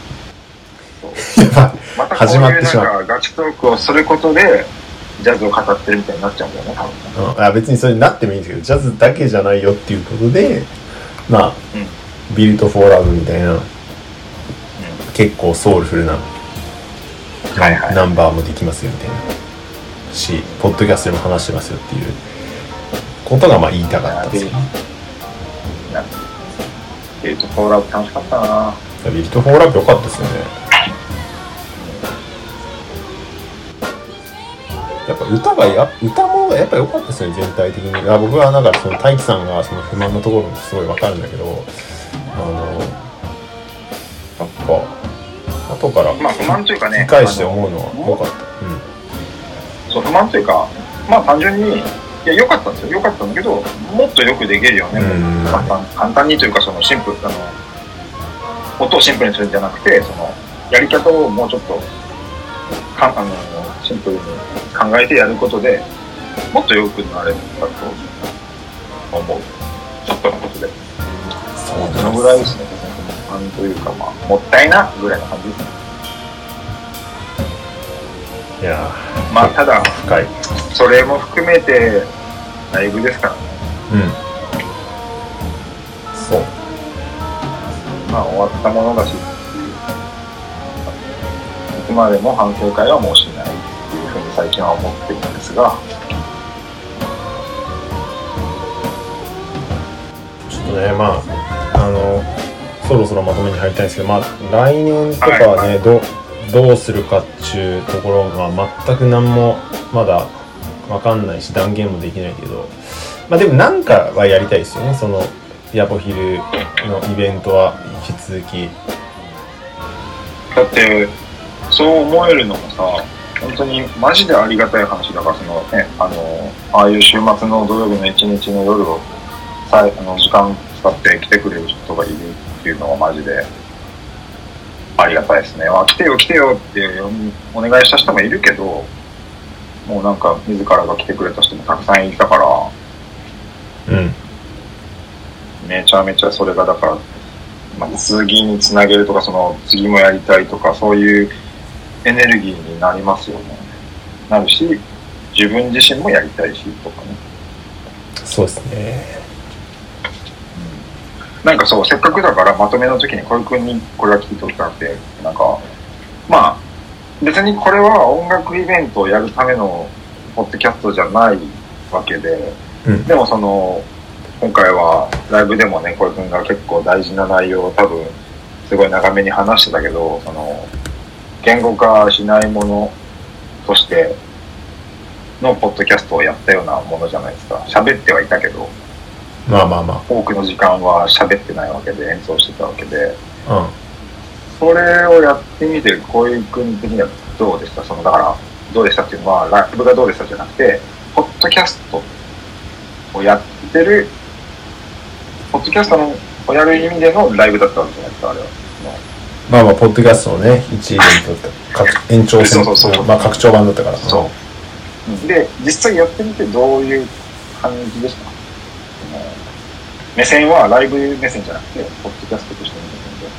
始まってしまう。 こういうなんかガチトークをすることでジャズを語ってるみたいになっちゃうんだよね、多分。 別にそれになってもいいんですけど、ジャズだけじゃないよっていうことで、ビルト・フォー・ラブみたいな、結構ソウルフルなナンバーもできますよみたいなし、ポッドキャストでも話してますよっていうことが言いたかったんですよね。 ビルト・フォー・ラブ楽しかったな。 ビルト・フォー・ラブ良かったですよね。やっぱ歌もやっぱ良かったですよね、全体的に。僕はなんかその大輝さんがその不満のところもすごい分かるんだけど、やっぱ後からまあ不満というかね、 理解して思うのは良かった。 そう不満というか、まあ単純にいや良かったんですよ。良かったんだけど、もっとよくできるよね。簡単にというか、そのシンプル音をシンプルにするんじゃなくて、そのやり方をもうちょっとシンプルに考えてやることでもっと良くなれたと思う。ちょっとのことで。そのぐらいですね。というか、まあもったいなぐらいの感じですね。 いやまあただ深い。 それも含めてライブですからね。 そう。 まあ終わったものだし、いつまでも反省会はもうしないっていうふうに最近は思ってるんですが、 ちょっとね、まあそろそろまとめに入りたいんですけど、まあ来年とかはね、どうするかっていうところが全く何もまだ分かんないし断言もできないけど、まあでもなんかはやりたいですよね。そのヤボヒルのイベントは引き続き。 だってそう思えるのもさ、本当にマジでありがたい話だから、そのね、ああいう週末の土曜日の一日の夜を時間使って来てくれる人がいるっていうのはマジでありがたいですね。来てよ来てよってお願いした人もいるけど、もうなんか自らが来てくれた人もたくさんいたから、めちゃめちゃそれがだから、まあ、次につなげるとか、その次もやりたいとか、そういうエネルギーになりますよね。なるし、自分自身もやりたいしとかね。 そうですね。 なんかそう、せっかくだからまとめの時に小井くんにこれは聞いておきたくて、なんかまあ別にこれは音楽イベントをやるためのポッドキャストじゃないわけで、でもその今回はライブでもね、小井くんが結構大事な内容を多分すごい長めに話してたけど、その言語化しないものとしてのポッドキャストをやったようなものじゃないですか。喋ってはいたけど、 まあまあまあ多くの時間は喋ってないわけで、演奏してたわけで、それをやってみて小井君的にはどうでした？そのだからどうでしたっていうのはライブがどうでしたじゃなくて、ポッドキャストをやってる、ポッドキャストをやる意味でのライブだったわけじゃないですか、あれは。 まあまあポッドキャストのね、一イベントだった延長戦、まあ拡張版だったから。 そうで実際やってみてどういう感じでした？目線はライブ目線じゃなくてポッドキャストとしての目線で。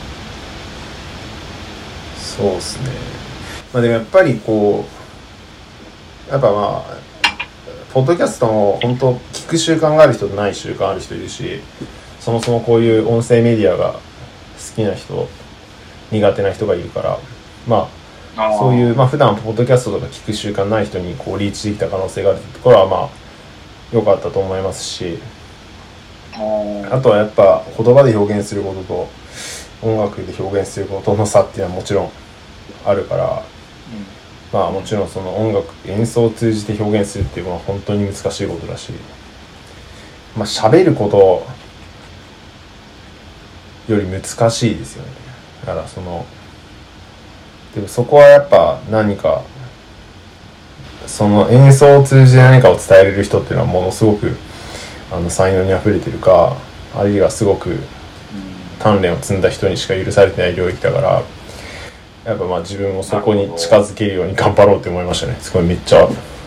そうですね。まあでもやっぱりこうやっぱまあポッドキャストも本当聞く習慣がある人とない習慣ある人いるし、そもそもこういう音声メディアが好きな人苦手な人がいるから、まあそういうまあ普段ポッドキャストとか聞く習慣ない人にこうリーチできた可能性があるところはまあ良かったと思いますし、あとはやっぱ言葉で表現することと音楽で表現することの差っていうのはもちろんあるから、まあもちろんその音楽演奏を通じて表現するっていうのは本当に難しいことだし、まあ喋ることより難しいですよね。だからでもそこはやっぱ何かその演奏を通じて何かを伝えれる人っていうのはものすごく才能にあふれてるか、あるいはすごく鍛錬を積んだ人にしか許されてない領域だから、やっぱまあ自分もそこに近づけるように頑張ろうって思いましたね。すごいめっちゃ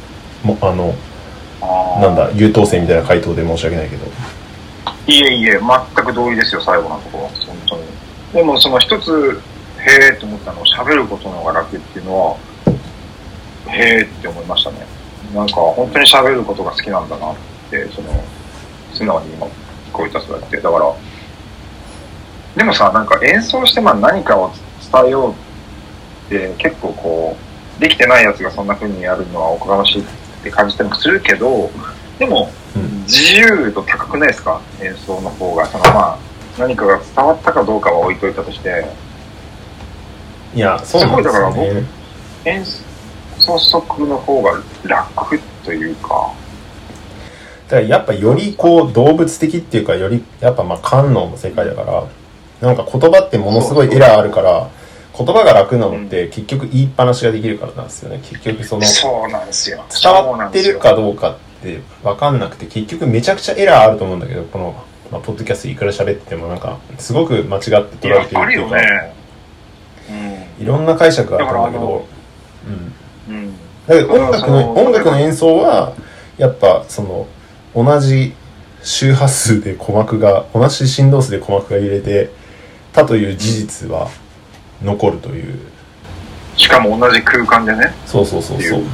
なんだ優等生みたいな回答で申し訳ないけど。 いえいえ、全く同意ですよ、最後のところは本当に。でもその一つへーって思ったのは、喋ることの方が楽っていうのはへーって思いましたね。なんか本当に喋ることが好きなんだなって、素直に今聞こえたそうやって。だからでもさ、なんか演奏してまあ何かを伝えようって結構こうできてないやつがそんな風にやるのはおこがましいって感じたりもするけど、でも自由度高くないですか、演奏の方が。まあ何かが伝わったかどうかは置いといたとして、 いやそうなんですよね。すごいだから僕演奏速の方が楽というか。 だからやっぱよりこう動物的っていうか、よりやっぱまあ官能の世界だから、なんか言葉ってものすごいエラーあるから、 言葉が楽なのって結局言いっぱなしができるからなんですよね。結局そうなんですよ。 伝わってるかどうかって分かんなくて、結局めちゃくちゃエラーあると思うんだけど、この、ポッドキャストいくら喋ってもなんかすごく間違って捉えてるっていうか、いろんな解釈があったんだけど、だけど音楽の演奏はやっぱその同じ周波数で鼓膜が、同じ振動数で鼓膜が揺れてたという事実は残るという。 しかも同じ空間でね。 そうそうなんですよ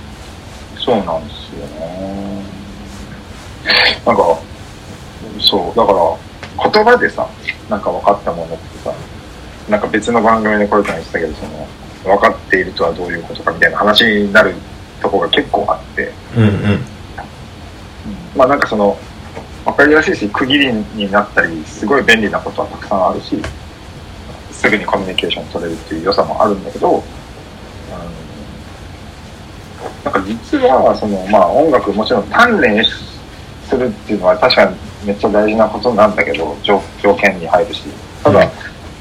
ね。なんかそうだから言葉でさ、なんか分かったものってさ、なんか別の番組でこれから言ってたけど、その分かっているとはどういうことかみたいな話になるとこが結構あって、まあなんかその分かりやすいし区切りになったりすごい便利なことはたくさんあるし、すぐにコミュニケーション取れるっていう良さもあるんだけど、なんか実はその音楽もちろん鍛錬するっていうのは確かにめっちゃ大事なことなんだけど、条件に入るし、ただ、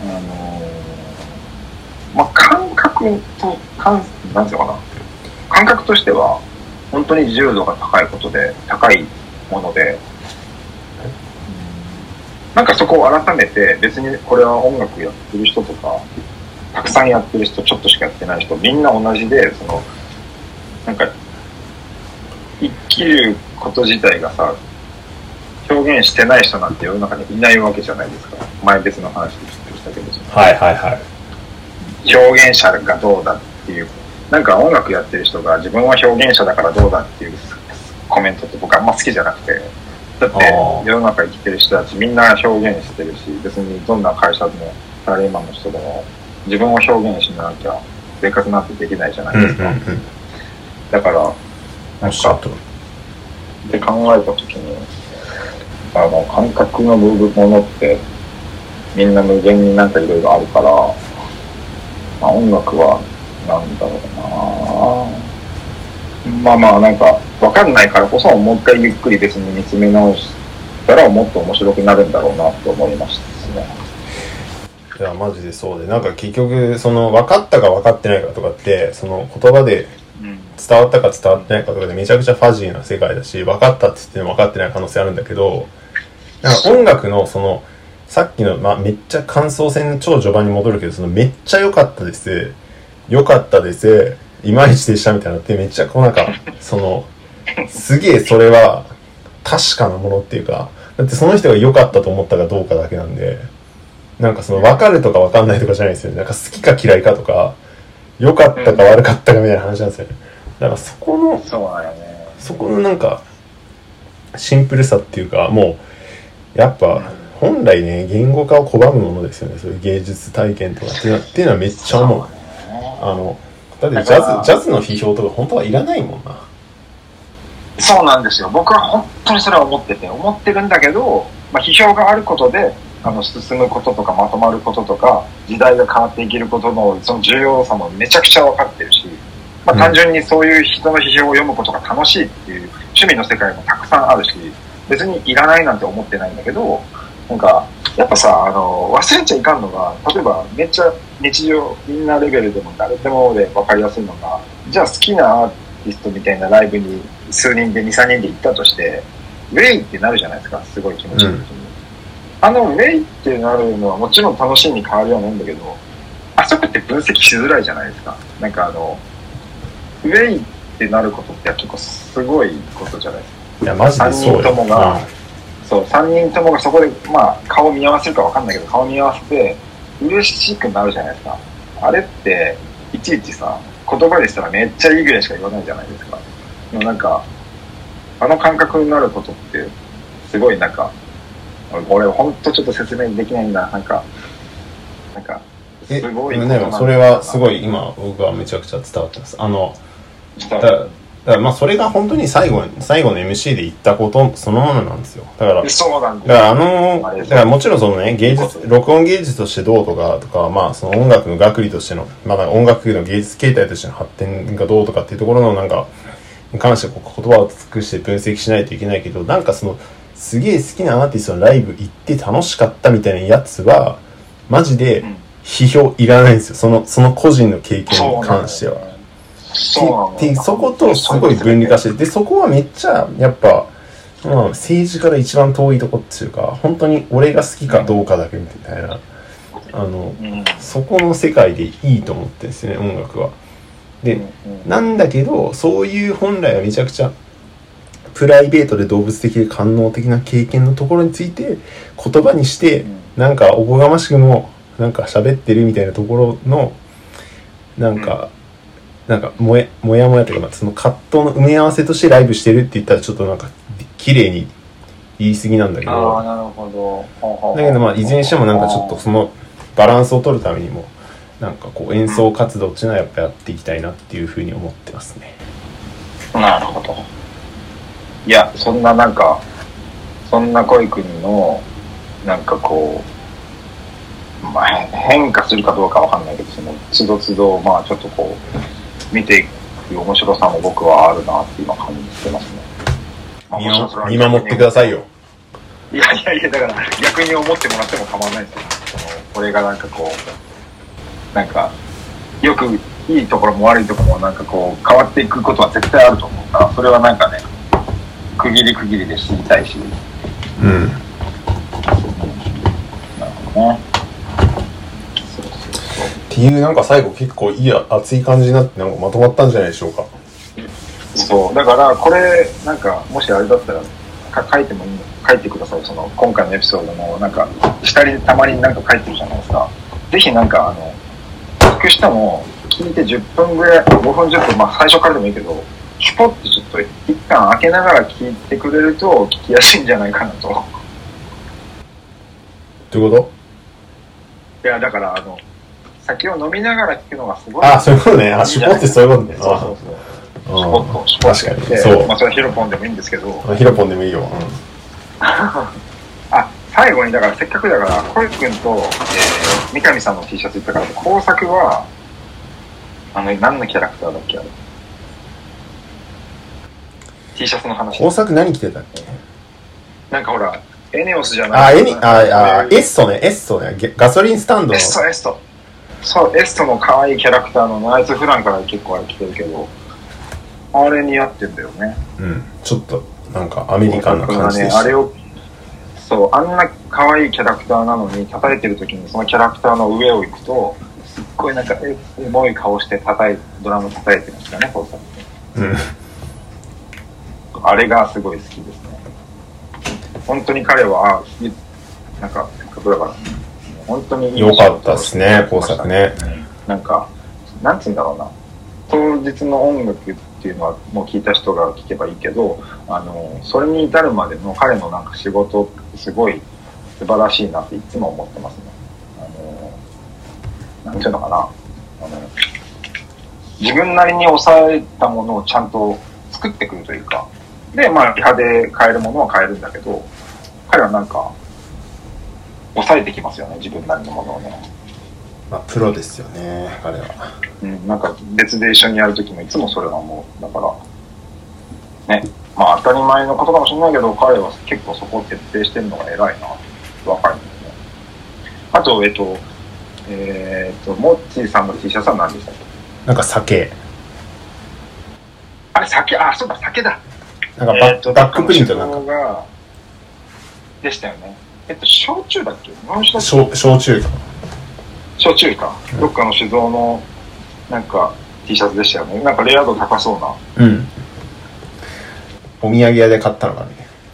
感覚となんていうのかな、感覚としては本当に自由度が高いことで、高いもので、なんかそこを改めて、別にこれは音楽やってる人とかたくさんやってる人、ちょっとしかやってない人、みんな同じで、そのなんか生きること自体がさ、表現してない人なんて世の中にいないわけじゃないですか。前別の話でしたけど、表現者がどうだっていう、なんか音楽やってる人が自分は表現者だからどうだっていうコメントって僕はあんま好きじゃなくて、だって世の中生きてる人たちみんな表現してるし、別にどんな会社でもサラリーマンの人でも自分を表現しなきゃ生活なんてできないじゃないですか。だからなんかって考えた時に、感覚のものってみんな無限になんかいろいろあるから、音楽はなんだろうな、なんか分かんないからこそもう一回ゆっくり別に見つめ直したらもっと面白くなるんだろうなと思いましたですね。 いやマジでそうで、なんか結局その分かったか分かってないかとかって、その言葉で伝わったか伝わってないかとかでめちゃくちゃファジーな世界だし、分かったって言っても分かってない可能性あるんだけど、なんか音楽のそのさっきの、めっちゃ感想戦の超序盤に戻るけど、そのめっちゃ良かったです、良かったです、いまいちでしたみたいなって、めっちゃこうなんかそのすげえそれは確かなものっていうか、だってその人が良かったと思ったかどうかだけなんで、なんかその分かるとか分かんないとかじゃないですよね。なんか好きか嫌いかとか良かったか悪かったかみたいな話なんですよね。だからそこのなんかシンプルさっていうか、もうやっぱ本来ね、言語化を拒むものですよね。そういう芸術体験とかっていうのはめっちゃ思う。だってジャズの批評とか本当はいらないもんな。 そうなんですよ。僕は本当にそれは思ってるんだけど、批評があることで進むこととかまとまることとか時代が変わっていけることのその重要さもめちゃくちゃ分かってるし、単純にそういう人の批評を読むことが楽しいっていう趣味の世界もたくさんあるし、別にいらないなんて思ってないんだけど、なんかやっぱさ、忘れちゃいかんのが、例えばめっちゃ日常みんなレベルでも誰でもで分かりやすいのが、じゃあ好きなアーティストみたいなライブに数人で 2,3 人で行ったとしてウェイってなるじゃないですか。すごい気持ちいい時に、ウェイってなるのはもちろん楽しいに変わりはないんだけど、あそこって分析しづらいじゃないですか。なんかウェイってなることって結構すごいことじゃないですか。 いやマジでそうよ。 3人ともが、3人ともがそこで顔見合わせるか分かんないけど顔見合わせて嬉しくなるじゃないですか。あれっていちいちさ、言葉でしたらめっちゃいいぐらいしか言わないじゃないですか。でもなんか感覚になることってすごい、なんか俺ほんとちょっと説明できないんだ。なんかすごいことなんだ。 それはすごい今僕はめちゃくちゃ伝わってます。だからそれが本当に最後の MC で言ったことそのものなんですよ。だからもちろんそのね、録音芸術としてどうとか、その音楽の学理としての、音楽の芸術形態としての発展がどうとかっていうところのなんかに関して言葉を尽くして分析しないといけないけど、なんかそのすげえ好きなアーティストのライブ行って楽しかったみたいなやつはマジで批評いらないんですよ。その個人の経験に関しては。でそことすごい分離化して、で、そこはめっちゃ、やっぱ、まあ、政治から一番遠いとこっていうか、本当に俺が好きかどうかだけみたいな、そこの世界でいいと思ってるんですね、音楽は。で、なんだけど、そういう本来はめちゃくちゃ、プライベートで動物的で官能的な経験のところについて言葉にしてなんかおこがましくもなんか喋ってるみたいなところのなんかもやもやというかその葛藤の埋め合わせとしてライブしてるって言ったらちょっとなんか綺麗に言い過ぎなんだけど、 なるほど。 だけどまあいずれにしてもなんかちょっとそのバランスを取るためにもなんかこう演奏活動っていうのはやっぱやっていきたいなっていうふうに思ってますね。 なるほど。いや、そんな恋国の、なんかこう、まあ変化するかどうかわかんないけど、その、つどつど、まあちょっとこう、見ていく面白さも僕はあるなって今感じてますね。まあ、 見守ってくださいよ。 いや、だから逆に思ってもらっても構わないですよ。これがなんかこう、なんか、よくいいところも悪いところもなんかこう、変わっていくことは絶対あると思うから、それはなんかね、区切りで知りたいし。 うん。 なるほどね。 っていうなんか最後結構いい熱い感じになってなんかまとまったんじゃないでしょうか。 そうだからこれなんかもしあれだったら書いてもいいの書いてください。その今回のエピソードのなんか下にたまになんか書いてるじゃないですか。ぜひなんか聞く人も聞いて10分ぐらい5分10分まあ最初からでもいいけど。シュポってちょっと一旦開けながら聞いてくれると聞きやすいんじゃないかなと。 どういうこと？いやだから酒を飲みながら聞くのがすごい。 そういうことね。シュポってそういうことね。 そうシュポって確かにそう。 まあそれはヒロポンでもいいんですけど。 ヒロポンでもいいよ。 最後にだからせっかくだからコイ君と、三上さんの T シャツ言ったから工作は何のキャラクターだっけあれ。T シャツの話。 工作何着てたっけ？ なんかほら、エネオスじゃない。 エストね。ガソリンスタンドの。 エスト。そう、エストの可愛いキャラクターのナイツフランから結構あれ着てるけど、あれ似合ってんだよね。 うん。ちょっと、なんかアメリカンな感じでした。 あれを、そう、あんな可愛いキャラクターなのに叩いてる時にそのキャラクターの上を行くと、すっごいなんかエモい顔してドラム叩いてましたね、工作。 うん。 あれがすごい好きですね。本当に彼はなんかだから本当に良かったですね、工作ね。 なんかなんつうんだろうな。当日の音楽っていうのはもう聞いた人が聞けばいいけど、それに至るまでの彼のなんか仕事ってすごい素晴らしいなっていつも思ってますね。なんていうのかな。自分なりに抑えたものをちゃんと作ってくるというか。で、まあ、リハで変えるものは変えるんだけど、彼はなんか、抑えてきますよね、自分なりのものをね。 まあ、プロですよね、彼は。 なんか別で一緒にやるときもいつもそれは思う。だから、ね、まあ当たり前のことかもしれないけど、彼は結構そこを徹底してるのが偉いな、若いんですね。あと、モッチーさんの T シャツは何でしたっけ？ なんか酒。 あれ、そうだ、酒だ。 なんかバックプリントなんかでしたよね。焼酎だっけ？ 焼酎か。 焼酎か。どっかの酒造のなんか T シャツでしたよね。なんかレア度高そうな。 うん。お土産屋で買ったのかね。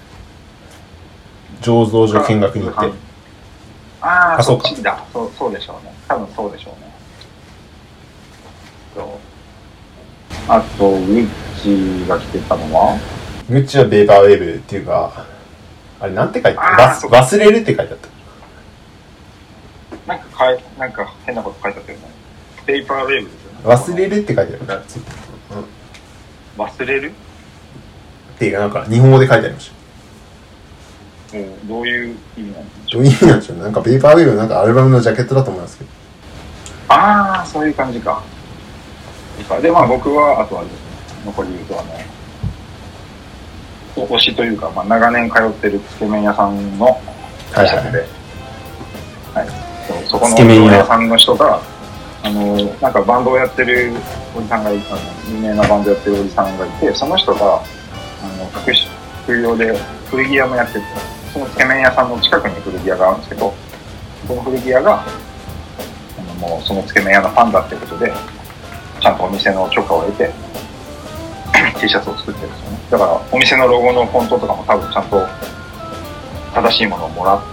醸造所見学に行って。 そうか。そうでしょうね。多分そうでしょうね。あとグッチが着てたのは？ グッチはベーパーウェーブっていうか、あれなんて書いてある？忘れるって書いてあった。 なんか変なこと書いてあったよね。ペーパーウェーブですよね。 忘れるって書いてある。 忘れる？ っていうかなんか日本語で書いてありました。 どういう意味なんでしょう？ どういう意味なんでしょうね。なんかベーパーウェーブなんかアルバムのジャケットだと思いますけど。 そういう感じか。で、まあ僕はあとはですね、残り言うと推しというか、まあ、長年通ってるつけ麺屋さんの T シャツで、 そこのお店屋さんの人が、なんかバンドをやってるおじさんがいたの、有名なバンドやってるおじさんがいて、その人が、副業で古着屋もやってて、そのつけ麺屋さんの近くに古着屋があるんですけど、その古着屋が、もうそのつけ麺屋のファンだってことで、ちゃんとお店の許可を得て、T シャツを作ってるんですよね。だからお店のロゴのフォントとかも多分ちゃんと正しいものをもらって、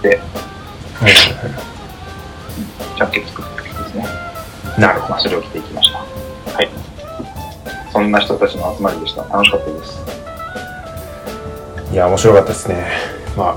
ちゃんと作ってるんですね。 なるほど。 それを着ていきました。はい。そんな人たちの集まりでした。楽しかったです。 いや面白かったですね。ま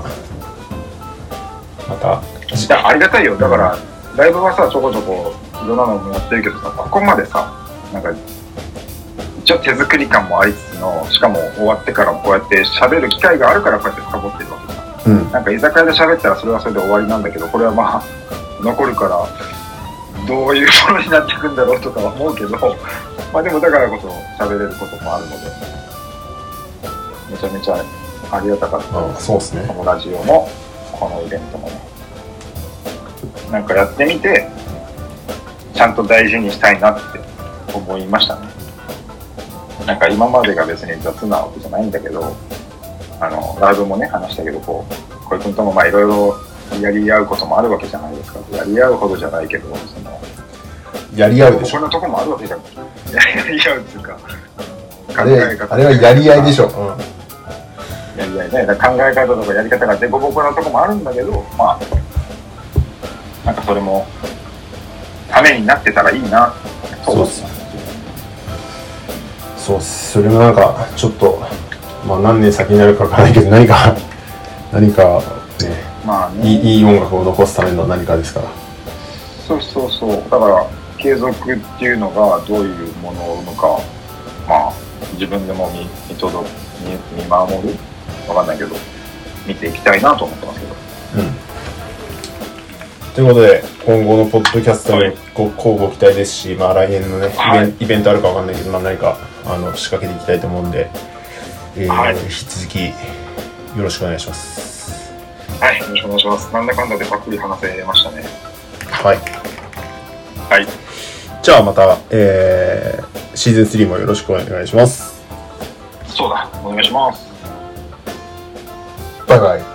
たいやありがたいよ。だからライブはさちょこちょこいろんなのもやってるけどさ、ここまでさなんか一応手作り感もありつつの、しかも終わってからこうやって喋る機会があるからこうやって深掘ってるわけじゃん。なんか居酒屋で喋ったらそれはそれで終わりなんだけど、これはまあ残るからどういうものになっていくんだろうとかは思うけど、まあでもだからこそ喋れることもあるので、めちゃめちゃありがたかった。 そうですね。 このラジオもこのイベントもね、なんかやってみてちゃんと大事にしたいなって思いましたね。なんか今までが別に雑なわけじゃないんだけど、ライブもね話したけど、小井君ともまあいろいろやり合うこともあるわけじゃないですか。やり合うほどじゃないけど、 やり合うでしょ。 こんなとこもあるわけじゃん。やり合うっていうか、 あれはやり合いでしょ。 やり合いね。だから考え方とかやり方がデコボコなとこもあるんだけど、まあなんかそれもためになってたらいいな。 そうっす。そうっす。それもなんかちょっとまあ何年先になるかわからないけど、何かね、まあね、いい音楽を残すための何かですから。 そうだから継続っていうのがどういうものを生むか、まあ自分でも見守るわかんないけど見ていきたいなと思ってますけど。 ということで今後のポッドキャストにご期待ですし、まあ来年のね、イベントあるかわかんないけど、まあ何か仕掛けていきたいと思うんで、引き続きよろしくお願いします。 はい、よろしくお願いします。なんだかんだでたっぷり話せましたね。 はい。じゃあまた、シーズン3もよろしくお願いします。 そうだ、お願いします。 バイバイ。